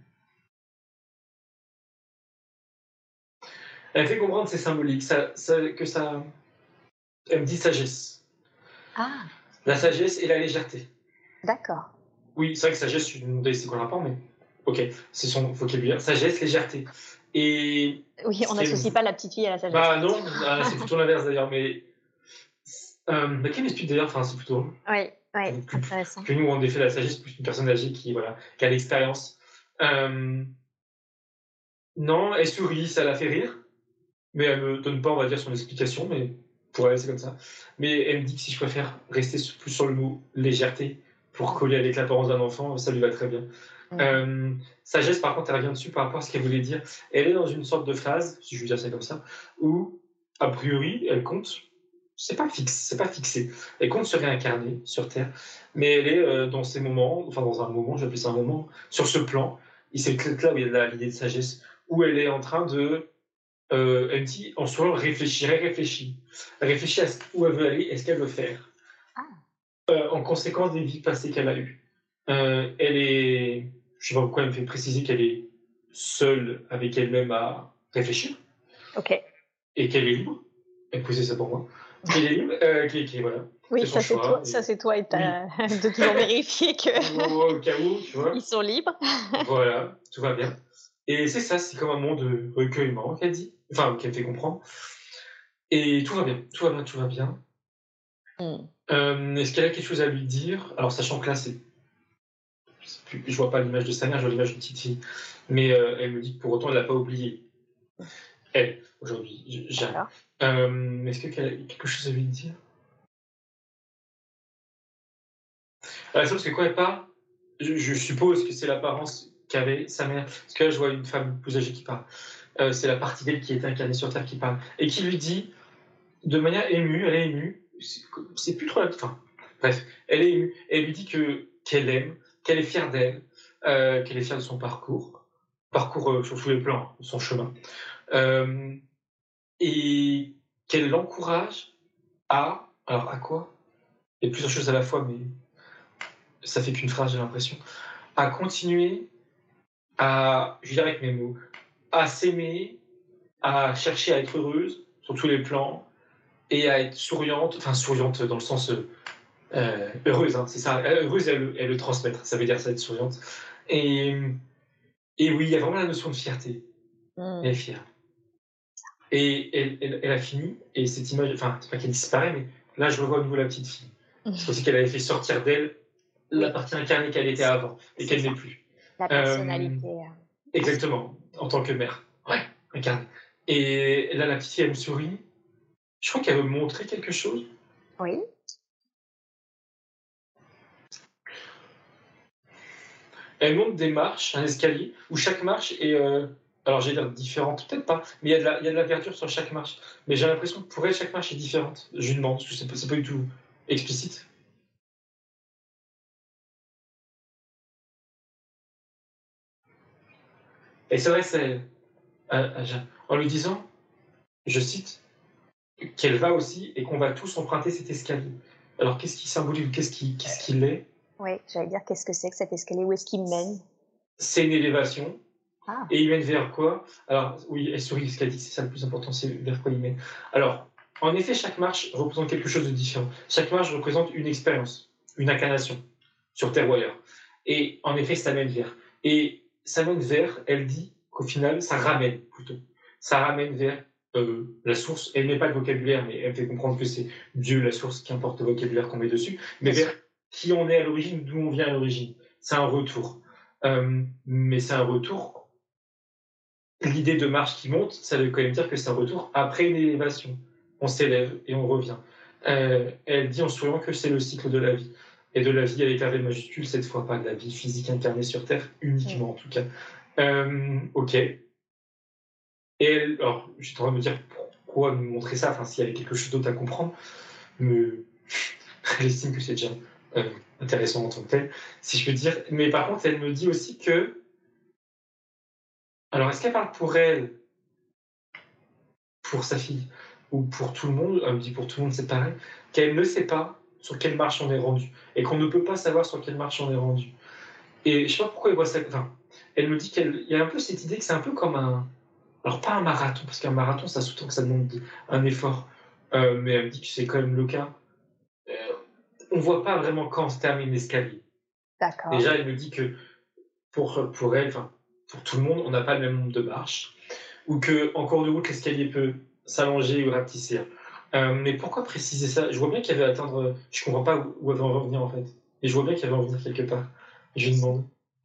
Elle fait comprendre que c'est symbolique, ça, ça, que ça. Elle me dit sagesse. Ah, La sagesse et la légèreté. d'accord. Oui, c'est vrai que sagesse, je lui demandais c'est quoi le rapport, mais ok, c'est son vocabulaire. Sagesse, légèreté. Et. Oui, on ce qu'elle- n'associe pas la petite fille à la sagesse. Bah non, effectivement. ah, c'est plutôt l'inverse d'ailleurs, mais. Euh, bah, quelle m'explique d'ailleurs, enfin, c'est plutôt. Oui, oui, Plus, intéressant. que nous, en effet, la sagesse, c'est plus une personne âgée qui, voilà, qui a l'expérience. Euh, non, elle sourit, ça la fait rire, mais elle me donne pas, on va dire, son explication, mais pour elle, c'est comme ça. Mais elle me dit que si je préfère rester plus sur le mot légèreté pour coller avec l'apparence d'un enfant, ça lui va très bien. Mhm. Euh, sagesse, par contre, elle revient dessus par rapport à ce qu'elle voulait dire. Elle est dans une sorte de phrase, si je veux dire ça comme ça, où, a priori, elle compte, c'est pas fixe, c'est pas fixé. Elle compte se réincarner sur Terre, mais elle est euh, dans ces moments, enfin dans un moment, j'appelle ça un moment, sur ce plan, et c'est peut-être là où il y a de la- l'idée de sagesse, où elle est en train de, euh, elle me dit, en souriant, réfléchir, elle réfléchit. Elle réfléchit à ce- où elle veut aller et ce qu'elle veut faire, euh, en conséquence des vies passées qu'elle a eues. Euh, elle est, je sais pas pourquoi elle me fait préciser qu'elle est seule avec elle-même à réfléchir, Ok. et qu'elle est libre. Elle posait ça pour moi. Qu'elle est libre, euh, qui, qui, voilà. Oui, C'est son ça c'est choix. toi, et- ça c'est toi et Oui, ta- de toujours vérifier que au, au cas où, tu vois. ils sont libres. Voilà, tout va bien. Et c'est ça, c'est comme un moment de recueillement qu'elle dit, enfin qu'elle fait comprendre. Et tout va bien, tout va bien, tout va bien. Hmm. Euh, est-ce qu'elle a quelque chose à lui dire? Alors sachant que là, c'est, je sais plus, je vois pas l'image de sa mère, je vois l'image d'une petite fille. Mais euh, elle me dit que pour autant, elle l'a pas oublié. Elle, aujourd'hui, j- j'arrive. D'accord. Euh, est-ce que- qu'elle a quelque chose à lui dire? Ah, la chose, c'est quoi elle parle? Je, je suppose que c'est l'apparence qu'avait sa mère. Parce que là, je vois une femme plus âgée qui parle. Euh, c'est la partie d'elle qui est incarnée sur Terre qui parle. Et qui lui dit, de manière émue, elle est émue, c'est, c'est plus trop la... Enfin, bref, elle est émue. Elle lui dit que, qu'elle aime, qu'elle est fière d'elle, euh, qu'elle est fière de son parcours. Parcours euh, sur tous les plans, son chemin. Euh, et qu'elle l'encourage à... Alors, à quoi? Il y a plusieurs choses à la fois, mais ça fait qu'une phrase, j'ai l'impression. À continuer à, je dirais avec mes mots, à s'aimer, à chercher à être heureuse sur tous les plans et à être souriante, enfin souriante dans le sens euh, heureuse, hein, c'est ça, heureuse et le, et le transmettre, ça veut dire ça, être souriante. Et, et oui, il y a vraiment la notion de fierté. Hmm. Elle est fière. Et elle, elle, elle a fini, et cette image, enfin, c'est pas qu'elle disparaît, mais là, je revois à nouveau la petite fille. C'est aussi qu'elle avait fait sortir d'elle la Oui. partie incarnée qu'elle était avant et C'est qu'elle ça. n'est plus. La Euh, personnalité. euh, Exactement, en tant que mère. Ouais, incarnée. Et là, la petite fille, elle me sourit. Je crois qu'elle veut me montrer quelque chose. Oui. Elle monte des marches, un escalier, où chaque marche est, euh, alors j'allais dire différente, peut-être pas, mais il y a de la, il y a de la verdure sur chaque marche. Mais j'ai l'impression que pour elle, chaque marche est différente. Je lui demande, parce que c'est pas, c'est pas du tout explicite. Et c'est vrai, c'est à, à Jeanne, en lui disant, je cite, qu'elle va aussi et qu'on va tous emprunter cet escalier. Alors qu'est-ce qui symbolise, qu'est-ce qui, qu'est-ce qu'il est? Oui, j'allais dire qu'est-ce que c'est que cet escalier, où est-ce qu'il mène? C'est une élévation. Ah, Et il mène vers quoi? Alors, oui, elle sourit, ce qu'elle dit, c'est ça le plus important, c'est vers quoi il mène. Alors, en effet, chaque marche représente quelque chose de différent. Chaque marche représente une expérience, une incarnation, sur Terre ou ailleurs. Et en effet, ça mène vers. Et ça mène vers, elle dit qu'au final, ça ramène plutôt. Ça ramène vers euh, la source. Elle ne met pas de vocabulaire, mais elle fait comprendre que c'est Dieu, la source, qu'importe le vocabulaire qu'on met dessus, mais bien vers sûr. qui on est à l'origine, d'où on vient à l'origine. C'est un retour. Euh, mais c'est un retour. L'idée de marche qui monte, ça veut quand même dire que c'est un retour après une élévation. On s'élève et on revient. Euh, elle dit en souriant que c'est le cycle de la vie. Et de la vie avec un V majuscule, cette fois pas de la vie physique incarnée sur Terre, Mm. uniquement en tout cas. Euh, ok. Et elle, alors, je suis en train de me dire pourquoi nous montrer ça, enfin, s'il y avait quelque chose d'autre à comprendre, mais elle estime que c'est déjà euh, intéressant en tant que tel, si je peux dire. Mais par contre, elle me dit aussi que. Alors, est-ce qu'elle parle pour elle, pour sa fille ou pour tout le monde, elle me dit pour tout le monde c'est pareil, qu'elle ne sait pas sur quelle marche on est rendu et qu'on ne peut pas savoir sur quelle marche on est rendu. Et je sais pas pourquoi elle voit ça. Enfin, elle me dit qu'il y a un peu cette idée que c'est un peu comme un. Alors, pas un marathon, parce qu'un marathon ça sous-tend que ça demande un effort, euh, mais elle me dit que c'est quand même le cas. Euh, on voit pas vraiment quand se termine l'escalier. D'accord. Déjà, elle me dit que pour, pour elle, enfin, pour tout le monde, on n'a pas le même nombre de marches, ou qu'en cours de route, l'escalier peut s'allonger ou rapetisser. Euh, mais pourquoi préciser ça? Je vois bien qu'elle veut atteindre. Je comprends pas où, où elle veut en revenir en fait. Et je vois bien qu'elle veut en venir quelque part. Je lui demande.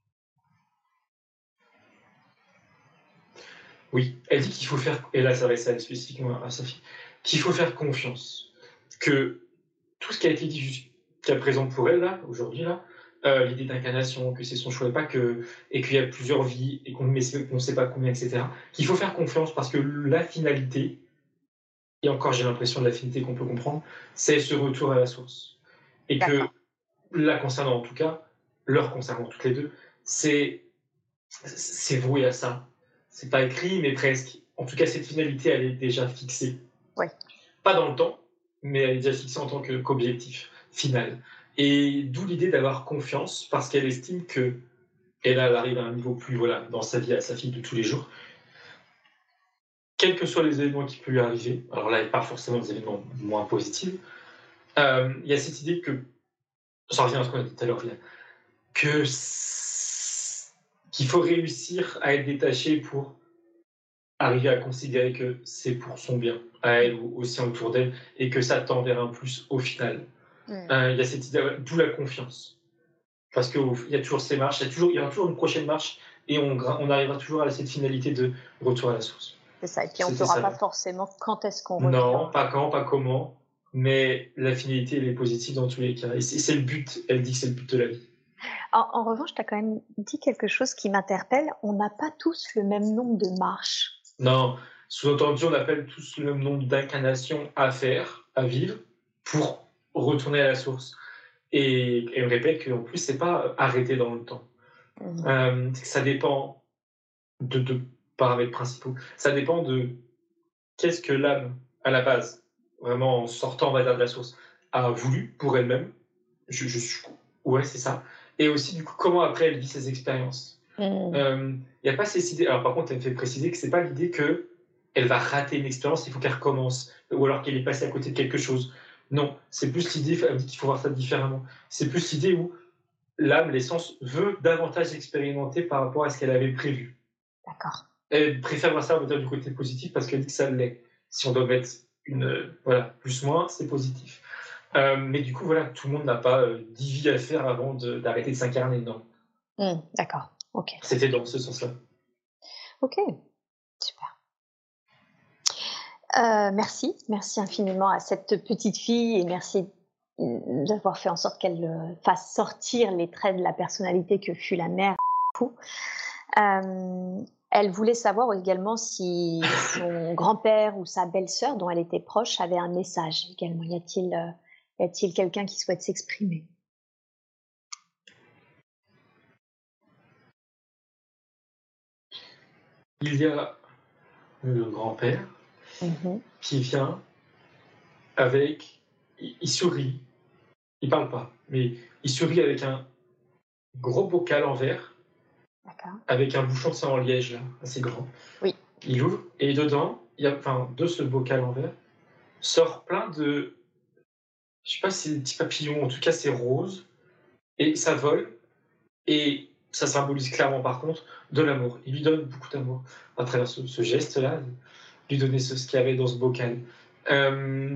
Oui, elle dit qu'il faut faire. Et là, ça va être ça spécifiquement à sa fille. Qu'il faut faire confiance. Que tout ce qui a été dit jusqu'à présent pour elle, là, aujourd'hui, là, euh, l'idée d'incarnation, que c'est son choix et pas que. Et qu'il y a plusieurs vies et qu'on ne sait pas combien, et cetera. Qu'il faut faire confiance parce que la finalité. Et encore j'ai l'impression de l'affinité qu'on peut comprendre, c'est ce retour à la source. Et que, D'accord. la concernant en tout cas, leur concernant toutes les deux, c'est, c'est voué à ça. C'est pas écrit, mais presque. En tout cas, cette finalité, elle est déjà fixée. Oui. Pas dans le temps, mais elle est déjà fixée en tant que, qu'objectif final. Et d'où l'idée d'avoir confiance, parce qu'elle estime que, et là, elle arrive à un niveau plus, voilà, dans sa vie, à sa fille de tous les jours, quels que soient les événements qui peuvent lui arriver, alors là, pas forcément des événements moins positifs, euh, il y a cette idée que, ça revient à ce qu'on a dit tout à l'heure, que qu'il faut réussir à être détaché pour arriver à considérer que c'est pour son bien, à elle ou aussi autour d'elle, et que ça tend vers un plus au final. Mm. Euh, il y a cette idée, d'où la confiance. Parce qu'il y a toujours ces marches, il y, a toujours, il y aura toujours une prochaine marche, et on, on arrivera toujours à cette finalité de retour à la source. C'est ça. Et puis on ne C'était saura ça. pas forcément quand est-ce qu'on Non, revient. pas quand, pas comment, mais la finalité, elle est positive dans tous les cas. Et c'est, c'est le but, elle dit que c'est le but de la vie. En, en revanche, tu as quand même dit quelque chose qui m'interpelle. On n'a pas tous le même nombre de marches. Non, sous-entendu, on appelle tous le même nombre d'incarnations à faire, à vivre, pour retourner à la source. Et elle répète qu'en plus, c'est pas arrêté dans le temps. Mmh. Euh, ça dépend de deux paramètres principaux. Ça dépend de qu'est-ce que l'âme, à la base, vraiment en sortant, on va dire, de la source, a voulu pour elle-même. Je, je suis... Ouais, c'est ça. Et aussi, du coup, comment après elle vit ses expériences. Il Mmh. n'y euh, a pas ces idées. Alors, par contre, elle me fait préciser que c'est pas l'idée que elle va rater une expérience, il faut qu'elle recommence, ou alors qu'elle est passée à côté de quelque chose. Non, c'est plus l'idée, elle me dit qu'il faut voir ça différemment. C'est plus l'idée où l'âme, l'essence, veut davantage expérimenter par rapport à ce qu'elle avait prévu. D'accord. Elle préfère voir ça, on va dire, du côté positif, parce qu'elle dit que ça l'est. Si on doit mettre une, euh, voilà, plus-moins, c'est positif. Euh, mais du coup, voilà, tout le monde n'a pas euh, dix vies à faire avant de, d'arrêter de s'incarner, non. Mmh. D'accord. Ok. C'était dans ce sens-là. Ok. Super. Euh, merci, merci infiniment à cette petite fille et merci d'avoir fait en sorte qu'elle euh, fasse sortir les traits de la personnalité que fut la mère. Euh, elle voulait savoir également si son grand-père ou sa belle-sœur, dont elle était proche, avait un message également. Y a-t-il, euh, y a-t-il quelqu'un qui souhaite s'exprimer? il y a le grand-père Mhm. qui vient avec... Il, il sourit, il parle pas, mais il sourit avec un gros bocal en verre, D'accord. avec un bouchon de sang en liège, là, assez grand. Oui. Il ouvre, et dedans, il y a, enfin, de ce bocal en verre, sort plein de... Je sais pas si c'est des petits papillons, en tout cas c'est rose, et ça vole, et ça symbolise clairement par contre de l'amour. Il lui donne beaucoup d'amour à travers ce, ce geste-là, de lui donner ce, ce qu'il y avait dans ce bocal. Euh,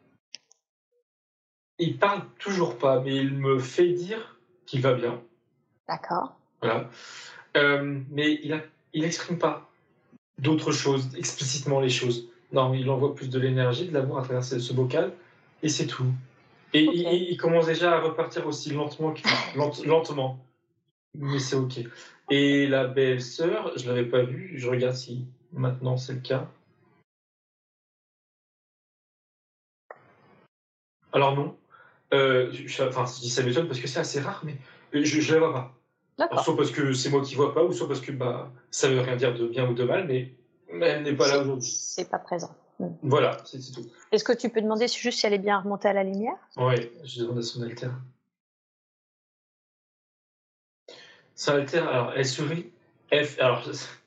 il parle toujours pas, mais il me fait dire qu'il va bien. D'accord. Voilà. Euh, mais il, a, il exprime pas d'autres choses, explicitement les choses. Non, il envoie plus de l'énergie, de l'amour à travers ce, ce bocal, et c'est tout. Et Ok. il, il- il commence déjà à repartir aussi lentement, que- lent- lentement. Mais c'est ok. Et la belle-sœur, je l'avais pas vue. Je regarde si maintenant c'est le cas. Alors non. Euh, je, enfin, je dis ça m'étonne parce que c'est assez rare, mais je, je la vois pas. Alors, soit D'accord. parce que c'est moi qui vois pas, ou soit parce que bah ça veut rien dire de bien ou de mal, mais mais elle n'est pas là C'est aujourd'hui. c'est pas présent. Hmm. Voilà, c'est c'est tout. Est-ce que tu peux demander si- juste si elle est bien remontée à la lumière? Ouais, je demande à son altère. Son altère, alors elle sourit. Elle, fait- alors,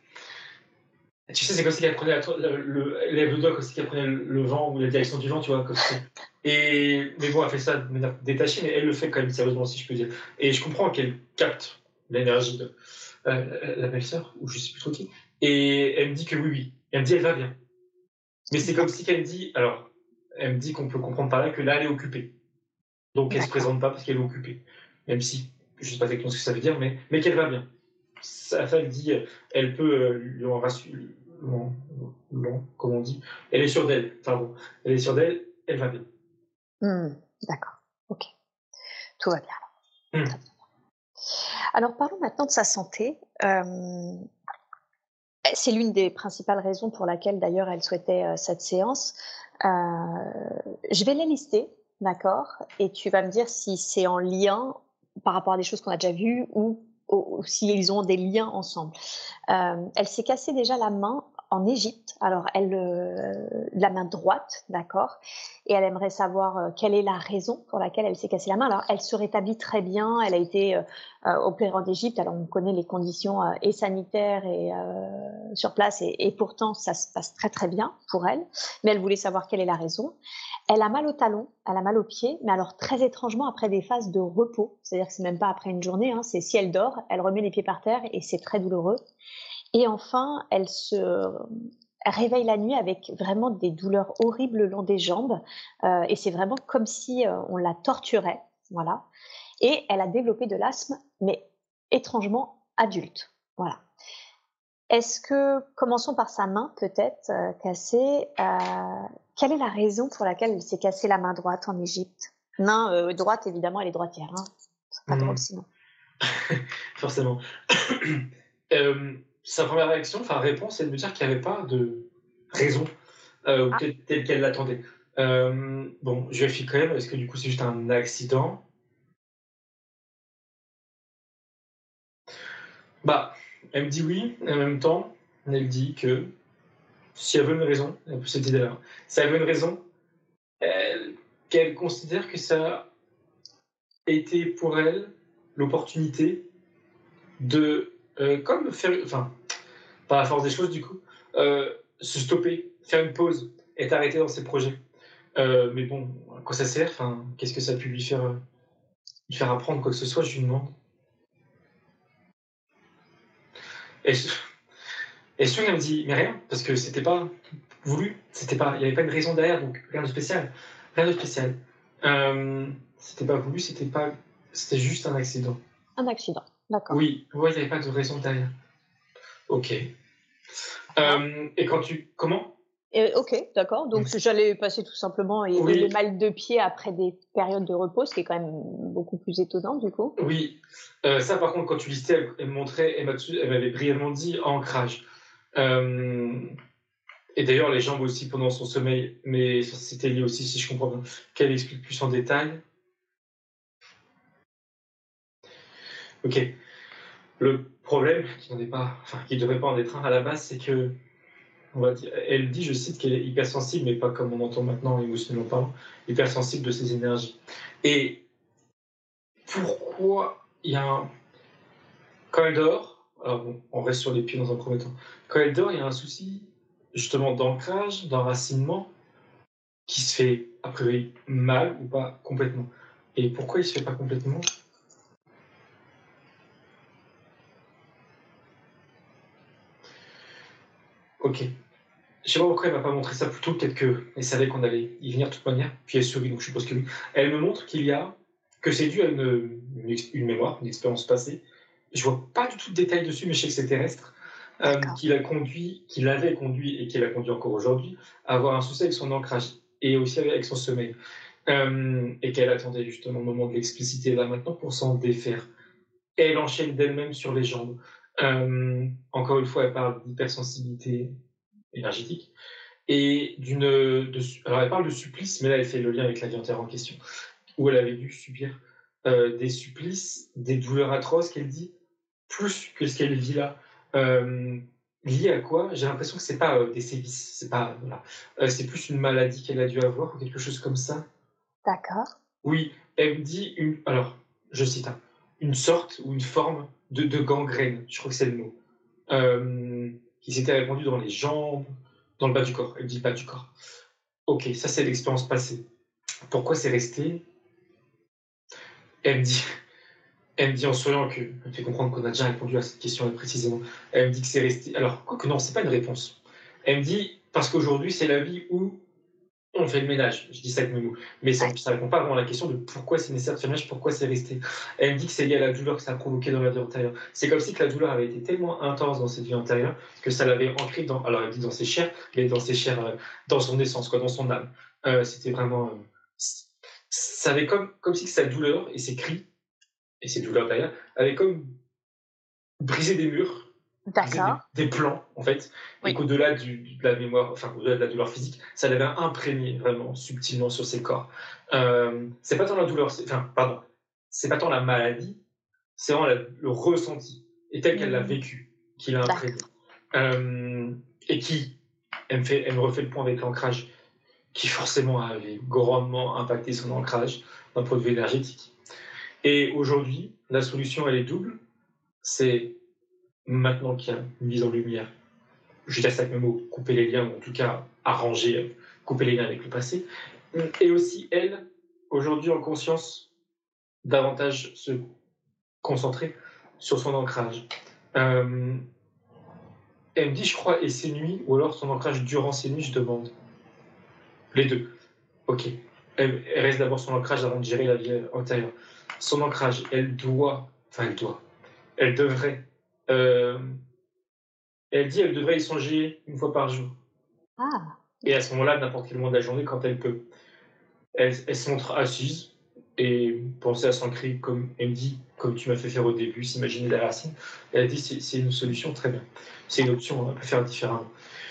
tu sais, c'est comme si elle prenait la, le, le, elle lève le doigt comme si elle prenait le, le vent ou la direction du vent, tu vois, comme ça. Et, mais bon, elle fait ça de manière détachée, mais elle le fait quand même sérieusement, si je peux dire. Et je comprends qu'elle capte l'énergie de euh, la belle-sœur, ou je sais plus trop qui. Et elle me dit que oui, oui. Elle me dit elle va bien. Mais c'est comme si qu'elle me dit, alors, elle me dit qu'on peut comprendre par là que là, elle est occupée. Donc elle se D'accord. présente pas parce qu'elle est occupée. Même si, je sais pas exactement ce que ça veut dire, mais, mais qu'elle va bien. Sa femme dit, euh, elle peut euh, lui en rassurer, non, non, comment on dit, elle est sûre d'elle, pardon, elle est sûre d'elle, elle va bien. Hmm. D'accord. Ok. Tout va bien. Hmm. Très bien. Alors parlons maintenant de sa santé. Euh, c'est l'une des principales raisons pour laquelle d'ailleurs elle souhaitait euh, cette séance. Euh, je vais les lister, d'accord? Et tu vas me dire si c'est en lien par rapport à des choses qu'on a déjà vues ou, ou, ou s'ils ont des liens ensemble. Euh, elle s'est cassé déjà la main en Égypte. Alors, elle, euh, la main droite, d'accord. Et elle aimerait savoir euh, quelle est la raison pour laquelle elle s'est cassé la main. Alors, elle se rétablit très bien. Elle a été euh, euh, opérée en Égypte. Alors, on connaît les conditions euh, et sanitaires et euh, sur place, et, et pourtant, ça se passe très très bien pour elle. Mais elle voulait savoir quelle est la raison. Elle a mal au talon, elle a mal au pied, mais alors très étrangement après des phases de repos. C'est-à-dire que c'est même pas après une journée. Hein, c'est si elle dort, elle remet les pieds par terre et c'est très douloureux. Et enfin, elle se réveille la nuit avec vraiment des douleurs horribles le long des jambes. Euh, et c'est vraiment comme si euh, on la torturait. Voilà. Et elle a développé de l'asthme, mais étrangement adulte. Voilà. Est-ce que, commençons par sa main peut-être euh, cassée, euh, quelle est la raison pour laquelle elle s'est cassée la main droite en Égypte? Main euh, droite, évidemment, elle est droitière. Hein. C'est pas Hmm. drôle sinon. Forcément. euh, sa première réaction, enfin réponse, c'est de me dire qu'il n'y avait pas de raison euh, Ah. telle, telle qu'elle l'attendait. Euh, bon, je vérifie quand même, est-ce que du coup c'est juste un accident? Bah, elle me dit oui, et en même temps, elle dit que si elle veut une raison, un peu cette idée-là, si elle veut une raison, elle- qu'elle considère que ça a été pour elle l'opportunité de, euh, comme faire, enfin, par la force des choses du coup, euh, se stopper, faire une pause, être arrêtée dans ses projets. Euh, mais bon, à quoi ça sert? Enfin, qu'est-ce que ça a pu lui faire, euh, lui faire apprendre quoi que ce soit? Je lui demande. Et je, et je elle me dit, mais rien, parce que c'était pas voulu, c'était pas, il n'y avait pas une raison derrière, donc rien de spécial, rien de spécial. Euh, c'était pas voulu, c'était pas, c'était juste un accident. Un accident, d'accord. Oui, ouais, il n'y avait pas de raison derrière. Ok. Euh, et quand tu, comment? Et, ok, d'accord. Donc j'allais passer tout simplement et, Oui. et le mal de pied après des périodes de repos, ce qui est quand même beaucoup plus étonnant du coup. Oui, euh, ça par contre, quand tu listais, elle, elle me montrait, elle, m'a dessus- elle m'avait brièvement dit ancrage. Euh, et d'ailleurs, les jambes aussi pendant son sommeil, mais ça, c'était lié aussi, si je comprends bien, qu'elle explique plus en détail. Ok. Le problème, qui n'en est pas, enfin, qui ne devrait pas en être un à la base, c'est que, on va dire, elle dit, je cite, qu'elle est hypersensible, mais pas comme on entend maintenant, émotionnellement parlant, hypersensible de ses énergies. Et pourquoi il y a un... Quand elle dort, alors bon, on reste sur les pieds dans un premier temps, quand elle dort, il y a un souci, justement, d'ancrage, d'enracinement, qui se fait, a priori, mal ou pas complètement. Et pourquoi il se fait pas complètement ? Ok. Je sais pas pourquoi elle m'a pas montré ça plus tôt, peut-être qu'elle savait qu'on allait y venir de toute manière, puis elle sourit, donc je suppose que oui. Elle me montre qu'il y a, que c'est dû à une, une, une mémoire, une expérience passée. Je vois pas du tout de détails dessus, mais je sais que c'est terrestre, euh, qu'il a conduit, qu'il avait conduit et qu'il a conduit encore aujourd'hui, à avoir un souci avec son ancrage et aussi avec son sommeil. Euh, et qu'elle attendait justement le moment de l'expliciter là maintenant pour s'en défaire. Et elle enchaîne d'elle-même sur les jambes. Euh, encore une fois, elle parle d'hypersensibilité énergétique et d'une. De, alors, elle parle de supplice, mais là, elle fait le lien avec la vie entière en question, où elle avait dû subir euh, des supplices, des douleurs atroces qu'elle dit, plus que ce qu'elle vit là. Euh, lié à quoi ? J'ai l'impression que c'est pas euh, des sévices, c'est pas voilà, euh, c'est plus une maladie qu'elle a dû avoir ou quelque chose comme ça. D'accord. Oui, elle me dit une. Alors, je cite hein, une sorte ou une forme de, de gangrène. Je crois que c'est le mot. Euh, qui s'était répandue dans les jambes, dans le bas du corps. Elle dit le bas du corps. Ok, ça c'est l'expérience passée. Pourquoi c'est resté ? Elle me dit, elle me dit en souriant que, elle me fait comprendre qu'on a déjà répondu à cette question précisément. Elle me dit que c'est resté. Alors, quoi que non, c'est pas une réponse. Elle me dit parce qu'aujourd'hui c'est la vie où on fait le ménage. Je dis ça avec mes mots, mais ça ne répond pas vraiment à la question de pourquoi c'est nécessaire de faire le ménage, pourquoi c'est resté. Elle me dit que c'est lié à la douleur que ça a provoqué dans la vie antérieure. C'est comme si que la douleur avait été tellement intense dans cette vie antérieure que ça l'avait ancré dans, alors elle dit dans ses chairs, mais dans ses chairs, euh, dans son essence, quoi, dans son âme. Euh, c'était vraiment, euh, ça avait comme, comme si que sa douleur et ses cris et ses douleurs d'ailleurs avaient comme brisé des murs. D'accord. Des, des plans, en fait, oui. Et qu'au-delà du, de la mémoire, enfin, au-delà de la douleur physique, ça l'avait imprégné vraiment subtilement sur ses corps. Euh, c'est pas tant la douleur, enfin, pardon, c'est pas tant la maladie, c'est vraiment la, le ressenti, et tel mmh. qu'elle l'a vécu, qui l'a imprégné. Euh, et qui, elle me, fait, elle me refait le point avec l'ancrage, qui forcément avait grandement impacté son ancrage d'un point de vue énergétique. Et aujourd'hui, la solution, elle est double, c'est maintenant qu'il y a une mise en lumière, je dirais ça avec mes mots, couper les liens, ou en tout cas arranger, couper les liens avec le passé, et aussi elle, aujourd'hui en conscience, davantage se concentrer sur son ancrage. Euh, elle me dit, je crois, et ses nuits, ou alors son ancrage durant ses nuits, je demande. Les deux. Ok. Elle, elle reste d'abord son ancrage avant de gérer la vie antérieure. Son ancrage, elle doit, enfin elle doit, elle devrait... Euh, Elle dit qu'elle devrait y songer une fois par jour. Ah. Et à ce moment-là, n'importe quel moment de la journée, quand elle peut. Elle, elle se montre assise et penser à s'ancrer, comme elle me dit, comme tu m'as fait faire au début, s'imaginer la racine. Elle a dit c'est, c'est une solution très bien. C'est une option, on peut faire différemment.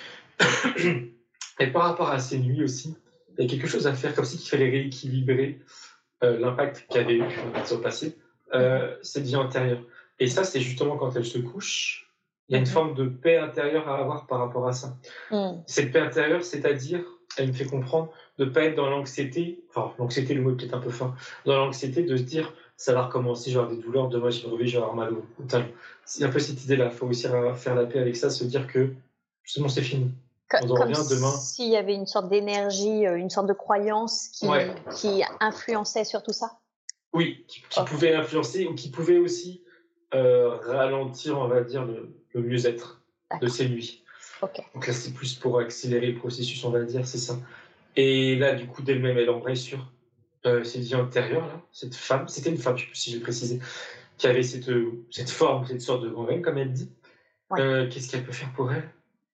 Et par rapport à ces nuits aussi, il y a quelque chose à faire, comme si il fallait rééquilibrer euh, l'impact qu'avait eu sur le passé, euh, cette vie antérieure. Et ça, c'est justement quand elle se couche. Il y a une forme de paix intérieure à avoir par rapport à ça. Mm. Cette paix intérieure, c'est-à-dire, elle me fait comprendre de ne pas être dans l'anxiété, enfin, l'anxiété, le mot est peut-être un peu fort, dans l'anxiété de se dire, ça va recommencer, je vais avoir des douleurs, demain, je vais me réveiller, je vais avoir mal au, au talon. C'est un peu cette idée-là, il faut aussi faire la paix avec ça, se dire que, justement, c'est fini. On en revient demain. S'il y avait une sorte d'énergie, une sorte de croyance qui, ouais. qui influençait sur tout ça. Oui, qui, qui okay. pouvait influencer, ou qui pouvait aussi euh, ralentir, on va dire, le le mieux-être D'accord. de ces nuits. Okay. Donc là, c'est plus pour accélérer le processus, on va dire, c'est ça. Et là, du coup, d'elle-même, elle embraye sur euh, cette vie antérieure, là, cette femme, c'était une femme, je ne sais pas si j'ai précisé, qui avait cette, euh, cette forme, cette sorte de gangrène, comme elle dit. Ouais. Euh, qu'est-ce qu'elle peut faire pour elle ?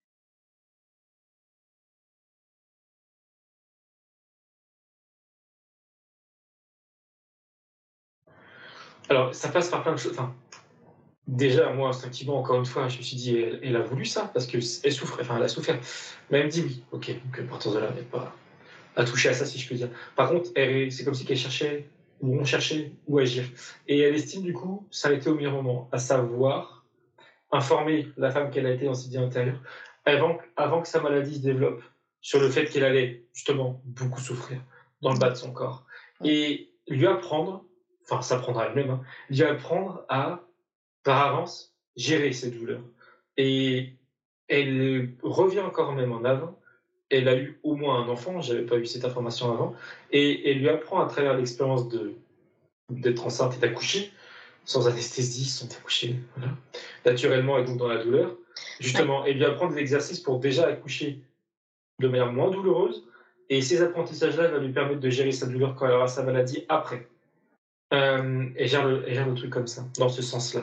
Alors, ça passe par plein de choses. Enfin, déjà, moi, instinctivement, encore une fois, je me suis dit, elle, elle a voulu ça, parce qu'elle souffre, enfin, elle a souffert. Mais elle me dit oui. Ok, donc à partir de là, elle n'est pas à toucher à ça, si je peux dire. Par contre, elle, c'est comme si qu'elle cherchait où on cherchait où agir. Et elle estime du coup s'arrêter au meilleur moment, à savoir informer la femme qu'elle a été dans ses vies antérieures avant, avant que sa maladie se développe, sur le fait qu'elle allait justement beaucoup souffrir dans le bas de son corps. Et lui apprendre, enfin s'apprendre à elle-même, hein, lui apprendre à, par avance, gérer ses douleurs. Et elle revient encore même en avant. Elle a eu au moins un enfant, j'avais pas eu cette information avant, et elle lui apprend à travers l'expérience de, d'être enceinte et d'accoucher, sans anesthésie, sans accoucher, voilà, naturellement et donc dans la douleur, justement, ouais. Elle lui apprend des exercices pour déjà accoucher de manière moins douloureuse, et ces apprentissages-là vont lui permettre de gérer sa douleur quand elle aura sa maladie après. Euh, et gère le, et gère le truc comme ça, dans ce sens-là.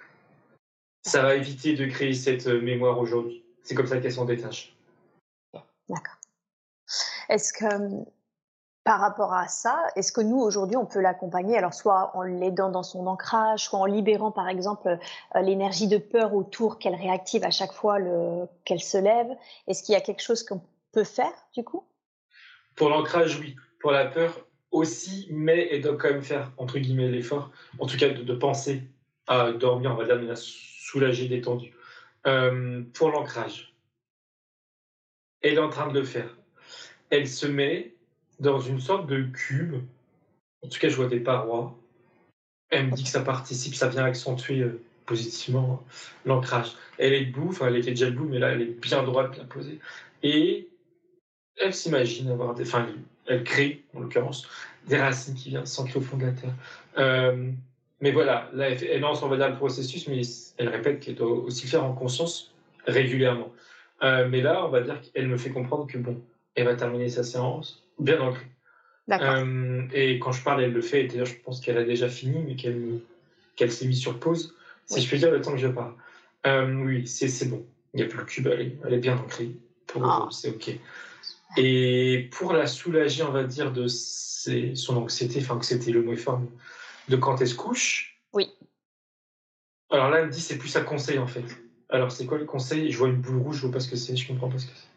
Ça va éviter de créer cette mémoire aujourd'hui. C'est comme ça qu'elle s'en détache. D'accord. Est-ce que, par rapport à ça, est-ce que nous, aujourd'hui, on peut l'accompagner, alors soit en l'aidant dans son ancrage, soit en libérant, par exemple, euh, l'énergie de peur autour qu'elle réactive à chaque fois le, qu'elle se lève? Est-ce qu'il y a quelque chose qu'on peut faire, du coup? Pour l'ancrage, oui. Pour la peur aussi, mais elle doit quand même faire, entre guillemets, l'effort, en tout cas de, de penser à dormir, on va dire, de manière soulagée, détendue. Euh, pour l'ancrage, elle est en train de le faire. Elle se met dans une sorte de cube. En tout cas, je vois des parois. Elle me dit que ça participe, ça vient accentuer euh, positivement euh, l'ancrage. Elle est debout, enfin, elle était déjà debout, mais là, elle est bien droite, bien posée. Et elle s'imagine avoir des... Enfin, elle crée, en l'occurrence, des racines qui viennent s'ancrer au fond de la terre. Euh, mais voilà, là, elle, fait, elle lance, on va dire, le processus, mais elle répète qu'elle doit aussi le faire en conscience régulièrement. Euh, mais là, on va dire qu'elle me fait comprendre que, bon, elle va terminer sa séance bien ancrée. D'accord. Euh, et quand je parle, elle le fait, et d'ailleurs, je pense qu'elle a déjà fini, mais qu'elle, qu'elle s'est mise sur pause, si oui. Je peux dire, le temps que je parle. Euh, oui, c'est, c'est bon. Il n'y a plus le cube, elle est, elle est bien ancrée. Pour oh. eux, c'est OK. Et pour la soulager, on va dire, de ses, son anxiété, enfin, que c'était le mot fort, de quand elle se couche. Oui. Alors là, elle me dit, c'est plus un conseil, en fait. Alors, c'est quoi le conseil? Je vois une boule rouge, je vois pas ce que c'est, je comprends pas ce que c'est.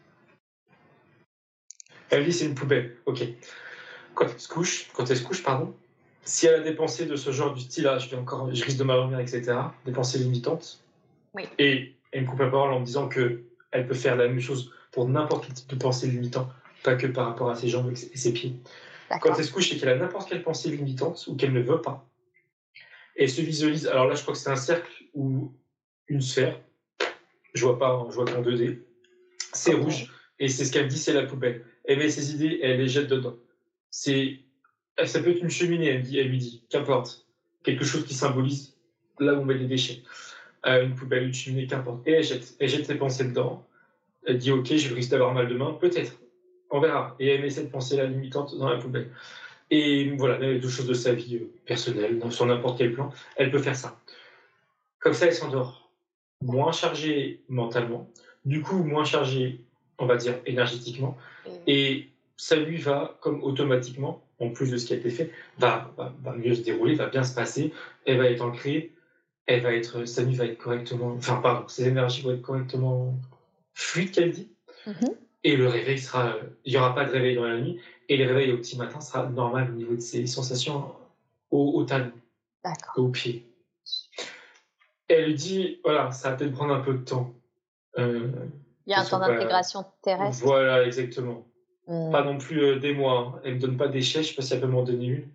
Elle me dit, c'est une poubelle. OK. Quand elle se couche, quand elle se couche, pardon, si elle a des pensées de ce genre du style, ah, je, vais encore, je risque de m'endormir, et cetera, des pensées limitantes, oui. Et elle me coupe la parole en me disant qu'elle peut faire la même chose pour n'importe quel type de pensée limitant, pas que par rapport à ses jambes et ses pieds. D'accord. Quand elle se couche, c'est qu'elle a n'importe quelle pensée limitante ou qu'elle ne veut pas. Et elle se visualise, alors là, je crois que c'est un cercle ou une sphère, je vois pas, je vois qu'en deux D, c'est okay. Rouge, et c'est ce qu'elle me dit, c'est la poubelle. Elle met ses idées et elle les jette dedans. C'est, ça peut être une cheminée, elle, dit, elle lui dit, qu'importe, quelque chose qui symbolise là où on met les déchets. Euh, une poubelle, une cheminée, qu'importe. Et elle jette, elle jette ses pensées dedans. Elle dit, ok, je risque d'avoir mal demain, peut-être, on verra. Et elle met cette pensée-là limitante dans la poubelle. Et voilà, elle a deux choses de sa vie euh, personnelle, sur n'importe quel plan, elle peut faire ça. Comme ça, elle s'endort. Moins chargée mentalement, du coup, moins chargée, on va dire, énergétiquement. Et ça lui va, comme automatiquement, en plus de ce qui a été fait, va, va, va mieux se dérouler, va bien se passer, elle va être ancrée, elle va être, sa nuit va être correctement, enfin, pardon, ses énergies vont être correctement fluides, qu'elle dit. Mm-hmm. Et le réveil sera, il n'y aura pas de réveil dans la nuit, et le réveil au petit matin sera normal au niveau de ses sensations au, au talon, au pied. Elle lui dit, voilà, ça va peut-être prendre un peu de temps. Euh, il y a un temps d'intégration terrestre. Voilà, exactement. Mm. Pas non plus euh, des mois. Hein. Elle ne me donne pas d'échelle, je ne sais pas si elle peut m'en donner une.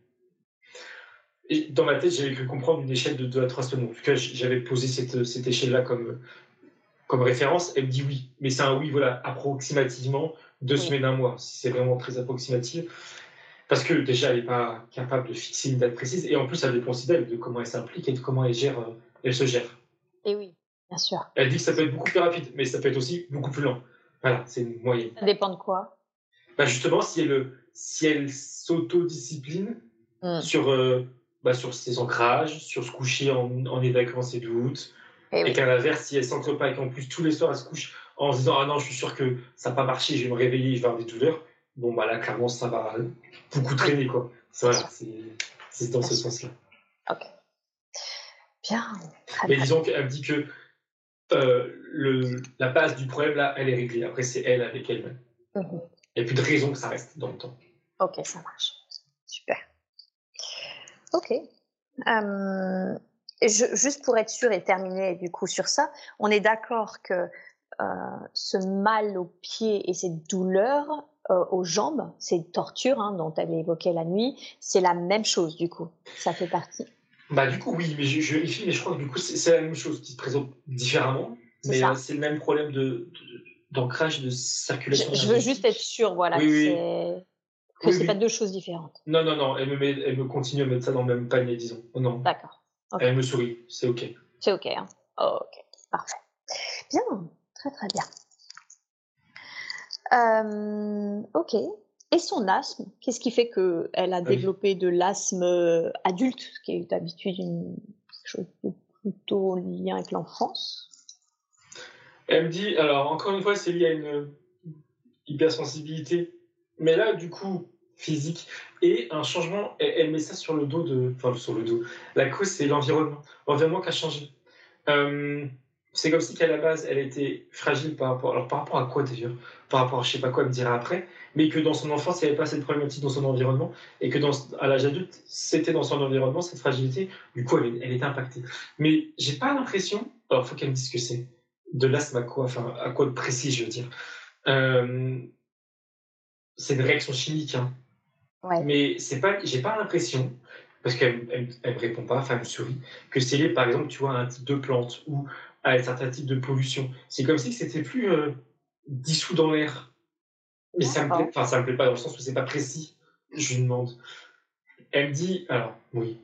Et dans ma tête, j'avais cru comprendre une échelle de deux à trois semaines. En tout cas, j'avais posé cette, cette échelle-là comme, comme référence. Elle me dit oui, mais c'est un oui, voilà, approximativement deux oui. semaines, un mois, si c'est vraiment très approximatif. Parce que déjà, elle n'est pas capable de fixer une date précise. Et en plus, elle dépend aussi d'elle, de comment elle s'implique et de comment elle, gère, euh, elle se gère. Et oui, bien sûr. Elle dit que ça peut être beaucoup plus rapide, mais ça peut être aussi beaucoup plus lent. Voilà, c'est une moyenne. Ça dépend de quoi? Bah justement, si elle, si elle s'autodiscipline mm. sur... Euh, Bah, sur ses ancrages, sur se coucher en, en évacuant ses doutes, et, et oui. qu'à l'inverse, si elle ne s'ancre pas et qu'en plus tous les soirs elle se couche en se disant ah non, je suis sûr que ça n'a pas marché, je vais me réveiller, je vais avoir des douleurs, bon bah là clairement ça va beaucoup traîner quoi. Voilà, c'est, c'est dans ce sens-là. Ok. Bien. Très Mais bien. disons qu'elle me dit que euh, le, la base du problème là, elle est réglée. Après c'est elle avec elle-même. Mm-hmm. Il n'y a plus de raison que ça reste dans le temps. Ok, ça marche. Super. Ok. Euh, je, juste pour être sûr et terminer du coup sur ça, on est d'accord que euh, ce mal aux pieds et cette douleur euh, aux jambes, ces tortures hein, dont elle évoquait la nuit, c'est la même chose du coup. Ça fait partie. Bah du coup oui, mais je, je vérifie, mais je crois que du coup c'est, c'est la même chose qui se présente différemment, C'est mais ça. euh, c'est le même problème de, de- d'ancrage, de Je, circulation je veux juste être énergétique. sûre, voilà, Oui, que oui, c'est que oui, c'est pas oui. deux choses différentes. Non, non, non, elle me, met, elle me continue à mettre ça dans le même panier, disons. Non, non. D'accord. Ok. Elle me sourit, c'est ok. C'est ok. Hein. Ok. Parfait. Bien. Très très bien. Euh, ok. Et son asthme, qu'est-ce qui fait qu'elle a Ah oui. développé de l'asthme euh, adulte, ce qui est d'habitude une, quelque chose de plutôt lié avec l'enfance? Elle me dit, alors encore une fois, c'est lié à une hypersensibilité, mais là, du coup, physique, et un changement, elle, elle met ça sur le dos de. Enfin, sur le dos. La cause, c'est l'environnement. L'environnement qui a changé. Euh, c'est comme si qu'à la base, elle était fragile par rapport. Alors, par rapport à quoi d'ailleurs? Par rapport à je sais pas quoi, elle me dira après, mais que dans son enfance, il n'y avait pas cette problématique dans son environnement, et que dans, à l'âge adulte, c'était dans son environnement, cette fragilité, du coup, elle, elle était impactée. Mais j'ai pas l'impression. Alors, il faut qu'elle me dise ce que c'est. De l'asthme à quoi? Enfin, à quoi de précis, je veux dire. Euh, c'est une réaction chimique, hein. Ouais. Mais c'est pas, j'ai pas l'impression, parce qu'elle elle, elle me répond pas, enfin elle me sourit, que c'est lié par exemple, tu vois, à un type de plante ou à un certain type de pollution. C'est comme si c'était plus euh, dissous dans l'air. Mais ça me plaît, D'accord. enfin ça me plaît pas dans le sens où c'est pas précis. Je lui demande. Elle me dit, alors oui,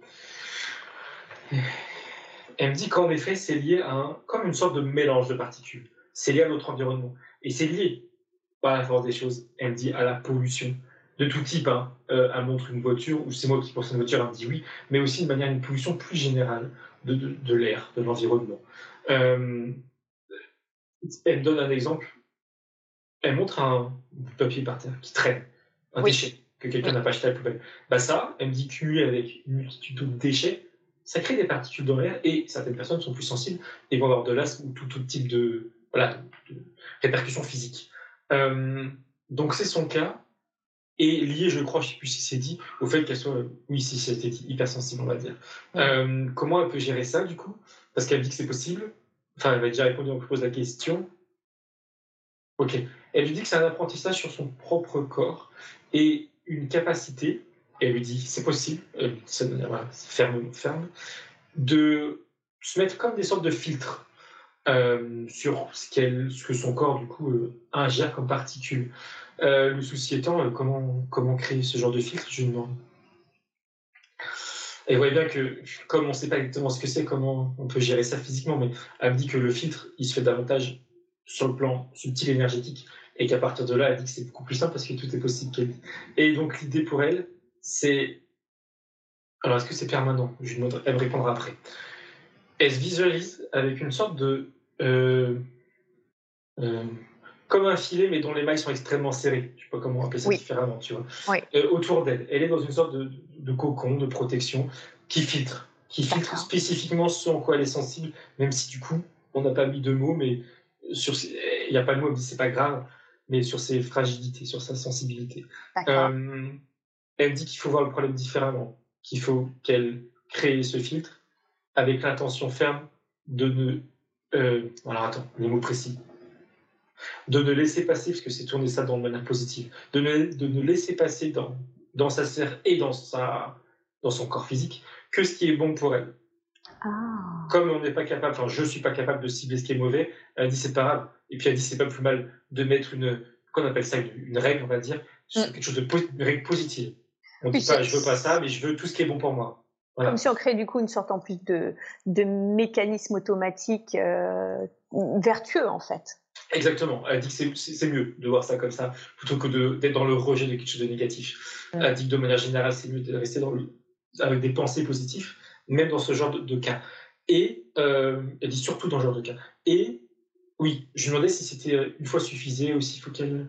elle me dit qu'en effet c'est lié à un, comme une sorte de mélange de particules. C'est lié à notre environnement et c'est lié pas la force des choses. Elle me dit à la pollution de tout type. Hein. Euh, elle montre une voiture, ou c'est moi qui pense à une voiture, elle me dit oui, mais aussi de manière une pollution plus générale de, de, de l'air, de l'environnement. Euh, elle me donne un exemple. Elle montre un bout de papier par terre qui traîne, un Oui. déchet que quelqu'un Oui. n'a pas acheté à la poubelle. Bah ça, elle me dit cumulé avec une multitude de déchets, ça crée des particules dans l'air et certaines personnes sont plus sensibles et vont avoir de l'asthme ou tout, tout type de, voilà, de, de répercussions physiques. Euh, donc c'est son cas. Et lié, je crois, je ne sais plus si c'est dit, au fait qu'elle soit, oui, si c'était hypersensible, on va dire. Mmh. Euh, comment elle peut gérer ça, du coup? Parce qu'elle dit que c'est possible. Enfin, elle va déjà répondre, on pose la question. Ok. Elle lui dit que c'est un apprentissage sur son propre corps et une capacité, elle lui dit, c'est possible, elle lui dit ça de manière voilà, ferme, ferme, de se mettre comme des sortes de filtres euh, sur ce, qu'elle, ce que son corps, du coup, euh, ingère comme particules. Euh, le souci étant, euh, comment, comment créer ce genre de filtre, je lui demande. Et vous voyez bien que, comme on ne sait pas exactement ce que c'est, comment on peut gérer ça physiquement, mais elle me dit que le filtre, il se fait davantage sur le plan subtil énergétique, et qu'à partir de là, elle dit que c'est beaucoup plus simple parce que tout est possible qu'elle dit. Et donc l'idée pour elle, c'est... Alors est-ce que c'est permanent? Je lui demande, elle me répondra après. Elle se visualise avec une sorte de... Euh, euh, comme un filet, mais dont les mailles sont extrêmement serrées. Je ne sais pas comment appeler ça Oui. différemment, tu vois. Oui. Euh, autour d'elle. Elle est dans une sorte de, de cocon, de protection, qui filtre. Qui filtre D'accord. spécifiquement ce en quoi elle est sensible, même si du coup, on n'a pas mis de mots, mais sur ces... il n'y a pas de mots, elle me dit c'est pas grave, mais sur ses fragilités, sur sa sensibilité. D'accord. Euh, elle me dit qu'il faut voir le problème différemment, qu'il faut qu'elle crée ce filtre avec l'intention ferme de ne... Euh, alors attends, les mots précis de ne laisser passer, parce que c'est tourner ça dans de manière positive, de ne, de ne laisser passer dans, dans sa serre et dans, sa, dans son corps physique que ce qui est bon pour elle. Ah. Comme on n'est pas capable, enfin je ne suis pas capable de cibler ce qui est mauvais, elle dit c'est pas grave. Et puis elle dit c'est pas plus mal de mettre une, qu'on appelle ça, une, une règle, on va dire, sur Mm. quelque chose de une règle positive. On ne Oui, dit pas c'est je veux pas ça, mais je veux tout ce qui est bon pour moi. Voilà. comme si on crée du coup une sorte en plus de, de mécanisme automatique euh, vertueux en fait. Exactement. Elle dit que c'est, c'est, c'est mieux de voir ça comme ça plutôt que de, d'être dans le rejet de quelque chose de négatif. Mm. Elle dit que de manière générale, c'est mieux de rester dans le, avec des pensées positives, même dans ce genre de, de cas. Et euh, elle dit surtout dans ce genre de cas. Et oui, je me demandais si c'était une fois suffisait ou s'il faut qu'elle.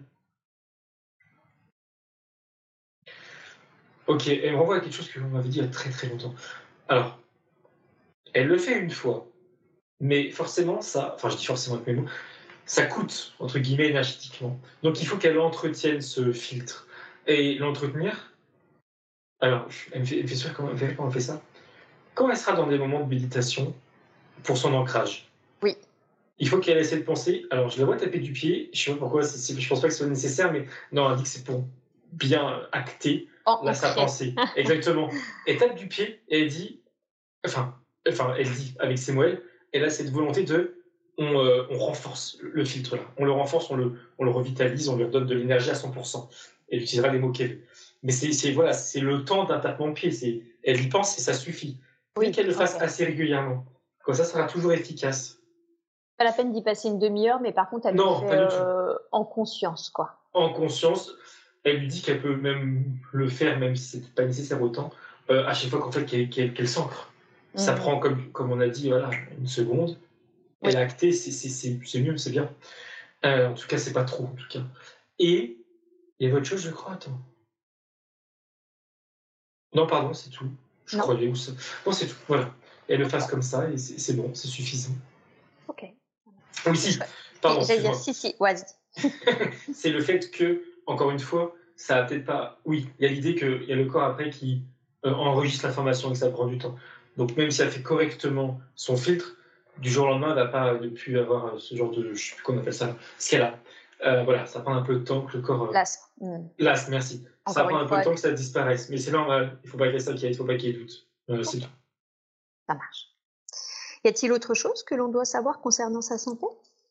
Ok, elle me renvoie à quelque chose que l'on m'avait dit il y a très très longtemps. Alors, elle le fait une fois, mais forcément, ça. Enfin, je dis forcément avec mes mots. Ça coûte, entre guillemets, énergétiquement. Donc il faut qu'elle entretienne ce filtre. Et l'entretenir, Alors, elle me fait, elle me fait sourire comment elle fait, comment elle fait ça. Quand elle sera dans des moments de méditation pour son ancrage, Oui. il faut qu'elle essaie de penser. Alors, je la vois taper du pied. Je sais pas pourquoi. C'est, c'est- je pense pas que ce soit nécessaire, mais non, elle dit que c'est pour bien acter En, là sa ancré. pensée. Exactement. Elle tape du pied et elle dit, enfin, enfin, elle dit avec ses moelles, elle a cette volonté de, on, euh, on renforce le filtre là, on le renforce, on le, on le revitalise, on lui redonne de l'énergie à cent pour cent. Elle utilisera les mots qu'elle veut. Mais c'est, c'est voilà, c'est le temps d'un tapement de pied. C'est, elle y pense et ça suffit. Mais Oui, qu'elle le fasse ok. assez régulièrement. Comme ça, ça sera toujours efficace. Pas la peine d'y passer une demi-heure, mais par contre, elle le Non, fait pas du tout. euh, en conscience, quoi. En conscience, elle lui dit qu'elle peut même le faire, même si c'est pas nécessaire autant, euh, à chaque fois qu'en fait qu'elle, qu'elle, qu'elle s'ancre. Ça Mhm. prend, comme, comme on a dit, voilà, une seconde. Oui. Elle a acté, c'est, c'est, c'est, c'est mieux, c'est bien. Euh, en tout cas, c'est pas trop, en tout cas. Et il y avait autre chose, je crois, attends. Non, pardon, c'est tout. Je Non. croyais où ça. Non, c'est tout, voilà. Elle le fasse D'accord. comme ça et c'est, c'est bon, c'est suffisant. Ok. Oui, si, pardon, J'allais dire excuse-moi. si, si, vas-y. C'est le fait que, encore une fois, ça a peut-être pas. Oui, il y a l'idée qu'il y a le corps après qui euh, enregistre l'information et que ça prend du temps. Donc, même si elle fait correctement son filtre, du jour au lendemain, elle n'a pas ne plus avoir ce genre de. Je sais plus comment on appelle ça, ce qu'elle a. Euh, voilà, ça prend un peu de temps que le corps. Euh, L'asthme. Mm. L'asthme, merci. Ça Encore prend une un peu de fois, temps que ça disparaisse. Mais c'est normal, il ne faut pas qu'il y ait ça qui aille, il ne faut pas qu'il y ait doute. Euh, c'est tout. ça marche. Y a-t-il autre chose que l'on doit savoir concernant sa santé?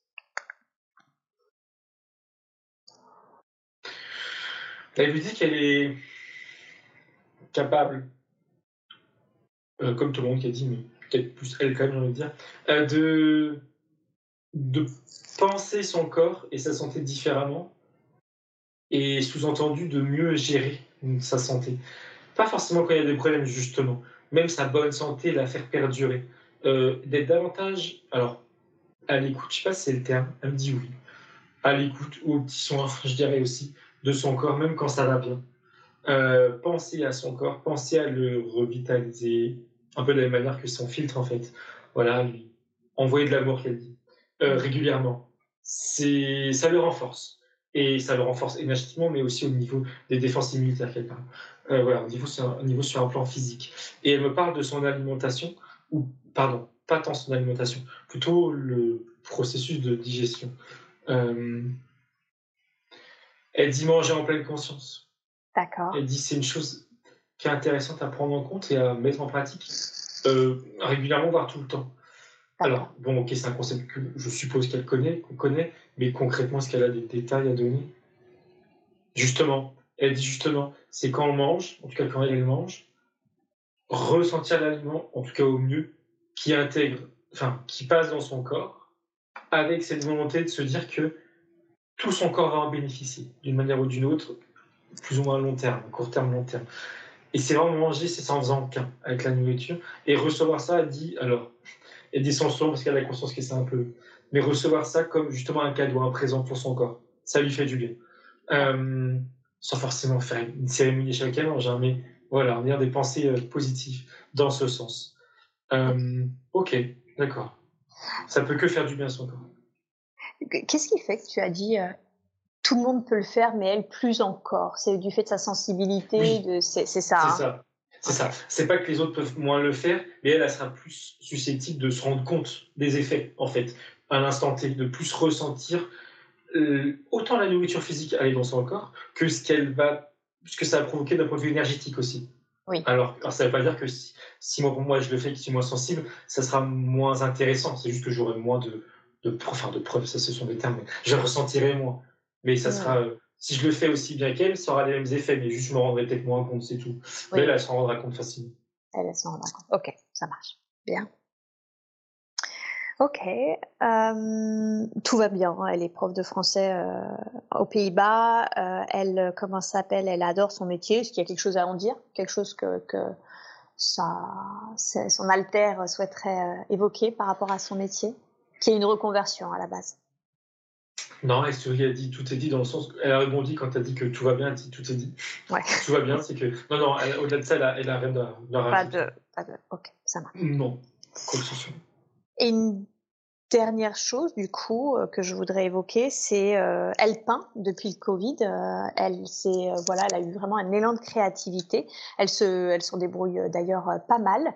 Elle lui dit qu'elle est capable, euh, comme tout le monde qui a dit, mais peut-être plus elle quand même, j'ai envie de dire, euh, de, de penser son corps et sa santé différemment, et sous-entendu de mieux gérer sa santé. Pas forcément quand il y a des problèmes, justement. Même sa bonne santé, la faire perdurer. Euh, d'être davantage, alors, à l'écoute, je sais pas si c'est le terme, elle me dit oui. À l'écoute, ou au petit soin, je dirais aussi, de son corps, même quand ça va bien. Euh, penser à son corps, penser à le revitaliser, un peu de la même manière que son filtre, en fait. Voilà, lui envoyer de l'amour, qu'elle dit, euh, régulièrement. C'est, ça le renforce. Et ça le renforce énergétiquement, mais aussi au niveau des défenses immunitaires qu'elle parle. Euh, voilà, au niveau, sur un, au niveau sur un plan physique. Et elle me parle de son alimentation, ou, pardon, pas tant son alimentation, plutôt le processus de digestion. Euh, elle dit manger en pleine conscience. D'accord. Elle dit c'est une chose qui est intéressante à prendre en compte et à mettre en pratique euh, régulièrement, voire tout le temps. D'accord. Alors, bon, ok, c'est un concept que je suppose qu'elle connaît, qu'on connaît, mais concrètement, est-ce qu'elle a des détails à donner? Justement, elle dit justement, c'est quand on mange, en tout cas quand elle, elle mange, ressentir l'aliment, en tout cas au mieux, qui intègre, enfin, qui passe dans son corps, avec cette volonté de se dire que tout son corps va en bénéficier, d'une manière ou d'une autre, plus ou moins à long terme, court terme, long terme. Et c'est vraiment manger, c'est ça en faisant qu'un avec la nourriture. Et recevoir ça, elle dit, alors, elle dit sans son, parce qu'elle a la conscience que c'est un peu. Mais recevoir ça comme justement un cadeau, un présent pour son corps. Ça lui fait du bien. Euh, sans forcément faire une cérémonie chaque mange, hein, mais voilà, en ayant des pensées euh, positives dans ce sens. Euh, ok, d'accord. Ça peut que faire du bien à son corps. Qu'est-ce qui fait que tu as dit euh, tout le monde peut le faire, mais elle plus encore? C'est du fait de sa sensibilité, Oui. de... c'est, c'est ça. C'est hein ça. C'est Ok. ça. C'est pas que les autres peuvent moins le faire, mais elle, elle sera plus susceptible de se rendre compte des effets, en fait, à l'instant T, de plus ressentir euh, autant la nourriture physique aller dans son corps que ce qu'elle va, ce que ça va provoquer d'un point de vue énergétique aussi. Oui. Alors, alors ça ne veut pas dire que si, si moi, pour moi je le fais, que je suis moins sensible, ça sera moins intéressant. C'est juste que j'aurai moins de, de, enfin, de preuves, ça ce sont des termes, mais je ressentirai moins. Mais ça sera, euh, si je le fais aussi bien qu'elle, ça aura les mêmes effets, mais juste je me rendrai peut-être moins compte, c'est tout. Oui. Mais là, elle s'en rendra compte facilement. Elle, elle s'en rendra compte. Ok, ça marche. Bien. Ok, euh, tout va bien. Elle est prof de français euh, aux Pays-Bas. Euh, elle, comment ça s'appelle? Elle adore son métier. Est-ce qu'il y a quelque chose à en dire? Quelque chose que, que sa, son alter souhaiterait euh, évoquer par rapport à son métier, qui est une reconversion à la base? Non, Esturi a dit tout est dit dans le sens. Elle a rebondi quand tu as dit que tout va bien, elle dit tout est dit. Ouais. Tout va bien, c'est que. Non, non, elle, au-delà de ça, elle a, elle a rien à, à Pas rajouter. de, pas de. Ok, ça marche. Non, quoi que ce soit. Et une dernière chose, du coup, euh, que je voudrais évoquer, c'est euh, elle peint depuis le Covid. Euh, elle, c'est, euh, voilà, elle a eu vraiment un élan de créativité. Elle se, elle s'en débrouille euh, d'ailleurs euh, pas mal.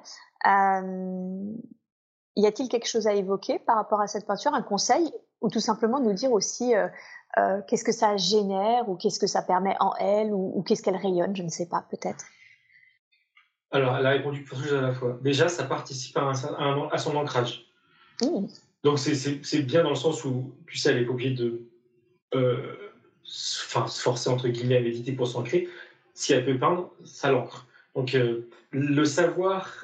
Euh, y a-t-il quelque chose à évoquer par rapport à cette peinture, un conseil, ou tout simplement nous dire aussi euh, euh, qu'est-ce que ça génère, ou qu'est-ce que ça permet en elle, ou, ou qu'est-ce qu'elle rayonne, je ne sais pas, peut-être. Alors, elle a répondu plusieurs choses à la fois. Déjà, ça participe à, un, à, un, à son ancrage. Mmh. Donc, c'est, c'est, c'est bien dans le sens où, tu sais, elle n'est pas obligée de euh, enfin, se forcer, entre guillemets, à méditer pour s'ancrer. Si elle peut peindre, ça l'ancre. Donc, euh, le savoir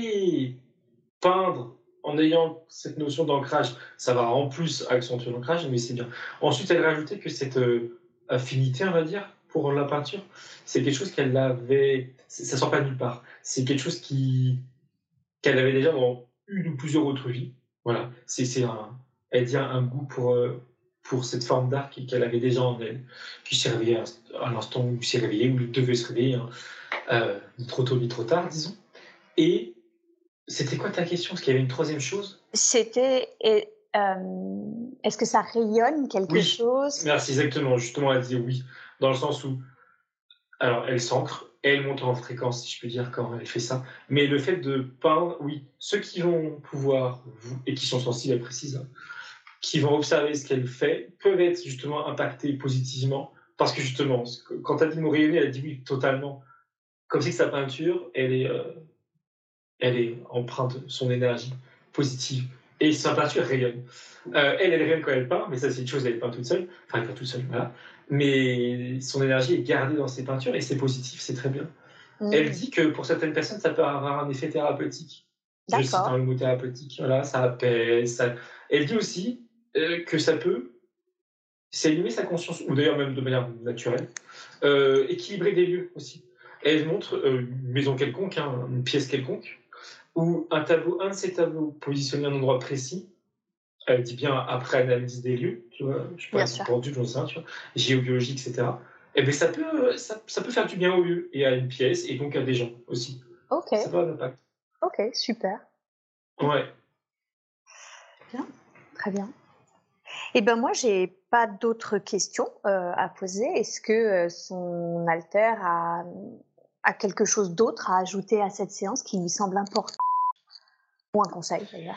et peindre en ayant cette notion d'ancrage, ça va en plus accentuer l'ancrage, mais c'est bien. Ensuite, elle rajoutait que cette euh, affinité, on va dire, pour la peinture, c'est quelque chose qu'elle avait... Ça sort pas nulle part. C'est quelque chose qui, qu'elle avait déjà dans une ou plusieurs autres vies. Voilà. C'est, c'est un, elle dit un goût pour, euh, pour cette forme d'art qu'elle avait déjà en elle, qui s'est réveillée à, à l'instant où elle s'est réveillée, où elle devait se réveiller, hein. euh, ni trop tôt ni trop tard, disons. Et c'était quoi ta question? Parce qu'il y avait une troisième chose. C'était, et, euh, est-ce que ça rayonne quelque oui. chose? Merci, exactement. Justement, elle disait oui, dans le sens où, alors, elle s'ancre, elle monte en fréquence, si je peux dire, quand elle fait ça. Mais le fait de peindre, oui, ceux qui vont pouvoir, vous, et qui sont sensibles, elle précise, hein, qui vont observer ce qu'elle fait, peuvent être justement impactés positivement. Parce que justement, quand elle dit mot rayonner, elle dit oui, totalement. Comme si que sa peinture, elle est, euh, elle est empreinte de son énergie positive. Et sa peinture rayonne. Euh, elle, elle rayonne quand elle peint, mais ça, c'est une chose, elle peint toute seule. Enfin, elle peint toute seule, voilà. Mais son énergie est gardée dans ses peintures et c'est positif, c'est très bien. Mmh. Elle dit que pour certaines personnes, ça peut avoir un effet thérapeutique. D'accord. Je cite un mot thérapeutique. Voilà, ça apaise. Ça... Elle dit aussi euh, que ça peut, c'est allumer sa conscience, ou d'ailleurs même de manière naturelle, euh, équilibrer des lieux aussi. Elle montre euh, une maison quelconque, hein, une pièce quelconque, ou un tableau, un de ces tableaux positionné à un endroit précis. Elle dit bien après analyse des lieux, tu vois, je sais pas, c'est pour du, j'en sais rien, tu vois, géobiologie, et cetera. Et bien ça peut, ça, ça peut faire du bien au lieu et à une pièce et donc à des gens aussi. Ok. Ça peut avoir un impact. Ok, super. Ouais. Bien, très bien. Eh ben moi, j'ai pas d'autres questions euh, à poser. Est-ce que euh, son alter a, a quelque chose d'autre à ajouter à cette séance qui lui semble important? Ou un conseil d'ailleurs?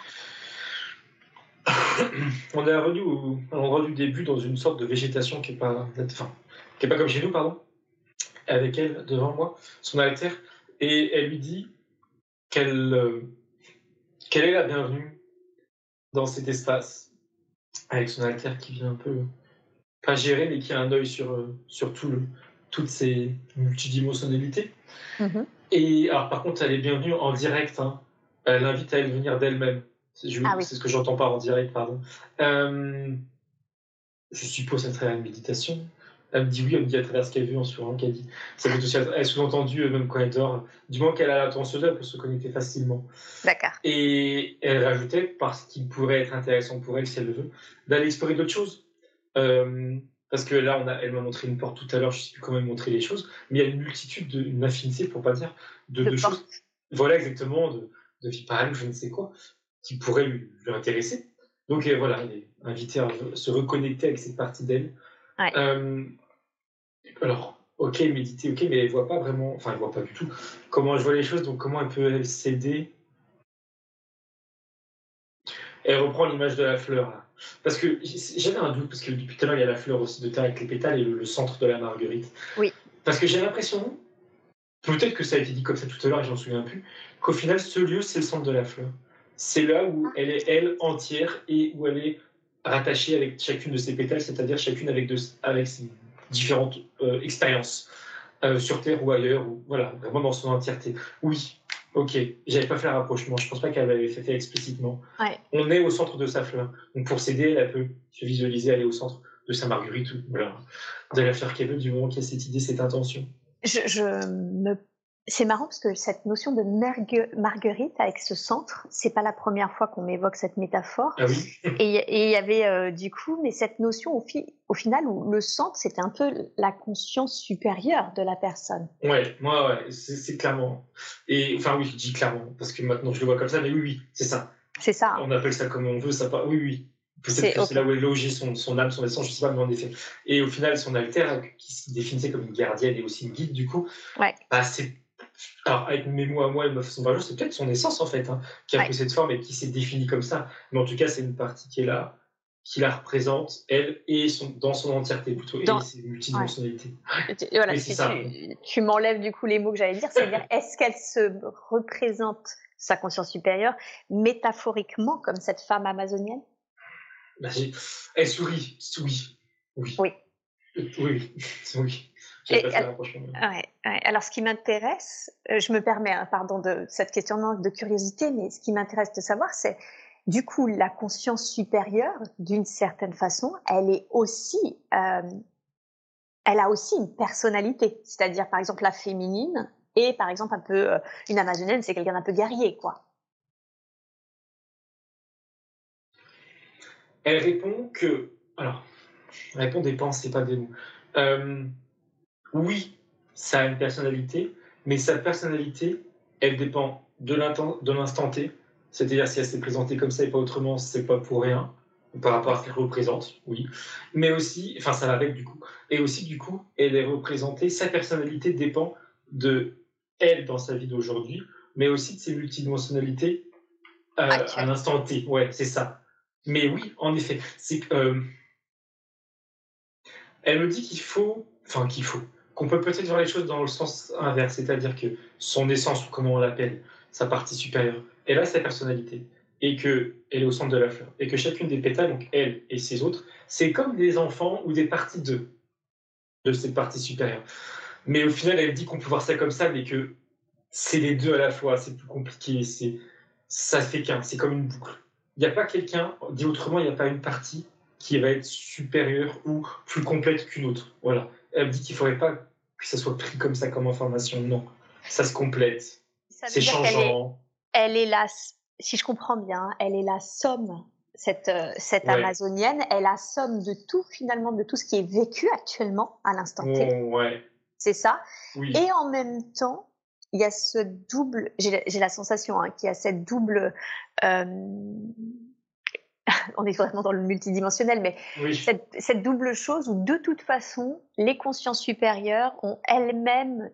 On est revenu au, à l'endroit du début dans une sorte de végétation qui est pas, enfin, qui est pas comme chez nous, pardon. Avec elle devant moi, son alter, et elle lui dit qu'elle, euh, qu'elle est la bienvenue dans cet espace avec son alter qui vient un peu pas gérer, mais qui a un œil sur, euh, sur tout le, toutes ces multidimensionnalités. Mm-hmm. Et alors, par contre, elle est bienvenue en direct. Hein. Elle invite à elle venir d'elle-même. C'est, je, ah, oui. C'est ce que j'entends par en direct, pardon. Euh, je suppose à travers une méditation. Elle me dit oui, elle me dit à travers ce qu'elle veut en souvent qu'elle dit. Ça peut aussi être sous-entendu, même quand elle dort. Du moins qu'elle a l'attention d'elle, elle peut se connecter facilement. D'accord. Et elle rajoutait, parce qu'il pourrait être intéressant pour elle, si elle le veut, d'aller explorer d'autres choses. Euh, parce que là, on a, elle m'a montré une porte tout à l'heure, je ne sais plus comment elle montrer les choses, mais il y a une multitude, de, une infinité, pour ne pas dire, de, de, de choses. Voilà, exactement, de, de vie parallèle, je ne sais quoi, qui pourraient lui, lui intéresser. Donc euh, voilà, elle est invitée à se reconnecter avec cette partie d'elle. Ouais. Euh, alors, ok, méditer, ok, mais elle ne voit pas vraiment, enfin, elle ne voit pas du tout comment je vois les choses, donc comment elle peut elle, s'aider. Elle reprend l'image de la fleur, là. Parce que j'avais un doute, parce que depuis tout à l'heure, il y a la fleur aussi de terre avec les pétales et le, le centre de la marguerite. Oui. Parce que j'ai l'impression, peut-être que ça a été dit comme ça tout à l'heure et je m'en souviens plus, qu'au final, ce lieu, c'est le centre de la fleur. C'est là où elle est, elle, entière et où elle est rattachée avec chacune de ses pétales, c'est-à-dire chacune avec, de, avec ses différentes euh, expériences, euh, sur Terre ou ailleurs, ou, voilà, vraiment dans son entièreté. Oui. Ok, j'avais pas fait le rapprochement, je pense pas qu'elle l'avait fait explicitement. Ouais. On est au centre de sa fleur. Donc pour s'aider, elle peut se visualiser aller au centre de sa marguerite ou voilà, de la fleur qu'elle veut du moment qu'il y a cette idée, cette intention. Je, je me... C'est marrant parce que cette notion de margue... marguerite avec ce centre, c'est pas la première fois qu'on m'évoque cette métaphore. Ah oui. Et il y avait euh, du coup, mais cette notion au, fi... au final où le centre, c'était un peu la conscience supérieure de la personne. Ouais, moi, ouais, c'est, c'est clairement. Et enfin oui, je dis clairement parce que maintenant je le vois comme ça, mais oui, oui, c'est ça. C'est ça. Hein. On appelle ça comme on veut, ça pas. Oui, oui. Peut-être C'est que c'est okay. là où est logé son, son âme, son essence, je sais pas, mais en effet. Et au final, son alter, qui se définissait comme une gardienne et aussi une guide, du coup, ouais. bah, c'est. Alors, avec mes mots à moi et ma façon de parler, c'est peut-être son essence, en fait, hein, qui a ouais. pris cette forme et qui s'est définie comme ça. Mais en tout cas, c'est une partie qui est là, qui la représente, elle, et son, dans son entièreté, plutôt, dans... et ses multidimensionnalités. Ouais. Voilà, oui, si c'est tu, ça. tu m'enlèves du coup les mots que j'allais dire, c'est-à-dire, est-ce qu'elle se représente sa conscience supérieure métaphoriquement comme cette femme amazonienne? Bah, elle sourit, oui, oui. Oui. Oui, oui, oui. Et, pas fait ouais, ouais. Alors, ce qui m'intéresse, euh, je me permets, hein, pardon, de cette questionnement de curiosité, mais ce qui m'intéresse de savoir, c'est du coup la conscience supérieure, d'une certaine façon, elle est aussi, euh, elle a aussi une personnalité, c'est-à-dire par exemple la féminine et par exemple un peu euh, une amazonienne, c'est quelqu'un d'un peu guerrier, quoi. Elle répond que, alors, elle répond des pensées, pas des mots. Euh, oui, ça a une personnalité, mais sa personnalité, elle dépend de l'instant T. C'est-à-dire si elle s'est présentée comme ça et pas autrement, c'est pas pour rien, par rapport à ce qu'elle représente, oui. Mais aussi, enfin ça va avec du coup, et aussi du coup, elle est représentée, sa personnalité dépend de elle dans sa vie d'aujourd'hui, mais aussi de ses multidimensionnalités euh, à l'instant T. Ouais, c'est ça. Mais oui, en effet, c'est que euh, elle me dit qu'il faut, enfin qu'il faut, qu'on peut peut-être voir les choses dans le sens inverse, c'est-à-dire que son essence, ou comment on l'appelle, sa partie supérieure, elle a sa personnalité, et qu'elle est au centre de la fleur, et que chacune des pétales, donc elle et ses autres, c'est comme des enfants ou des parties d'eux, de cette partie supérieure. Mais au final, elle dit qu'on peut voir ça comme ça, mais que c'est les deux à la fois, c'est plus compliqué, c'est, ça fait qu'un, c'est comme une boucle. Il n'y a pas quelqu'un, dit autrement, il n'y a pas une partie qui va être supérieure ou plus complète qu'une autre. Voilà. Elle me dit qu'il ne faudrait pas que ça soit pris comme ça comme information. Non, ça se complète. Ça c'est changeant. Elle est, elle est la, si je comprends bien, elle est la somme, cette, cette ouais. amazonienne, elle est la somme de tout finalement, de tout ce qui est vécu actuellement à l'instant T. Oh, ouais. C'est ça. Oui. Et en même temps, il y a ce double, j'ai, j'ai la sensation hein, qu'il y a cette double, euh, on est vraiment dans le multidimensionnel, mais oui. cette, cette double chose où de toute façon, les consciences supérieures ont elles-mêmes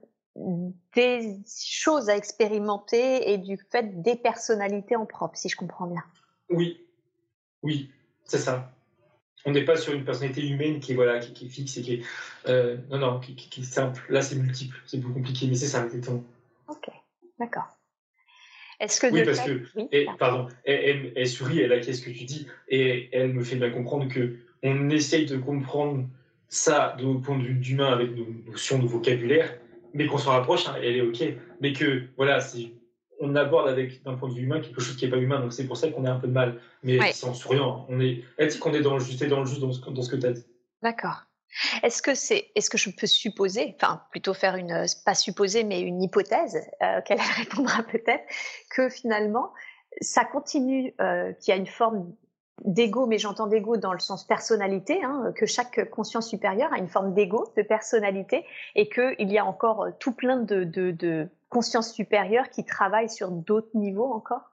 des choses à expérimenter et du fait des personnalités en propre, si je comprends bien. Oui, oui, c'est ça. On n'est pas sur une personnalité humaine qui est, voilà, qui, qui est fixe et qui est... Euh, non, non, qui, qui, qui est simple. Là, c'est multiple, c'est plus compliqué, mais c'est ça, exactement. Ok, d'accord. Est-ce que oui, parce fait... que, oui, et, pardon, elle, elle, elle sourit, elle acquiesce ce que tu dis, et elle me fait bien comprendre qu'on essaye de comprendre ça de nos points de vue d'humain avec nos notions de vocabulaire, mais qu'on s'en rapproche, hein, elle est OK, mais que, voilà, c'est, on aborde avec, d'un point de vue humain, quelque chose qui n'est pas humain, donc c'est pour ça qu'on a un peu de mal, mais ouais. C'est en souriant, on est, elle dit qu'on est dans le juste et dans le juste dans ce, dans ce que tu as dit. D'accord. Est-ce que c'est, est-ce que je peux supposer, enfin plutôt faire une, pas supposer, mais une hypothèse, euh, qu'elle répondra peut-être, que finalement ça continue, euh, qu'il y a une forme d'ego, mais j'entends d'ego dans le sens personnalité, hein, que chaque conscience supérieure a une forme d'ego, de personnalité, et qu'il y a encore tout plein de, de, de consciences supérieures qui travaillent sur d'autres niveaux encore.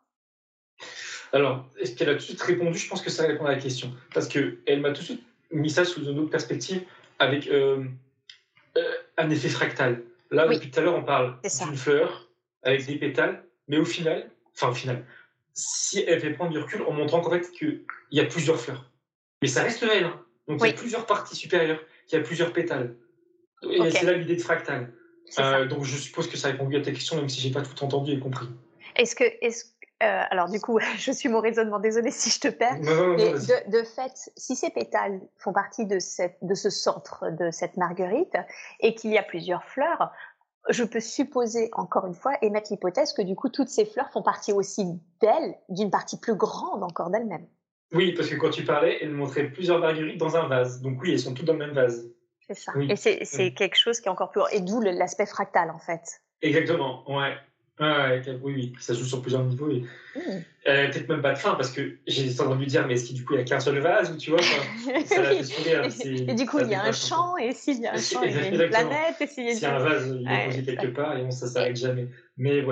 Alors, est-ce qu'elle a tout de suite répondu? Je pense que ça répond à la question, parce qu'elle m'a tout de suite mis ça sous une autre perspective avec euh, euh, un effet fractal. Là, oui. Depuis tout à l'heure, on parle d'une fleur avec des pétales, mais au final, enfin au final, si elle fait prendre du recul en montrant qu'en fait qu'il y a plusieurs fleurs. Mais ça reste elle, hein. Donc oui. Il y a plusieurs parties supérieures, il y a plusieurs pétales. Et okay. C'est là l'idée de fractal. Euh, donc je suppose que ça a répondu à ta question, même si j'ai pas tout entendu et compris. Est-ce que, est-ce Euh, alors du coup, je suis mon raisonnement, désolée si je te perds, non, non, mais non, de, de fait, si ces pétales font partie de, cette, de ce centre de cette marguerite et qu'il y a plusieurs fleurs, je peux supposer, encore une fois, émettre l'hypothèse que du coup, toutes ces fleurs font partie aussi d'elle, d'une partie plus grande encore d'elle-même. Oui, parce que quand tu parlais, elle montrait plusieurs marguerites dans un vase, donc oui, elles sont toutes dans le même vase. C'est ça, oui. Et c'est, c'est oui. quelque chose qui est encore plus... Et d'où le, l'aspect fractal, en fait. Exactement, ouais. Ah, oui, oui, ça joue sur plusieurs niveaux. Et... Mmh. Elle n'a peut-être même pas de fin parce que j'ai entendu dire, mais est-ce qu'il du coup il n'y a qu'un seul vase ou tu vois, ça l'a fait sourire. C'est, et du coup, il y a un champ, et s'il y a un champ, il y a une planète, et s'il y a, s'il y a un vase, il est ouais, posé quelque ouais. part et on, ça ne s'arrête jamais. Mais ouais.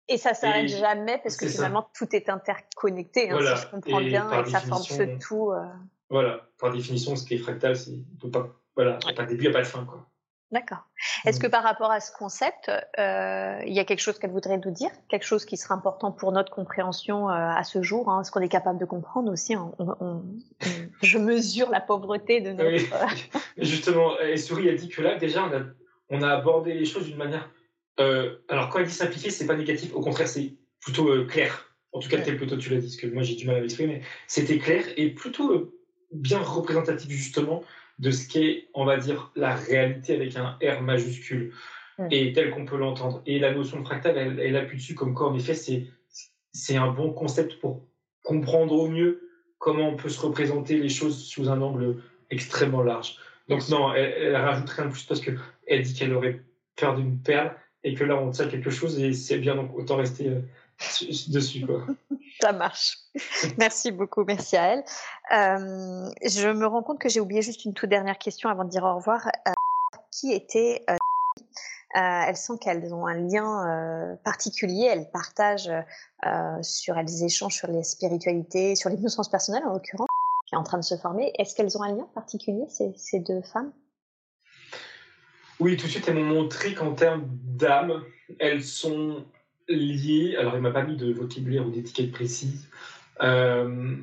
Et ça s'arrête et jamais parce que finalement ça. Tout est interconnecté, hein, voilà. Si je comprends et bien, et que ça forme ce tout. Euh... Voilà, par définition, ce qui est fractal, c'est il pas, voilà, il n'y a pas de début, il n'y a pas de fin, quoi. D'accord. Est-ce que par rapport à ce concept, euh, il y a quelque chose qu'elle voudrait nous dire, quelque chose qui sera important pour notre compréhension euh, à ce jour, hein, ce qu'on est capable de comprendre aussi. Hein, on, on, on, je mesure la pauvreté de notre. Oui. Justement, et Souris a dit que là, déjà, on a, on a abordé les choses d'une manière. Euh, alors, quand elle dit simplifier, c'est pas négatif. Au contraire, c'est plutôt euh, clair. En tout cas, ouais. Tel que toi tu l'as dit, parce que moi j'ai du mal à l'exprimer. C'était clair et plutôt euh, bien représentatif justement de ce qu'est, on va dire, la réalité avec un R majuscule, mmh. et tel qu'on peut l'entendre. Et la notion de fractal, elle, elle appuie dessus comme quoi, en effet, c'est, c'est un bon concept pour comprendre au mieux comment on peut se représenter les choses sous un angle extrêmement large. Donc Merci. non, elle, elle rajoute rien de plus parce qu'elle dit qu'elle aurait peur d'une perle et que là, on tient quelque chose et c'est bien, donc autant rester euh, dessus, quoi. Ça marche. Merci beaucoup, merci à elle. Euh, je me rends compte que j'ai oublié juste une toute dernière question avant de dire au revoir. Euh, qui était euh, euh, elles sentent qu'elles ont un lien euh, particulier, elles partagent euh, sur, elles échangent sur les spiritualités, sur l'hypnose transpersonnelle en l'occurrence, qui est en train de se former. Est-ce qu'elles ont un lien particulier, ces, ces deux femmes? Oui, tout de suite, elles m'ont montré qu'en termes d'âme, elles sont liées. Alors, il m'a pas mis de vocabulaire ou d'étiquette précise. Euh...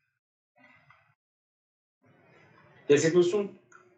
Il y a cette notion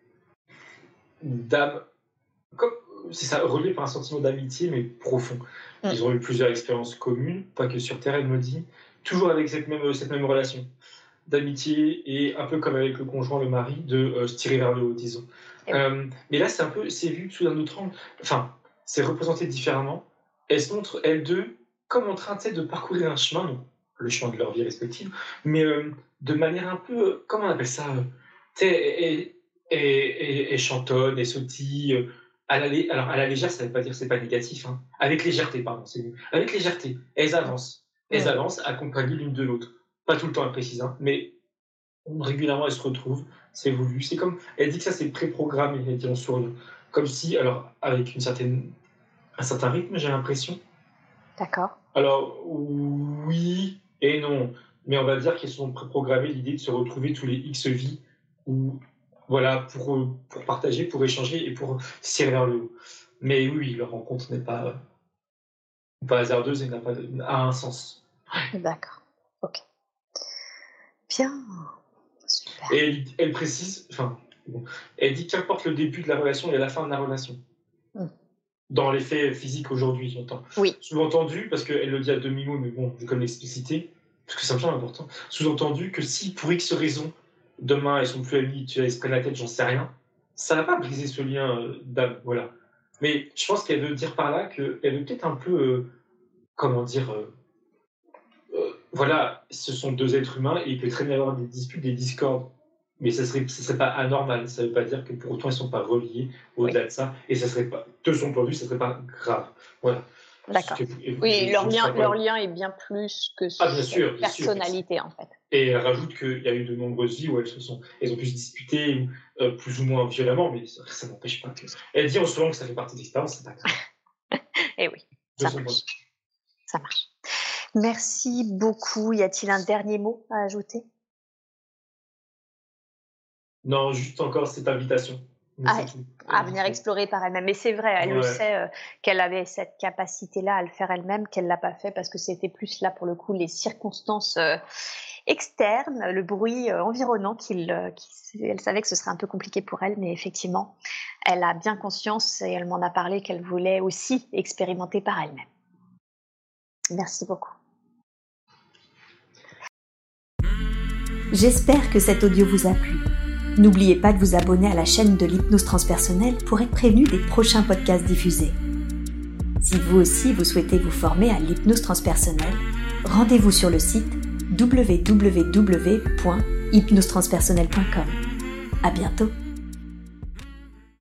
d'âme, comme, c'est ça, relié par un sentiment d'amitié, mais profond. Mmh. Ils ont eu plusieurs expériences communes, pas que sur Terre, elle me dit, toujours avec cette même, cette même relation d'amitié et un peu comme avec le conjoint, le mari, de euh, se tirer vers le haut, disons. Mmh. Euh, mais là, c'est un peu, c'est vu sous un autre angle. Enfin, c'est représenté différemment. Elles se montrent, elles deux, comme en train de parcourir un chemin, donc, le chemin de leur vie respective, mais euh, de manière un peu, euh, comment on appelle ça, euh, tu sais, et, et, et, et chantonne, et sautille, euh, à la, alors à la légère, ça ne veut pas dire que c'est pas négatif, hein. Avec légèreté, pardon, c'est mieux. Avec légèreté, elles avancent, elles mmh. avancent accompagnées l'une de l'autre. Pas tout le temps, elle précise, hein, mais régulièrement, elles se retrouvent, c'est voulu. C'est comme, elle dit que ça, c'est préprogrammé, elle dit en souriant. Comme si, alors, avec une certaine, un certain rythme, j'ai l'impression. D'accord. Alors, oui et non, mais on va dire qu'elles sont préprogrammées l'idée de se retrouver tous les X vies, où, voilà, pour, pour partager, pour échanger et pour tirer vers le haut. Mais oui, leur rencontre n'est pas, pas hasardeuse et n'a pas a un sens. D'accord, ok. Bien, super. Et elle, elle précise, enfin, bon, elle dit qu'importe le début de la relation et la fin de la relation. Mm. Dans les faits physiques aujourd'hui, j'entends. Oui. Sous-entendu, parce qu'elle le dit à demi-mot, mais bon, je vais comme l'expliciter, parce que ça me semble important. Sous-entendu que si, pour X raisons, demain, elles sont plus amies, tu elles se prennent la tête, j'en sais rien, ça va pas briser ce lien euh, d'âme, voilà. Mais je pense qu'elle veut dire par là qu'elle veut peut-être un peu, euh, comment dire, euh, euh, voilà, ce sont deux êtres humains et il peut très bien y avoir des disputes, des discordes. Mais ça serait, ça serait pas anormal. Ça veut pas dire que pour autant ils sont pas reliés au-delà oui. de ça. Et ça serait pas, de son point de vue, ça serait pas grave. Voilà. D'accord. Que, oui, leur lien, leur lien est bien plus que ah, bien sûr, bien personnalité sûr. en fait. Et elle rajoute qu'il y a eu de nombreuses vies où elles se sont, elles ont pu se disputer euh, plus ou moins violemment, mais ça, ça n'empêche pas que. Elle dit en souvent que ça fait partie de l'expérience, c'est pas grave. Et oui, ça marche. Ça marche. Merci beaucoup. Y a-t-il un dernier mot à ajouter? Non, juste encore cette invitation. À, à venir explorer par elle-même. Mais c'est vrai, elle ouais. le sait euh, qu'elle avait cette capacité-là à le faire elle-même, qu'elle ne l'a pas fait parce que c'était plus là, pour le coup, les circonstances euh, externes, le bruit euh, environnant, qu'il, euh, qu'il, elle savait que ce serait un peu compliqué pour elle, mais effectivement, elle a bien conscience et elle m'en a parlé qu'elle voulait aussi expérimenter par elle-même. Merci beaucoup. J'espère que cet audio vous a plu. N'oubliez pas de vous abonner à la chaîne de l'hypnose transpersonnelle pour être prévenu des prochains podcasts diffusés. Si vous aussi vous souhaitez vous former à l'hypnose transpersonnelle, rendez-vous sur le site w w w point hypnose transpersonnelle point com. À bientôt.